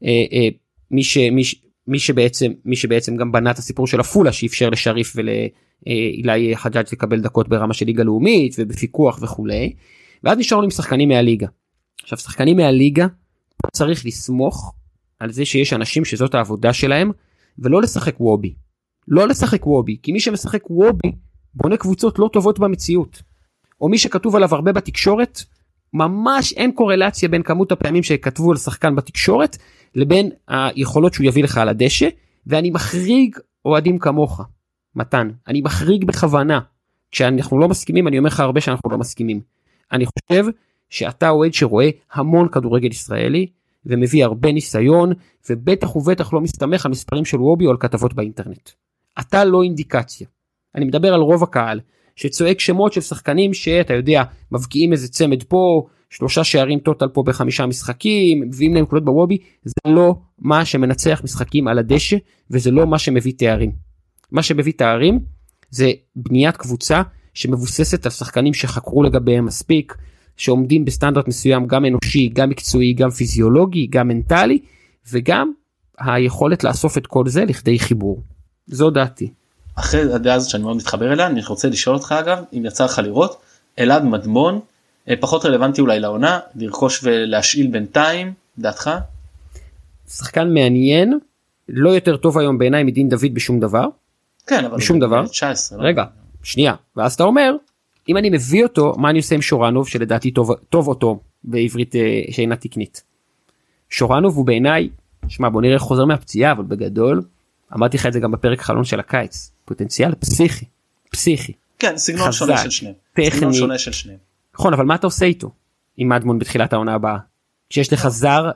Speaker 2: מי שבעצם גם בנה את הסיפור של הפולה, שאפשר לשריף ולאילי חג'אג' לקבל דקות ברמה של ליגה לאומית, ובפיקוח וכולי, ואז נשארנו עם שחקנים מהליגה. עכשיו, שחקנים מהליגה, צריך לסמוך על זה שיש אנשים שזאת העבודה שלהם, ולא לשחק וובי. לא לשחק וובי, כי מי שמשחק וובי, בונה קבוצות לא טובות במציאות. או מי שכתוב עליו הרבה בתקשורת, ממש אין קורלציה בין כמות הפעמים שכתבו על שחקן בתקשורת, לבין היכולות שהוא יביא לך על הדשא, ואני מחריג אוהדים כמוך, מתן, אני מחריג בכוונה, כשאנחנו לא מסכימים, אני אומר לך הרבה שאנחנו לא מסכימים, אני חושב שאתה אוהד שרואה המון כדורגל ישראלי, ומביא הרבה ניסיון, ובטח ובטח לא מסתמך על מספרים של וובי או על כתבות באינטרנט. אתה לא אינדיקציה. אני מדבר על רוב הקהל, שצועק שמות של שחקנים שאתה יודע, מבקיעים איזה צמד פה, 3 שערים טוטל פה ב5 משחקים, מביאים להם נקודות בוובי, זה לא מה שמנצח משחקים על הדשא, וזה לא מה שמביא תארים. מה שמביא תארים, זה בניית קבוצה, שמבוססת על שחקנים שחקרו לגביהם מספיק, שעומדים בסטנדרט מסוים, גם אנושי, גם מקצועי, גם פיזיולוגי, גם מנטלי, וגם היכולת לאסוף את כל זה לכדי חיבור. זו דעתי.
Speaker 1: אחרי הדעה הזאת שאני מאוד מתחבר אליה, אני רוצה לשאול אותך אגב, אם יצא לך לראות, אלעד מדמון, פחות רלוונטי אולי לעונה, לרכוש ולהשאיל בינתיים, דעתך?
Speaker 2: שחקן מעניין, לא יותר טוב היום בעיניי מדין דוד בשום דבר.
Speaker 1: כן, אבל
Speaker 2: בשום דבר.
Speaker 1: 19.
Speaker 2: רגע, שנייה, ואז אתה אומר, אם אני מביא אותו, מה אני עושה עם שורנוב, שלדעתי טוב אותו בעברית שאינה תקנית. שורנוב הוא בעיניי, שמע, בוא נראה חוזר מהפציעה, אבל בגדול, אמרתי לך את זה גם בפרק חלון של הקיץ, פוטנציאל פסיכי.
Speaker 1: כן, סגנון שונה של שניהם. סגנון שונה של שניהם.
Speaker 2: נכון, אבל מה אתה עושה איתו? עם מדמון בתחילת העונה הבאה? כשיש לך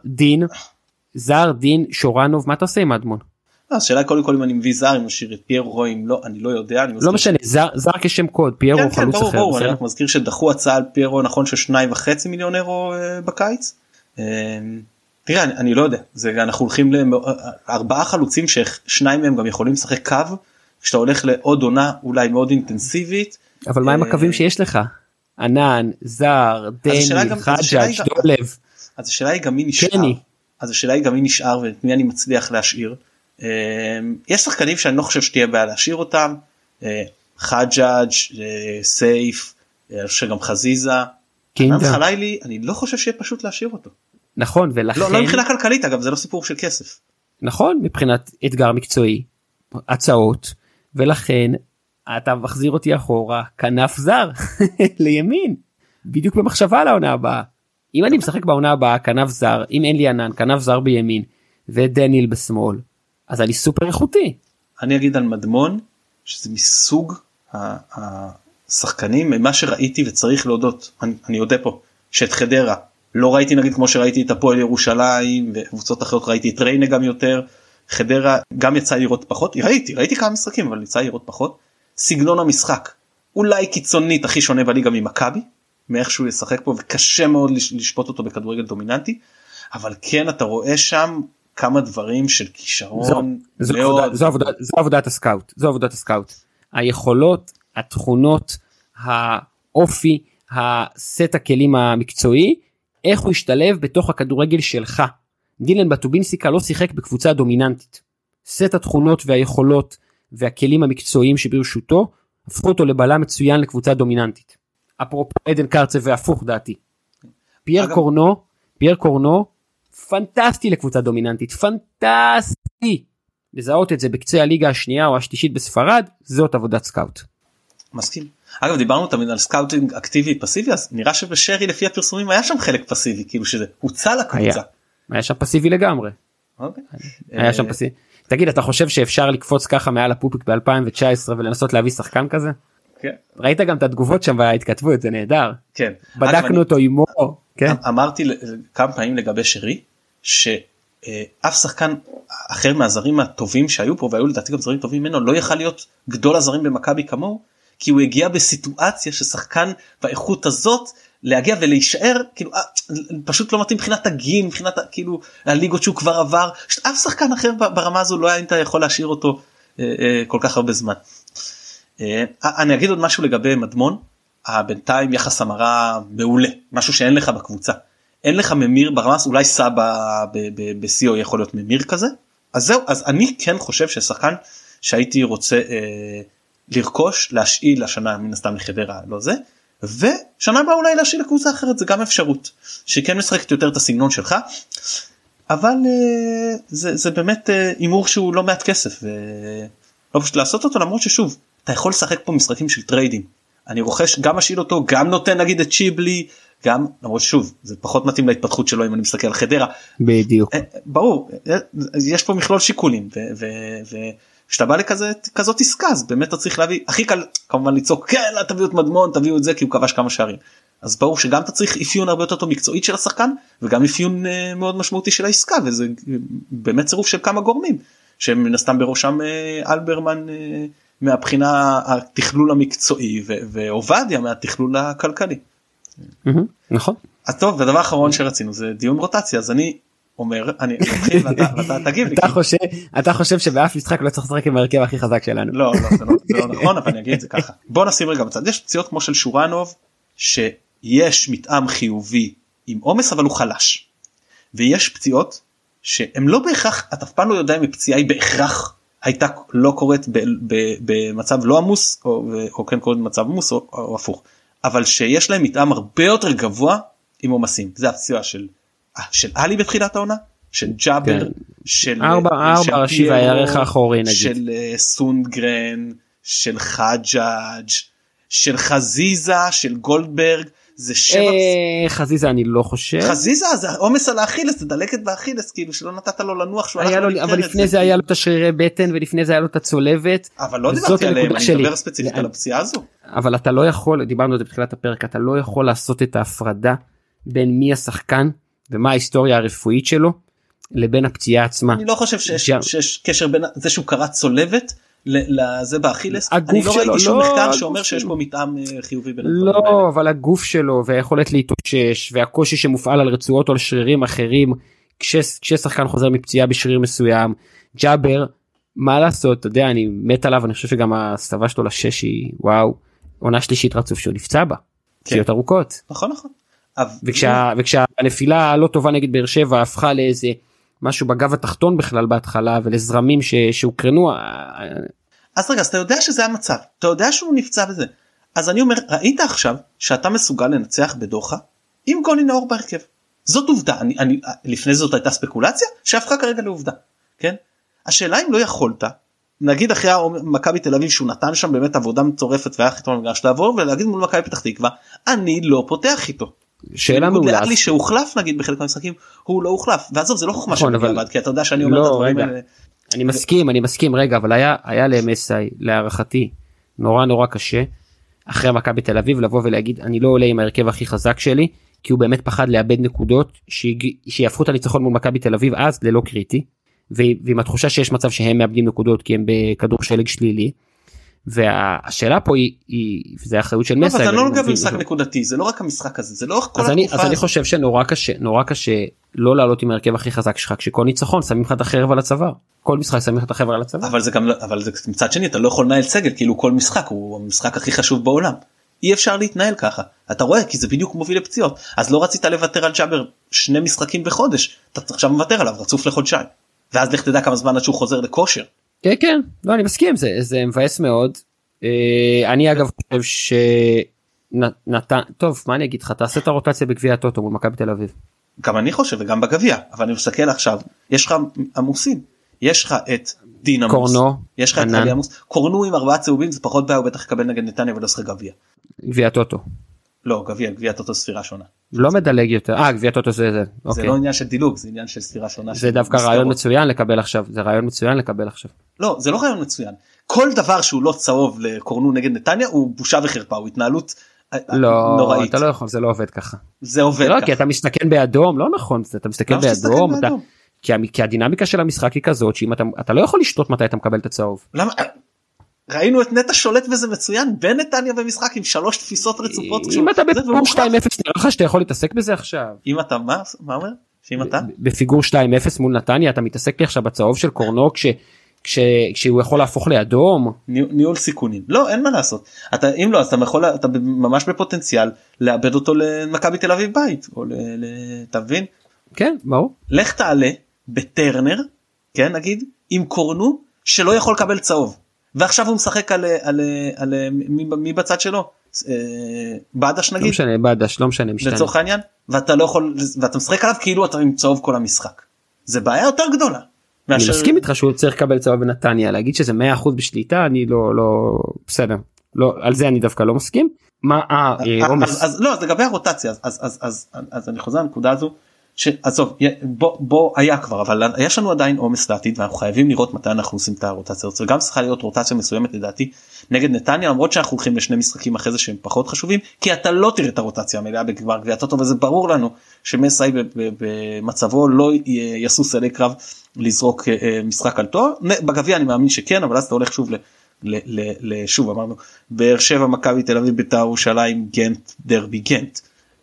Speaker 2: זר, דין, שורנוב, מה אתה עושה עם מדמון?
Speaker 1: השאלה קודם כל אם אני מביא זר, אם משאיר את פיירו, אם לא, אני לא יודע.
Speaker 2: לא משנה, זר כשם קוד, פיירו חלוץ אחר.
Speaker 1: ברור, אני רק מזכיר שדחו הצעה על פיירו, נכון, של 2.5 מיליון אירו בקיץ. תראה, אני לא יודע, אנחנו הולכים ל4 חלוצים ששניים מהם גם יכולים לשחק קו, כשאתה הולך לעוד עונה אולי מאוד אינטנסיבית.
Speaker 2: אבל מה עם הקווים שיש לך? ענן, זר, דני, חג'אג', דולב.
Speaker 1: אז השאלה היא גם מי נשאר ואת מי אני מצליח להשאיר. יש שחקנים שאני לא חושב שתהיה בעיה להשאיר אותם, חג'אג', סייף, שגם חזיזה, ענן חלילי, אני לא חושב שיהיה פשוט להשאיר אותו.
Speaker 2: נכון, ולכן...
Speaker 1: לא מבחינה כלכלית, אגב, זה לא סיפור של כסף.
Speaker 2: נכון, מבחינת אתגר מקצועי, הצעות, ולכן אתה מחזיר אותי אחורה, כנף זר, לימין, בדיוק במחשבה לעונה הבאה. אם אני משחק בעונה הבאה, כנף זר, אם אין לי ענן, כנף זר בימין, ודניל בשמאל, אז אני סופר איכותי.
Speaker 1: אני אגיד על מדמון, שזה מסוג השחקנים, ממה שראיתי וצריך להודות, אני יודע פה, שאת חדרה, לא ראיתי נגיד כמו שראיתי את הפועל ירושלים, וקבוצות אחרות ראיתי את ריינה גם יותר, חדרה גם יצא לראות פחות, ראיתי כמה משחקים, אבל יצא לראות פחות, סגנון המשחק, אולי קיצונית הכי שונה בליגה ממכבי, מאיך שהוא ישחק פה, וקשה מאוד לשפוט אותו בכדורגל דומיננטי, אבל כן אתה רואה שם כמה דברים של כישרון מאוד.
Speaker 2: זו עבודת הסקאוט, היכולות, התכונות, האופי, הסט הכלים המקצועי, איך הוא ישתלב בתוך הכדורגל שלך. דילן בטובינסיקה לא שיחק בקבוצה דומיננטית. סט התכונות והיכולות והכלים המקצועיים שברשותו, הפכו אותו לבלם מצוין לקבוצה דומיננטית. אפרופו עדן קרצב והפוך דעתי. פייר קורנו, פנטסטי לקבוצה דומיננטית, פנטסטי. לזהות את זה בקצה הליגה השנייה או השלישית בספרד, זאת עבודת סקאוט.
Speaker 1: מסכים. אגב, דיברנו תמיד על סקאוטינג אקטיבי פסיבי, אז נראה שבשרי לפי הפרסומים היה שם חלק פסיבי, כאילו שזה הוצא לקבוצה.
Speaker 2: היה שם פסיבי לגמרי. היה שם פסיבי. תגיד, אתה חושב שאפשר לקפוץ ככה מעל הפופיק ב-2019 ולנסות להביא שחקן כזה?
Speaker 1: כן. ראית
Speaker 2: גם את התגובות שם והתכתבו את זה נהדר.
Speaker 1: כן.
Speaker 2: בדקנו אותו עמו.
Speaker 1: אמרתי כמה פעמים לגבי שרי, שאף שחקן אחר מהזרים הטובים שהיו פה, והיו לדעתי גם זרים טובים ממנו, לא יכל להיות גדול הזרים במכבי כמוהו, כי הוא הגיע בסיטואציה ששחקן באיכות הזאת להגיע ולהישאר, כאילו, פשוט לא מתאים מבחינת הגיל, מבחינת כאילו הליגות שהוא כבר עבר, אף שחקן אחר ברמה הזו לא היית יכול להשאיר אותו כל כך הרבה זמן. אני אגיד עוד משהו לגבי מדמון, בינתיים יחס המרה מעולה, משהו שאין לך בקבוצה. אין לך ממיר ברמה, אולי סבא בסיו יכול להיות ממיר כזה, אז זהו, אז אני כן חושב ששחקן שהייתי רוצה לרכוש, להשאיל לשנה מן הסתם לחדרה, לא זה, ושנה הבאה אולי להשאיל לקבוצה אחרת, זה גם אפשרות, שכן משחקת יותר את הסגנון שלך, אבל זה באמת אימור שהוא לא מעט כסף, ולא פשוט לעשות אותו, למרות ששוב, אתה יכול לשחק פה משחקים של טריידים, אני רוכש, גם משאיל אותו, גם נותן נגיד את שיבלי, גם, למרות שוב, זה פחות מתאים להתפתחות שלו אם אני מסתכל על חדרה.
Speaker 2: בדיוק.
Speaker 1: ברור, יש פה מכלול שיקולים, וכשאתה בא לכזאת עסקה, אז באמת אתה צריך להביא, הכי קל כמובן לצעוק, כן, תביאו את מדמון, תביאו את זה, כי הוא כבש כמה שערים. אז ברור שגם אתה צריך אפיון הרבה יותר טוב מקצועית של השחקן, וגם אפיון מאוד משמעותי של העסקה, וזה באמת צירוף של כמה גורמים, שהם מן הסתם בראשם אלברמן מהבחינה התכלול המקצועי ועובדיה מהתכלול הכלכלי.
Speaker 2: נכון.
Speaker 1: אז טוב, והדבר האחרון שרצינו זה דיון רוטציה, אז אני אומר, אני מתחיל ואתה תגיב לי.
Speaker 2: אתה חושב שבאף משחק לא צריך לשחק עם ההרכב הכי חזק שלנו.
Speaker 1: לא, זה לא נכון, אבל אני אגיד את זה ככה. בוא נשים רגע בצד, יש פציעות כמו של שורנוב, שיש מתאם חיובי עם עומס, אבל הוא חלש. ויש פציעות שהן לא בהכרח, אתה אף פעם לא יודע אם הפציעה היא בהכרח הייתה לא קורית במצב לא עמוס, או כן קורית במצב עמוס, או הפוך. אבל שיש להם מתאם הרבה יותר גבוה עם עומסים. זה הפציעה של אלי בתחילת העונה, של ג'אבר, של
Speaker 2: ארבע ראשי והירך האחורי נגיד.
Speaker 1: של סונדגרן, של חג'אג', של חזיזה, של גולדברג. זה שבע...
Speaker 2: חזיזה אני לא חושב.
Speaker 1: חזיזה זה עומס על האכילס, זה דלקת באכילס, כאילו שלא נתת לו לנוח.
Speaker 2: אבל לפני זה היה לו את השרירי בטן, ולפני זה היה לו את הצולבת.
Speaker 1: אבל לא דיברתי עליהם, אני מדבר ספציפית על הפציעה הזו.
Speaker 2: אבל אתה לא יכול, דיברנו על זה בתחילת הפרק, אתה לא יכול לעשות את ההפרדה בין מי השחקן, ומה ההיסטוריה הרפואית שלו, לבין הפציעה עצמה.
Speaker 1: אני לא חושב שיש קשר בין זה שהוא קרא צולבת, לזה באכילס. אני לא ראיתי שום מחקר שאומר שיש פה מתאם חיובי בין הדברים האלה.
Speaker 2: לא, אבל הגוף שלו והיכולת להתאושש והקושי שמופעל על רצועות או על שרירים אחרים כששחקן חוזר מפציעה בשריר מסוים. ג'אבר, מה לעשות, אתה יודע, אני מת עליו, אני חושב שגם הסתיבה שלו לשש היא וואו, עונה שלישית רצוף שהוא נפצע בה, פציעות ארוכות.
Speaker 1: נכון, נכון.
Speaker 2: וכשהנפילה הלא טובה נגד באר שבע הפכה לאיזה משהו בגב התחתון בכלל בהתחלה, ולזרמים שהוקרנו.
Speaker 1: אז רגע, אז אתה יודע שזה המצב, אתה יודע שהוא נפצע בזה. אז אני אומר, ראית עכשיו שאתה מסוגל לנצח בדוחה עם גולי נאור בהרכב. זאת עובדה, לפני זאת הייתה ספקולציה שהפכה כרגע לעובדה, כן? השאלה אם לא יכולת, נגיד אחרי מכבי תל אביב שהוא נתן שם באמת עבודה מטורפת והיה חיתון למגרש לעבור, ולהגיד מול מכבי פתח תקווה, אני לא פותח איתו.
Speaker 2: שאלה מעולה.
Speaker 1: לאט לי שהוחלף נגיד בחלק מהמשחקים, הוא לא הוחלף, ועזוב זה לא חוכמה שבדיעבד, כי אתה יודע שאני אומר את הדברים האלה.
Speaker 2: אני מסכים רגע, אבל היה למסי להערכתי נורא קשה, אחרי מכבי תל אביב לבוא ולהגיד אני לא עולה עם ההרכב הכי חזק שלי, כי הוא באמת פחד לאבד נקודות שיהפכו את הניצחון מול מכבי תל אביב אז ללא קריטי, ועם התחושה שיש מצב שהם מאבדים נקודות כי הם בכדור שלג שלילי, והשאלה פה היא זה האחריות של מסי.
Speaker 1: אבל אתה לא נוגע במשחק נקודתי, זה לא רק המשחק הזה, זה לא כל התקופה הזאת.
Speaker 2: אז אני חושב שנורא קשה לא לעלות עם ההרכב הכי חזק שלך, כשכל ניצחון שמים לך את החרב על הצוואר, כל משחק שמים לך את החרב על הצוואר.
Speaker 1: אבל זה מצד שני, אתה לא יכול לנהל סגל, כאילו כל משחק הוא המשחק הכי חשוב בעולם. אי אפשר להתנהל ככה, אתה רואה, כי זה בדיוק מוביל לפציעות, אז לא רצית לוותר על ג'אבר 2 משחקים בחודש, אתה עכשיו מוותר עליו, רצוף לחודשיים, ואז לך תדע כמה זמן עד שהוא חוזר לכושר.
Speaker 2: כן, לא, אני מסכים, זה מבאס מאוד. אני אגב חושב טוב, מה אני אגיד לך, תעשה את הרוטציה בגביע הטוטו מול מכבי תל אביב.
Speaker 1: גם אני חושב, וגם בגביע, אבל אני מסתכל עכשיו, יש לך עמוסים, יש לך את דין עמוס,
Speaker 2: קורנו,
Speaker 1: יש לך את עלי עמוס, קורנו עם 4 צהובים, זה פחות בעיה, הוא בטח יקבל נגד נתניה ולא שחק גביע.
Speaker 2: גביע הטוטו.
Speaker 1: לא, גביע הטוטו ספירה שונה.
Speaker 2: לא מדלג יותר, גביע הטוטו זה.
Speaker 1: זה לא עניין של דילוג, זה עניין של ספירה שונה.
Speaker 2: זה דווקא רעיון מצוין לקבל עכשיו, זה רעיון מצוין לקבל עכשיו.
Speaker 1: לא, זה לא רעיון מצוין. כל דבר שהוא לא צהוב לקורנו נגד נתניה הוא בושה וחרפה, הוא התנהלות נוראית.
Speaker 2: לא, אתה לא יכול, זה לא עובד ככה.
Speaker 1: זה עובד ככה.
Speaker 2: כי אתה מסתכל באדום, לא נכון, אתה מסתכל באדום, כי הדינמיקה של המשחק היא כזאת, שאם אתה לא יכול לשתות מתי אתה מקבל את הצהוב.
Speaker 1: למה? ראינו את נטע שולט וזה מצוין, בנתניה במשחק עם 3 תפיסות רצופות.
Speaker 2: אם אתה בפיגור 2-0 נראה לך שאתה יכול להתעסק בזה עכשיו.
Speaker 1: אם אתה, מה אומר? שאם אתה?
Speaker 2: בפיגור 2-0 מול נתניה, אתה מתעסק לי עכשיו בצהוב של קורנו, כשהוא יכול להפוך לאדום.
Speaker 1: ניהול סיכונים. לא, אין מה לעשות. אם לא, אז אתה ממש בפוטנציאל לאבד אותו למכבי תל אביב בית, או תבין?
Speaker 2: כן, ברור.
Speaker 1: לך תעלה בטרנר, כן, נגיד, עם קורנו, שלא יכול לקבל צהוב. ועכשיו הוא משחק על מי בצד שלו? בדש נגיד?
Speaker 2: לא משנה, בדש, לא משנה.
Speaker 1: לצורך העניין, ואתה לא יכול, ואתה משחק עליו כאילו אתה עם צהוב כל המשחק. זה בעיה יותר גדולה.
Speaker 2: אני מסכים איתך שהוא צריך לקבל צהוב בנתניה, להגיד שזה 100% בשליטה, אני לא, בסדר. לא, על זה אני דווקא לא מסכים. מה,
Speaker 1: אז לא, אז לגבי הרוטציה, אז אני חוזר לנקודה הזו, שעזוב, בוא היה כבר, אבל יש לנו עדיין עומס לעתיד ואנחנו חייבים לראות מתי אנחנו עושים את הרוטציה, וגם צריכה להיות רוטציה מסוימת לדעתי נגד נתניה, למרות שאנחנו הולכים לשני משחקים אחרי זה שהם פחות חשובים, כי אתה לא תראה את הרוטציה המלאה בגמר גביע הטוטו, וזה ברור לנו שמסאי במצבו לא יסוס אלי קרב לזרוק משחק על תואר, בגביע אני מאמין שכן, אבל אז אתה הולך שוב שוב אמרנו, באר שבע, מכבי תל אביב, בית"ר ירושלים, גנט, דרבי גנט,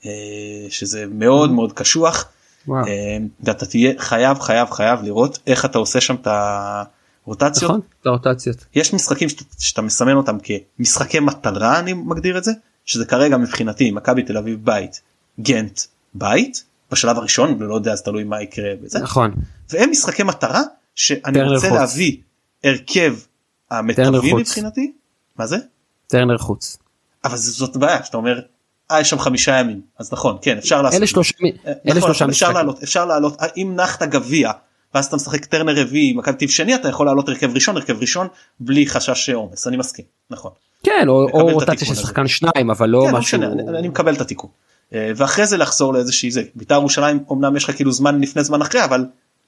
Speaker 1: שזה מאוד מאוד קשוח, ואתה תהיה חייב לראות איך אתה עושה שם את הרוטציות.
Speaker 2: נכון, את הרוטציות.
Speaker 1: יש משחקים שאתה מסמן אותם כמשחקי מטרה, אני מגדיר את זה, שזה כרגע מבחינתי, מכבי תל אביב בית, גנט בית, בשלב הראשון, לא יודע, אז תלוי מה יקרה בזה.
Speaker 2: נכון.
Speaker 1: והם משחקי מטרה, שאני רוצה להביא הרכב המטובים מבחינתי. מה זה?
Speaker 2: טרנר חוץ.
Speaker 1: אבל זאת בעיה, שאתה אומר, יש שם 5 ימים, אז נכון, כן, אפשר לעשות.
Speaker 2: אלה שלושה משחקים.
Speaker 1: אפשר לעלות, אם נחת גביע, ואז אתה משחק טרנר רביעי, מכבי תל אביב שני, אתה יכול לעלות הרכב ראשון, בלי חשש עומס, אני מסכים, נכון.
Speaker 2: כן, או רוטציה של שחקן 2, אבל לא משהו.
Speaker 1: אני מקבל את התיקון. ואחרי זה לחזור לאיזושהי זה, בית"ר ירושלים, אמנם יש לך כאילו זמן לפני זמן אחרי, אבל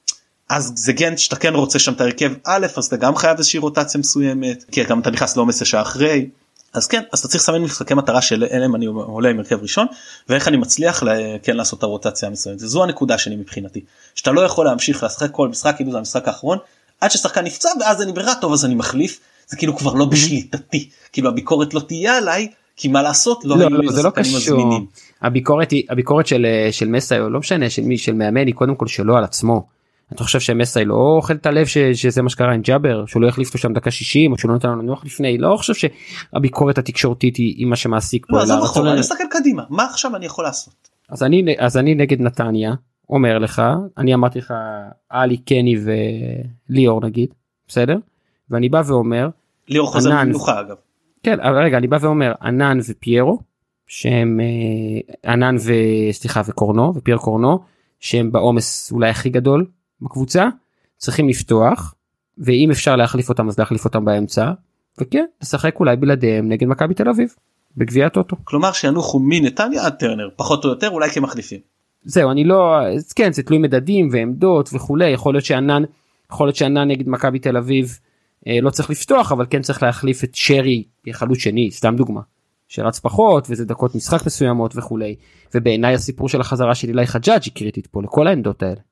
Speaker 1: אז זה גנט שאתה כן רוצה שם את הרכב א', אז אתה גם חייב איזושהי רוטציה מסוימת, כי גם אתה נכנס לעומס השעה אחרי, אז כן, אז אתה צריך לסמן משחקי מטרה שאליהם אני עולה עם הרכב ראשון, ואיך אני מצליח כן לעשות את הרוטציה המסוימת, זו הנקודה שלי מבחינתי, שאתה לא יכול להמשיך לשחק כל משחק, כאילו זה המשחק האחרון, עד ששחקן נפצע, ואז אני ברירה טוב, אז אני מחליף, זה כאילו כבר לא בשליטתי, כאילו הביקורת לא תהיה עליי, כי מה לעשות, לא היו לי לשחקנים מזמינים.
Speaker 2: הביקורת של מסאי, או לא משנה, של מאמן, היא קודם כל שלו על עצמו. אתה חושב שמסאי לא אוכל את הלב שזה מה שקרה עם ג'אבר, שהוא לא יחליף אותו שם דקה 60, או שהוא לא נתן לנו נוח לפני, לא חושב שהביקורת התקשורתית היא מה שמעסיק פה.
Speaker 1: לא, זה נכון, אני אסתכל קדימה, מה עכשיו אני יכול לעשות?
Speaker 2: אז אני נגד נתניה, אומר לך, אני אמרתי לך, אלי, קני וליאור נגיד, בסדר? ואני בא ואומר,
Speaker 1: ליאור חוזר במנוחה אגב.
Speaker 2: כן, אבל רגע, אני בא ואומר, ענן ופיירו, שהם, ענן וקורנו, ופייר קורנו, שהם בעומס אולי הכי גדול בקבוצה, צריכים לפתוח, ואם אפשר להחליף אותם, אז להחליף אותם באמצע, וכן, לשחק אולי בלעדיהם נגד מכבי תל אביב, בגביע הטוטו.
Speaker 1: כלומר שינוחו מנתניה עד טרנר, פחות או יותר, אולי כמחליפים.
Speaker 2: זהו, אני לא, כן, זה תלוי מדדים ועמדות וכולי, יכול להיות שענן נגד מכבי תל אביב, לא צריך לפתוח, אבל כן צריך להחליף את שרי כחלוץ שני, סתם דוגמה, שרץ פחות, וזה דקות משחק מסוימות וכולי, ובעיניי הסיפור של החזרה של אילי חג'אג' היא קריטית פה, לכל העמדות האלה.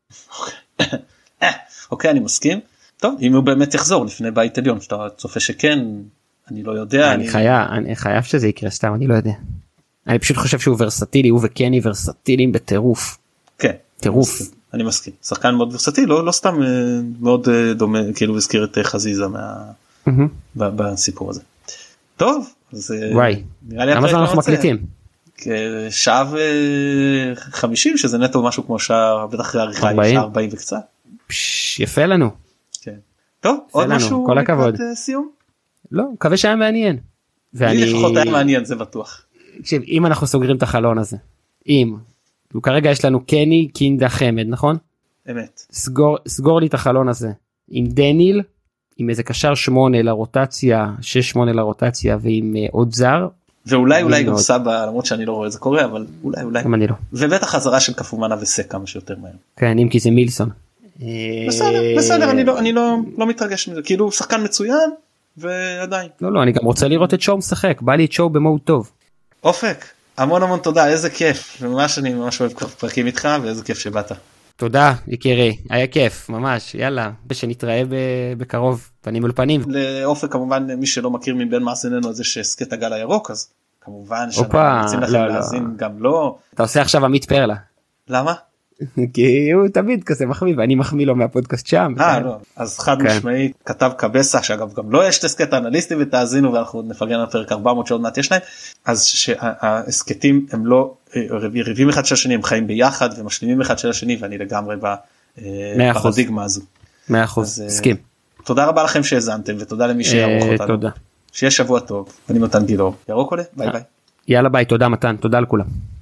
Speaker 1: אוקיי, אני מסכים. טוב, אם הוא באמת יחזור לפני בית עליון, שאתה צופה שכן, אני לא יודע.
Speaker 2: אני חייב שזה יקרה סתם, אני לא יודע. אני פשוט חושב שהוא ורסטילי, הוא וקני ורסטיליים בטירוף.
Speaker 1: כן.
Speaker 2: טירוף.
Speaker 1: אני מסכים. שחקן מאוד ורסטילי, לא סתם מאוד דומה, כאילו הזכיר את חזיזה בסיפור הזה. טוב, אז
Speaker 2: נראה לי כמה זמן אנחנו מקליטים?
Speaker 1: שעה ו50, שזה נטו משהו כמו שעה, בטח העריכה היא שעה 40 וקצת.
Speaker 2: יפה לנו.
Speaker 1: טוב, עוד משהו לקראת סיום?
Speaker 2: לא, מקווה שהיה מעניין.
Speaker 1: לי לפחות היה מעניין, זה בטוח.
Speaker 2: אם אנחנו סוגרים את החלון הזה, כרגע יש לנו קני, קינדה, חמד, נכון?
Speaker 1: אמת.
Speaker 2: סגור לי את החלון הזה עם דניל, עם איזה קשר 8 לרוטציה, 6-8 לרוטציה, ועם עוד זר.
Speaker 1: ואולי גם סבא, למרות שאני לא רואה את זה קורה, אבל אולי.
Speaker 2: גם אני לא.
Speaker 1: ובטח חזרה של קפומנה וסק כמה שיותר מהר.
Speaker 2: כן, אם כי זה מילסון.
Speaker 1: בסדר, אני לא מתרגש מזה, כאילו שחקן מצוין, ועדיין.
Speaker 2: לא, אני גם רוצה לראות את שואו משחק, בא לי את שואו במוד טוב.
Speaker 1: אופק, המון תודה, איזה כיף, ממש אני ממש אוהב פרקים איתך, ואיזה כיף שבאת.
Speaker 2: תודה יקירי, היה כיף ממש, יאללה, ושנתראה בקרוב, פנים אל פנים.
Speaker 1: לאופק כמובן מי שלא מכיר מבין מאזיננו הזה שהסקט הגל הירוק, אז כמובן שאנחנו רוצים לכם להאזין גם לא.
Speaker 2: אתה עושה עכשיו עמית פרלה.
Speaker 1: למה?
Speaker 2: כי הוא תמיד כזה מחמיא ואני מחמיא לו מהפודקאסט שם.
Speaker 1: לא, אז חד משמעית כתב קבסה שאגב גם לא יש הסקט האנליסטי ותאזינו ואנחנו נפרגן על פרק 400 שעוד מעט יש להם, אז שההסקטים הם לא יריבים אחד של השני, הם חיים ביחד ומשלימים אחד של השני ואני לגמרי בפרדיגמה הזו.
Speaker 2: 100%, הסכים.
Speaker 1: תודה רבה לכם שהאזנתם ותודה למי שיערוך אותנו.
Speaker 2: תודה.
Speaker 1: שיהיה שבוע טוב. אני מתן גילאור. ירוק עולה? ביי ביי.
Speaker 2: יאללה ביי, תודה מתן, תודה לכולם.